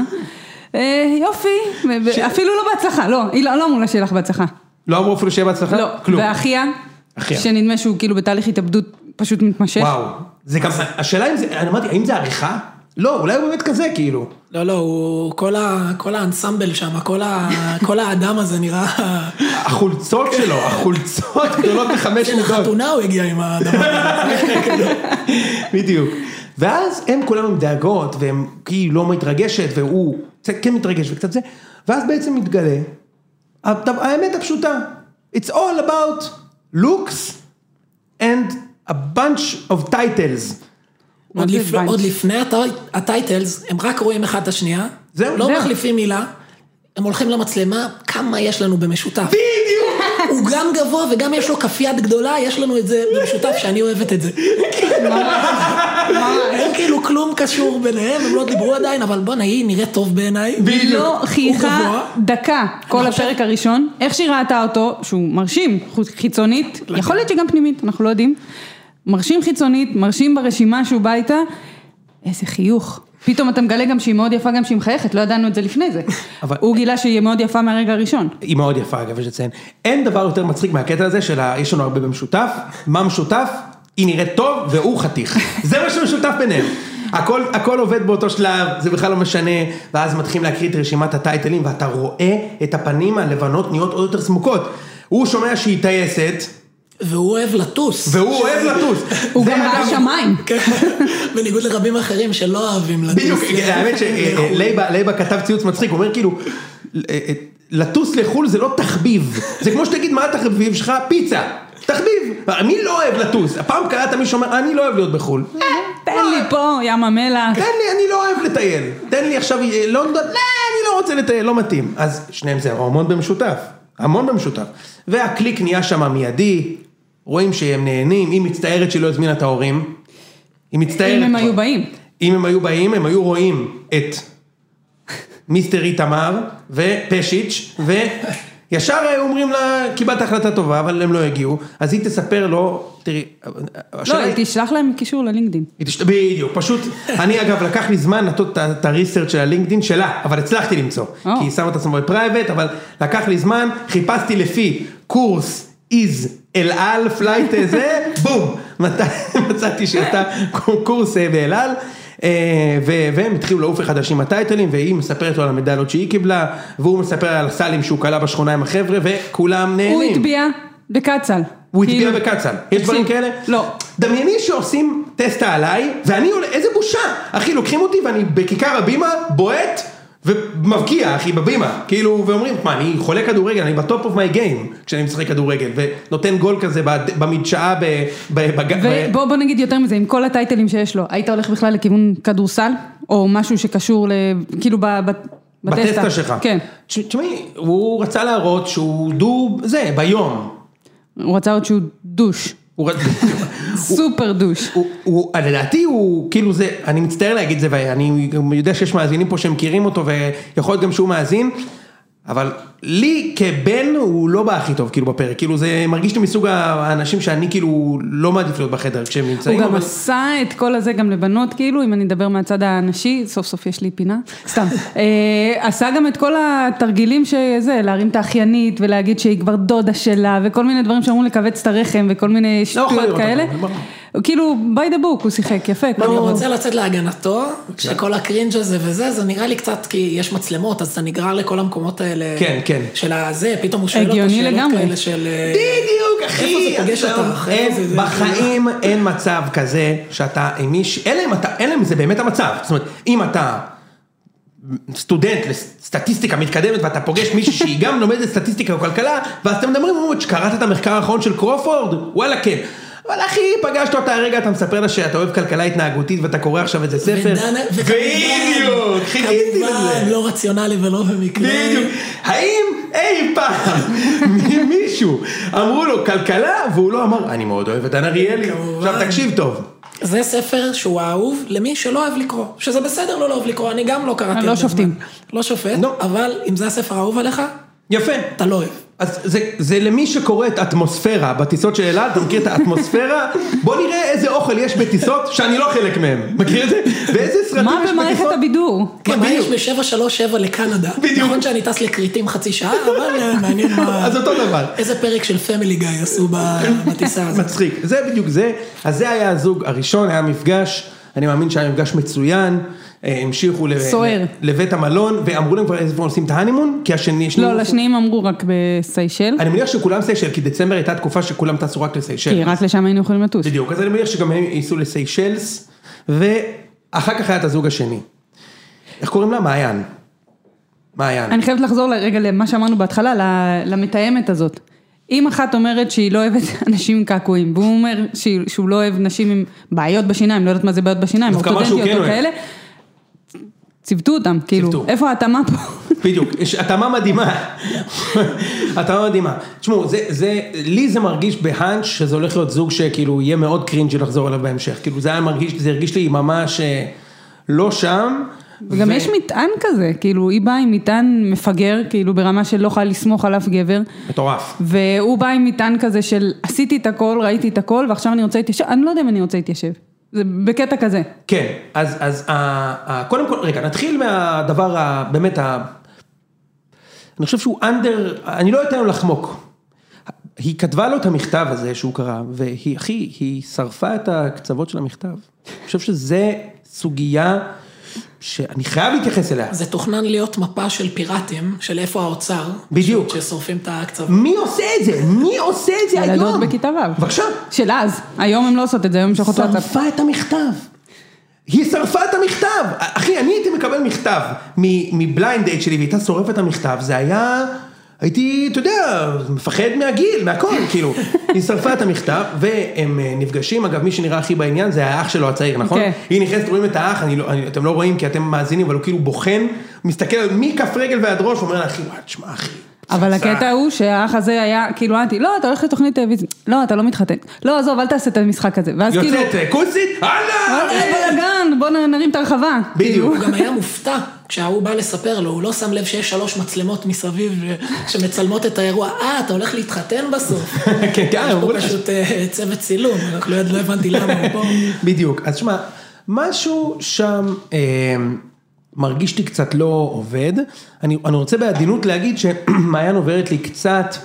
יופי, אפילו לא בהצלחה, לא, היא לא אמרו לה שיהיה לך בהצלחה. לא אמרו אפילו שיהיה בהצלחה? לא, ואחיה, שנדמה שהוא כאילו בתהליך התאבדות פשוט מתמשך. וואו, זה גם, השאלה אם זה, אני אמרתי, האם זה עריכה? לא, אולי הוא באמת כזה, כאילו. לא, לא, הוא, כל ה, כל האנסמבל שם, כל ה, כל האדם הזה נראה... החולצות שלו, החולצות גדולות בחמש נקודות. לחתונה הוא הגיע עם האדם הזה. בדיוק. ואז הם כולם עם דאגות, והם כאילו לא מתרגשת, והוא כן מתרגש וקצת זה, ואז בעצם מתגלה, האמת הפשוטה, it's all about looks and a bunch of titles. עוד לפני הטייטלס, הם רק רואים אחד את השנייה, לא מחליפים מילה, הם הולכים למצלמה, כמה יש לנו במשותף. בדיוק! הוא גם גבוה וגם יש לו כף יד גדולה, יש לנו את זה במשותף שאני אוהבת את זה. אין כאילו כלום קשור ביניהם, הם לא דיברו עדיין, אבל בוא נהי, נראה טוב בעיניי. לא חייכה דקה כל הפרק הראשון, איך שהיא ראתה אותו, שהוא מרשים חיצונית, יכול להיות שגם פנימית, אנחנו לא יודעים. מרשים חיצונית, מרשים ברשימה שהוא בא איתה, איזה חיוך. פתאום אתה מגלה גם שהיא מאוד יפה, גם שהיא מחייכת, לא ידענו את זה לפני זה. הוא גילה שהיא מאוד יפה מהרגע הראשון. היא מאוד יפה, אגב, יש לציין. אין דבר יותר מצחיק מהקטע הזה, שיש לנו הרבה במשותף, מה משותף? היא נראית טוב והוא חתיך. זה מה שמשותף ביניהם. הכל, הכל עובד באותו שלב, זה בכלל לא משנה, ואז מתחילים להקריא את רשימת הטייטלים, ואתה רואה את הפנים הלבנות נהיות עוד יותר סמוקות. הוא שומע שהיא טייסת, והוא אוהב לטוס. והוא אוהב לטוס. הוא גם ראה שמיים. בניגוד לרבים אחרים שלא אוהבים לטוס. בדיוק, האמת שלייבה כתב ציוץ מצחיק, הוא אומר כאילו, לטוס לחול זה לא תחביב. זה כמו שתגיד מה התחביב שלך? פיצה. תחביב. מי לא אוהב לטוס? הפעם קראת מי שאומר, אני לא אוהב להיות בחול. תן לי פה, ים המלח. תן לי, אני לא אוהב לטייל. תן לי עכשיו לונדון, לא, אני לא רוצה לטייל, לא מתאים. אז שניהם זה המון במשותף. המון במשותף. והקליק נהיה שם מיידי, רואים שהם נהנים, היא מצטערת שלא הזמינה את ההורים, היא מצטערת. אם הם היו באים. אם הם היו באים, הם היו רואים את מיסטר איתמר ופשיץ' וישר אומרים לה, קיבלת החלטה טובה, אבל הם לא הגיעו, אז היא תספר לו, תראי, לא, היא תשלח להם קישור ללינקדין. בדיוק, פשוט, אני אגב לקח לי זמן לעשות את הריסרצ' של הלינקדין שלה, אבל הצלחתי למצוא, כי היא שמה את עצמו בפרייבט, אבל לקח לי זמן, חיפשתי לפי קורס איז אל על פלייט זה, בום, מצאתי שהייתה קורס באל על, והם התחילו לעוף אחד עם הטייטלים, והיא מספרת לו על המדלות שהיא קיבלה, והוא מספר על הסלים שהוא קלה בשכונה עם החבר'ה, וכולם נהנים. הוא התביע בקצל. הוא התביע בקצל. יש דברים כאלה? לא. דמייני שעושים טסטה עליי, ואני עולה, איזה בושה. אחי, לוקחים אותי ואני בכיכר הבימה, בועט, ומבקיע, אחי, בבימה, כאילו, ואומרים, מה, אני חולה כדורגל, אני בטופ אוף מי גיים, כשאני משחק כדורגל, ונותן גול כזה במדשאה, ובוא נגיד יותר מזה, עם כל הטייטלים שיש לו, היית הולך בכלל לכיוון כדורסל, או משהו שקשור, כאילו, בטסטה שלך. כן. תשמעי, הוא רצה להראות שהוא דו, זה, ביום. הוא רצה עוד שהוא דוש. סופר דוש. לדעתי הוא, כאילו זה, אני מצטער להגיד זה, ואני יודע שיש מאזינים פה שמכירים אותו, ויכול להיות גם שהוא מאזין, אבל לי כבן הוא לא בא הכי טוב, כאילו בפרק, כאילו זה מרגיש לי מסוג האנשים שאני כאילו לא מעדיף להיות בחדר כשהם נמצאים. הוא גם עשה את כל הזה גם לבנות, כאילו, אם אני אדבר מהצד הנשי, סוף סוף יש לי פינה, סתם, עשה גם את כל התרגילים שזה, להרים את האחיינית, ולהגיד שהיא כבר דודה שלה, וכל מיני דברים שאמרו לקבץ את הרחם, וכל מיני שטויות כאלה. כאילו, by the book, הוא שיחק, יפה. אני רוצה לצאת להגנתו, שכל הקרינג' הזה וזה, זה נראה לי קצת, כי יש מצלמות, אז אתה נגרר לכל המקומות האלה. כן, כן. של הזה, פתאום הוא שואל אותה שאלות כאלה של... בדיוק, אחי. איפה זה פוגש אותך? בחיים אין מצב כזה, שאתה, אין להם, זה באמת המצב. זאת אומרת, אם אתה סטודנט לסטטיסטיקה מתקדמת, ואתה פוגש מישהי שהיא גם לומדת סטטיסטיקה או כלכלה, ואז אתם מדברים, שקראת את המחקר האחרון של קרופורד? וואלה, כן. אבל אחי, פגשת אותה הרגע, אתה מספר לה שאתה אוהב כלכלה התנהגותית, ואתה קורא עכשיו איזה ספר. ובדיוק, חיכיתי לזה. לא רציונלי ולא במקרה. בדיוק. האם אי פעם מישהו אמרו לו כלכלה, והוא לא אמר, אני מאוד אוהב את דן אריאלי. עכשיו תקשיב טוב. זה ספר שהוא אהוב למי שלא אוהב לקרוא. שזה בסדר לא אוהב לקרוא, אני גם לא קראתי. לא שופטים. לא שופט, אבל אם זה הספר האהוב עליך, יפה. אתה לא אוהב. אז זה, זה למי שקורא את אטמוספירה בטיסות של אלעד, אתה מכיר את האטמוספירה? בוא נראה איזה אוכל יש בטיסות שאני לא חלק מהם, מכיר את זה? ואיזה סרטים יש בטיסות? מה במערכת הבידור? כן, מה יש ב-שבע שלוש שבע לקנדה? בדיוק. נכון שאני טס לקריטים חצי שעה, אבל מעניין מה... אז אותו דבר. איזה פרק של פמילי גאי עשו בטיסה הזאת. מצחיק, זה בדיוק זה. אז זה היה הזוג הראשון, היה מפגש, אני מאמין שהיה מפגש מצוין, המשיכו לבית המלון, ואמרו להם כבר איזה פעם עושים את ההנימון, כי השני... לא, לשניים אמרו רק בסיישל. אני מניח שכולם סיישל, כי דצמבר הייתה תקופה שכולם טסו רק לסיישל. כי רק לשם היינו יכולים לטוס. בדיוק, אז אני מניח שגם הם ייסעו לסיישלס, ואחר כך היה את הזוג השני. איך קוראים לה? מעיין. מעיין. אני חייבת לחזור רגע למה שאמרנו בהתחלה, למתאמת הזאת. אם אחת אומרת שהיא לא אוהבת אנשים עם קעקועים, והוא אומר שהוא לא אוהב נשים עם בעיות בשיניים, לא יודעת מה זה בעיות בשיניים, אורתודנטיות או כאלה, צוותו אותם, כאילו, איפה ההתאמה פה? בדיוק, יש התאמה מדהימה, התאמה מדהימה. תשמעו, לי זה מרגיש בהאנץ' שזה הולך להיות זוג שכאילו יהיה מאוד קרינג'י לחזור אליו בהמשך, כאילו זה היה מרגיש, זה הרגיש לי ממש לא שם. וגם יש מטען כזה, כאילו היא באה עם מטען מפגר, כאילו ברמה של לא יכולה לסמוך על אף גבר. מטורף. והוא בא עם מטען כזה של עשיתי את הכל, ראיתי את הכל, ועכשיו אני רוצה להתיישב, אני לא יודע אם אני רוצה להתיישב. זה בקטע כזה. כן, אז, אז, קודם כל, רגע, נתחיל מהדבר, באמת, אני חושב שהוא אנדר, אני לא אתן לו לחמוק. היא כתבה לו את המכתב הזה שהוא קרא, והיא, אחי, היא שרפה את הקצוות של המכתב. אני חושב שזה סוגיה שאני חייב להתייחס אליה. זה תוכנן להיות מפה של פיראטים, של איפה האוצר. בדיוק. ששורפים את הקצוות. מי עושה את זה? מי עושה את זה היום? ילדות בכיתה ו'. בבקשה. של אז. היום הם לא עושות את זה, היום הם שולחות לעצב. שרפה את המכתב. היא שרפה את המכתב. אחי, אני הייתי מקבל מכתב מבליינד דייט שלי, והייתה שורפת את המכתב. זה היה... הייתי, אתה יודע, מפחד מהגיל, מהכל, כאילו. היא שרפה את המכתב, והם נפגשים, אגב, מי שנראה הכי בעניין, זה האח שלו הצעיר, נכון? היא נכנסת, רואים את האח, אתם לא רואים, כי אתם מאזינים, אבל הוא כאילו בוחן, מסתכל על מי כף רגל ועד ראש, ואומר לה, אחי, תשמע, אחי. אבל הקטע הוא שהאח הזה היה, כאילו, אנטי, לא, אתה הולך לתוכנית טלוויזיה, לא, אתה לא מתחתן, לא, עזוב, אל תעשה את המשחק הזה, ואז כאילו... יוצאת כוסית, הלאה! בלגן, בוא נרים את הרחבה. בדיוק. הוא גם היה מופתע, כשהוא בא לספר לו, הוא לא שם לב שיש שלוש מצלמות מסביב, שמצלמות את האירוע, אה, אתה הולך להתחתן בסוף. כן, כן. יש פה פשוט צוות צילום, לא הבנתי למה הוא פה. בדיוק, אז שמע, משהו שם... מרגיש לי קצת לא עובד, אני, אני רוצה בעדינות להגיד שמעיין עוברת לי קצת,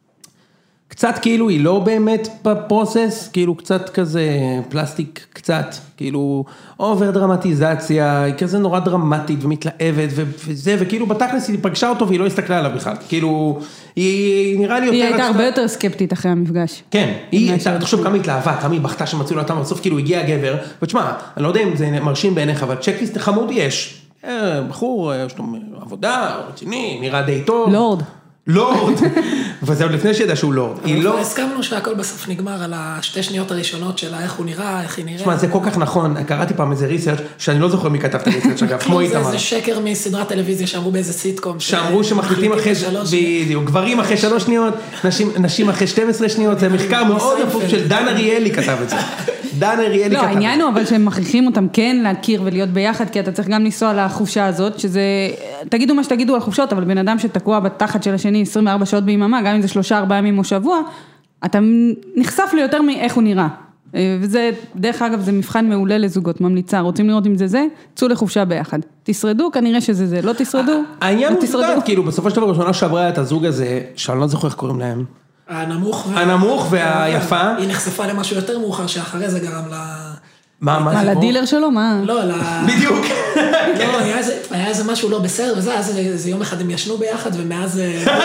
קצת כאילו היא לא באמת בפרוסס, כאילו קצת כזה פלסטיק קצת, כאילו אובר דרמטיזציה, היא כזה נורא דרמטית ומתלהבת וזה, וכאילו בתכלס היא פגשה אותו והיא לא הסתכלה עליו בכלל, כאילו היא נראה לי יותר... היא הייתה הרבה יותר סקפטית אחרי המפגש. כן, היא הייתה, תחשוב כמה התלהבה, כמה היא בכתה שמצאו לה אותם, בסוף כאילו הגיע הגבר, ותשמע, אני לא יודע אם זה מרשים בעיניך, אבל צ'קליסט חמוד יש, בחור, יש לו עבודה, רציני, נראה די טוב. לורד. לורד, וזה עוד לפני שידע שהוא לורד. אבל כבר הסכמנו שהכל בסוף נגמר על השתי שניות הראשונות שלה, איך הוא נראה, איך היא נראה. תשמע, זה כל כך נכון, קראתי פעם איזה ריסרצ' שאני לא זוכר מי כתב את הריסרצ' אגב, כמו איתמר. זה שקר מסדרת טלוויזיה שאמרו באיזה סיטקום. שאמרו שמחליטים אחרי, בדיוק, גברים אחרי שלוש שניות, נשים אחרי שתים עשרה שניות, זה מחקר מאוד הפוך של דן אריאלי כתב את זה. דן אריאלי כתב. לא, העניין הוא אבל שהם מכריחים אותם כן להכיר ולהיות ביחד, כי אתה צריך גם לנסוע לחופשה הזאת, שזה, תגידו מה שתגידו על חופשות, אבל בן אדם שתקוע בתחת של השני עשרים וארבע שעות ביממה, גם אם זה שלושה ארבעה ימים או שבוע, אתה נחשף ליותר מאיך הוא נראה. וזה, דרך אגב, זה מבחן מעולה לזוגות, ממליצה, רוצים לראות אם זה זה, צאו לחופשה ביחד. תשרדו, כנראה שזה זה, לא תשרדו. העניין הוא תשרדו, כאילו, בסופו של דבר, ראשונה שעברה את הזוג הזה, שאני לא זוכר איך קוראים להם. הנמוך. הנמוך והיפה. היא נחשפה למשהו יותר מאוחר, שאחרי זה גרם לה... מה, מה זה פה? על הדילר שלו, מה? לא, על ה... בדיוק. לא, היה איזה משהו לא בסדר, וזה, אז איזה יום אחד הם ישנו ביחד, ומאז...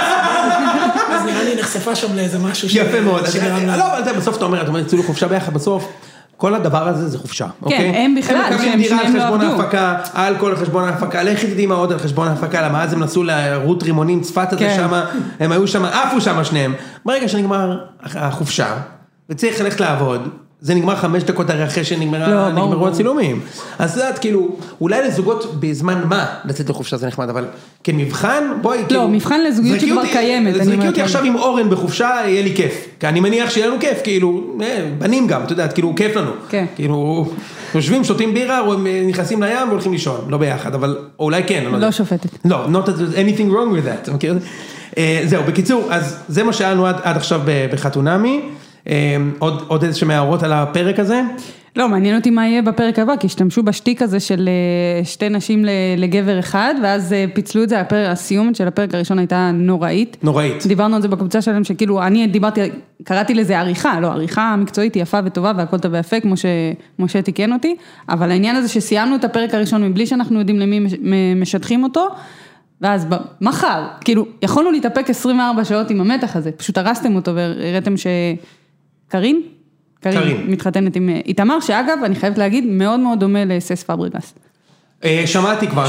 אז נראה לי נחשפה שם לאיזה משהו ש... יפה מאוד. לא, אבל בסוף אתה אומר, אתה אומר, יצאו לחופשה ביחד, בסוף, כל הדבר הזה זה חופשה, אוקיי? כן, הם בכלל, הם מקבלים דירה על חשבון ההפקה, אלכוהול על חשבון ההפקה, לכי תדעי מה עוד על חשבון ההפקה, למה אז הם נסעו לרות רימונים, צפת הזה שמה, הם היו שם, עפו שם שניהם. ברגע שנגמר החופשה, וצריך ללכת לעבוד, זה נגמר חמש דקות הרי אחרי שנגמרו הצילומים. אז זה יודעת, כאילו, אולי לזוגות בזמן מה לצאת לחופשה זה נחמד, אבל כמבחן, בואי, כאילו... לא, מבחן לזוגיות שכבר קיימת. זרקי אותי עכשיו עם אורן בחופשה, יהיה לי כיף. כי אני מניח שיהיה לנו כיף, כאילו, בנים גם, אתה יודעת, כאילו, כיף לנו. כאילו, יושבים, שותים בירה, או הם נכנסים לים והולכים לישון, לא ביחד, אבל אולי כן. לא שופטת. לא, not anything wrong with that, מכיר? זהו, בקיצור, אז זה מה שהיה לנו עד עכשיו בחתונמי. עוד, עוד איזה שמערות על הפרק הזה? לא, מעניין אותי מה יהיה בפרק הבא, כי השתמשו בשטיק הזה של שתי נשים לגבר אחד, ואז פיצלו את זה, הפרק, הסיומת של הפרק הראשון הייתה נוראית. נוראית. דיברנו על זה בקבוצה שלהם, שכאילו, אני דיברתי, קראתי לזה עריכה, לא, עריכה מקצועית יפה וטובה, והכל טוב ויפה, כמו שמשה תיקן אותי, אבל העניין הזה שסיימנו את הפרק הראשון, מבלי שאנחנו יודעים למי משטחים אותו, ואז מחר, כאילו, יכולנו להתאפק עשרים וארבע שעות עם המתח הזה, פשוט הרסתם אותו והראיתם ש... קרין? קרין מתחתנת עם איתמר, שאגב, אני חייבת להגיד, מאוד מאוד דומה לסס פאברגס. שמעתי כבר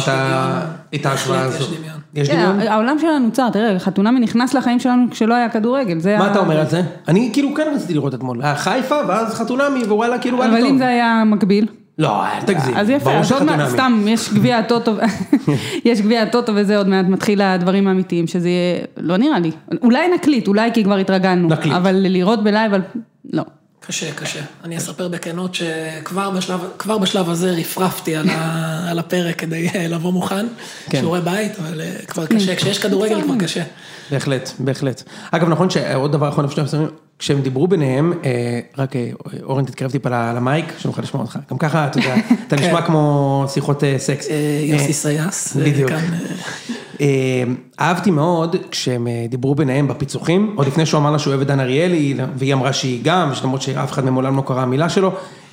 את ההשוואה הזו. יש דמיון? העולם שלנו צר, תראה, חתונמי נכנס לחיים שלנו כשלא היה כדורגל. מה אתה אומר על זה? אני כאילו כן רציתי לראות אתמול, חיפה ואז חתונמי ווואלה כאילו בא לי טוב. אבל אם זה היה מקביל. לא, תגזים. אז יפה, אז עוד מעט, סתם, יש גביע הטוטו, יש גביע הטוטו וזה עוד מעט מתחיל הדברים האמיתיים, שזה יהיה, לא נראה לי, אולי נקליט, אולי כי כבר התרגלנו, אבל לראות בלייב, לא. קשה, קשה. אני אספר בכנות שכבר בשלב, כבר בשלב הזה רפרפתי על, ה, על הפרק כדי לבוא מוכן, כן. שיעורי בית, אבל כבר קשה, כשיש כדורגל כבר קשה. בהחלט, בהחלט. אגב, נכון שעוד דבר אחרון, כשהם דיברו ביניהם, רק אורן תתקרב טיפה למייק, שנוכל לשמוע אותך. גם ככה, אתה יודע, אתה נשמע כמו שיחות סקס. יוסי סייס. בדיוק. אהבתי מאוד כשהם דיברו ביניהם בפיצוחים, עוד לפני שהוא אמר לה שהוא אוהב את דן אריאלי, והיא אמרה שהיא גם, למרות שאף אחד מעולם לא קרא המילה שלו,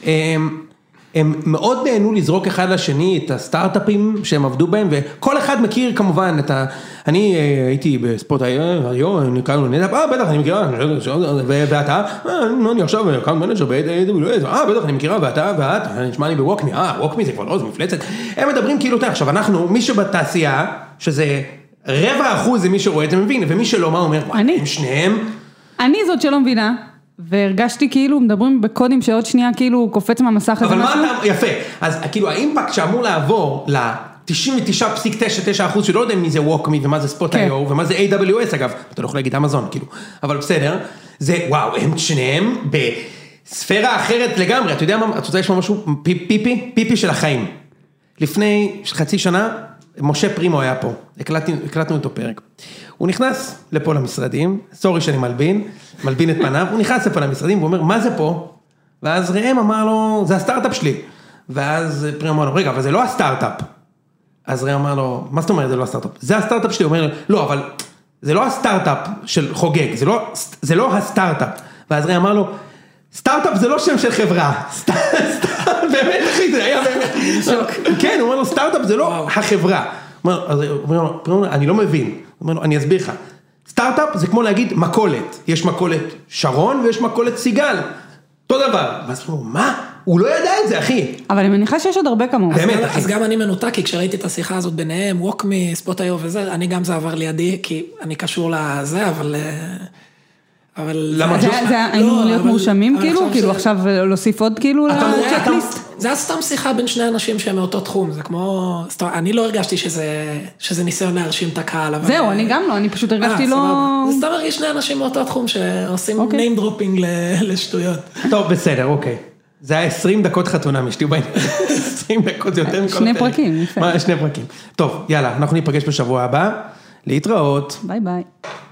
הם מאוד נהנו לזרוק אחד לשני את הסטארט-אפים שהם עבדו בהם, וכל אחד מכיר כמובן את ה... אני הייתי בספורט היום, נקראנו לנדב, אה בטח אני מכירה, ואתה, אני עכשיו אקאונט מנג'ר ב-איי דאבליו אס, אה בטח אני מכירה, ואתה, ואת, נשמע לי בווקמי, אה ווקמי זה כבר לא, זה מפלצת, הם מדברים כאילו, עכשיו אנחנו, מי שבתעשייה, שזה רבע אחוז זה מי שרואה, אתה מבין, ומי שלא, מה אומר? אני. הם שניהם. אני זאת שלא מבינה. והרגשתי כאילו, מדברים בקודים שעוד שנייה כאילו קופץ מהמסך הזה. אבל מה אתה, יפה, אז כאילו האימפקט שאמור לעבור ל-תשעים ותשע נקודה תשע תשע אחוז שלא יודעים מי זה ווקמי ומה זה ספוט איי או ומה זה איי דאבליו אס אגב, אתה לא יכול להגיד אמזון כאילו, אבל בסדר, זה וואו, הם שניהם בספירה אחרת לגמרי, אתה יודע מה, אתה רוצה לשמוע משהו, פיפי, פיפי של החיים. לפני חצי שנה, משה פרימו היה פה, הקלטנו אותו פרק. הוא נכנס לפה למשרדים, סורי שאני מלבין, מלבין את פניו, הוא נכנס לפה למשרדים, והוא אומר, מה זה פה? ואז ראם אמר לו, זה הסטארט-אפ שלי. ואז פרימו אמר לו, רגע, אבל זה לא הסטארט-אפ. אז ראם אמר לו, מה זאת אומרת, זה לא הסטארט-אפ? זה הסטארט-אפ שלי, הוא אומר, לא, אבל זה לא הסטארט-אפ של חוגג, זה לא, זה לא הסטארט-אפ. ואז ראם אמר לו, סטארט-אפ זה לא שם של חברה, באמת אחי, זה היה באמת, כן, הוא אומר לו, סטארט-אפ זה לא החברה. הוא אומר לו, אני לא מבין, הוא אומר לו, אני אסביר לך, סטארט-אפ זה כמו להגיד מקולת, יש מקולת שרון ויש מקולת סיגל, אותו דבר, ואז הוא אומר, מה? הוא לא ידע את זה, אחי. אבל אני מניחה שיש עוד הרבה כמוהו. באמת, אז, אחי. אז גם אני מנותק, כי כשראיתי את השיחה הזאת ביניהם, ווקמי, ספוט איו וזה, אני גם זה עבר לידי, כי אני קשור לזה, אבל... אבל... למה? זה זה היינו להיות מורשמים כאילו? כאילו ש... עכשיו להוסיף עוד כאילו לצ'קליסט? זה היה סתם שיחה בין שני אנשים שהם מאותו תחום, זה כמו... אני לא הרגשתי שזה, שזה ניסיון להרשים את הקהל, אבל... זהו, אני גם לא, אני פשוט הרגשתי לא... זה סתם הרגיש שני אנשים מאותו תחום שעושים name dropping לשטויות. טוב, בסדר, אוקיי. זה היה עשרים דקות חתונה, משתיו בעניין. עשרים דקות, זה יותר מכל... שני פרקים, יפה. שני פרקים. טוב, יאללה, אנחנו ניפגש בשבוע הבא. להתראות. ביי ביי.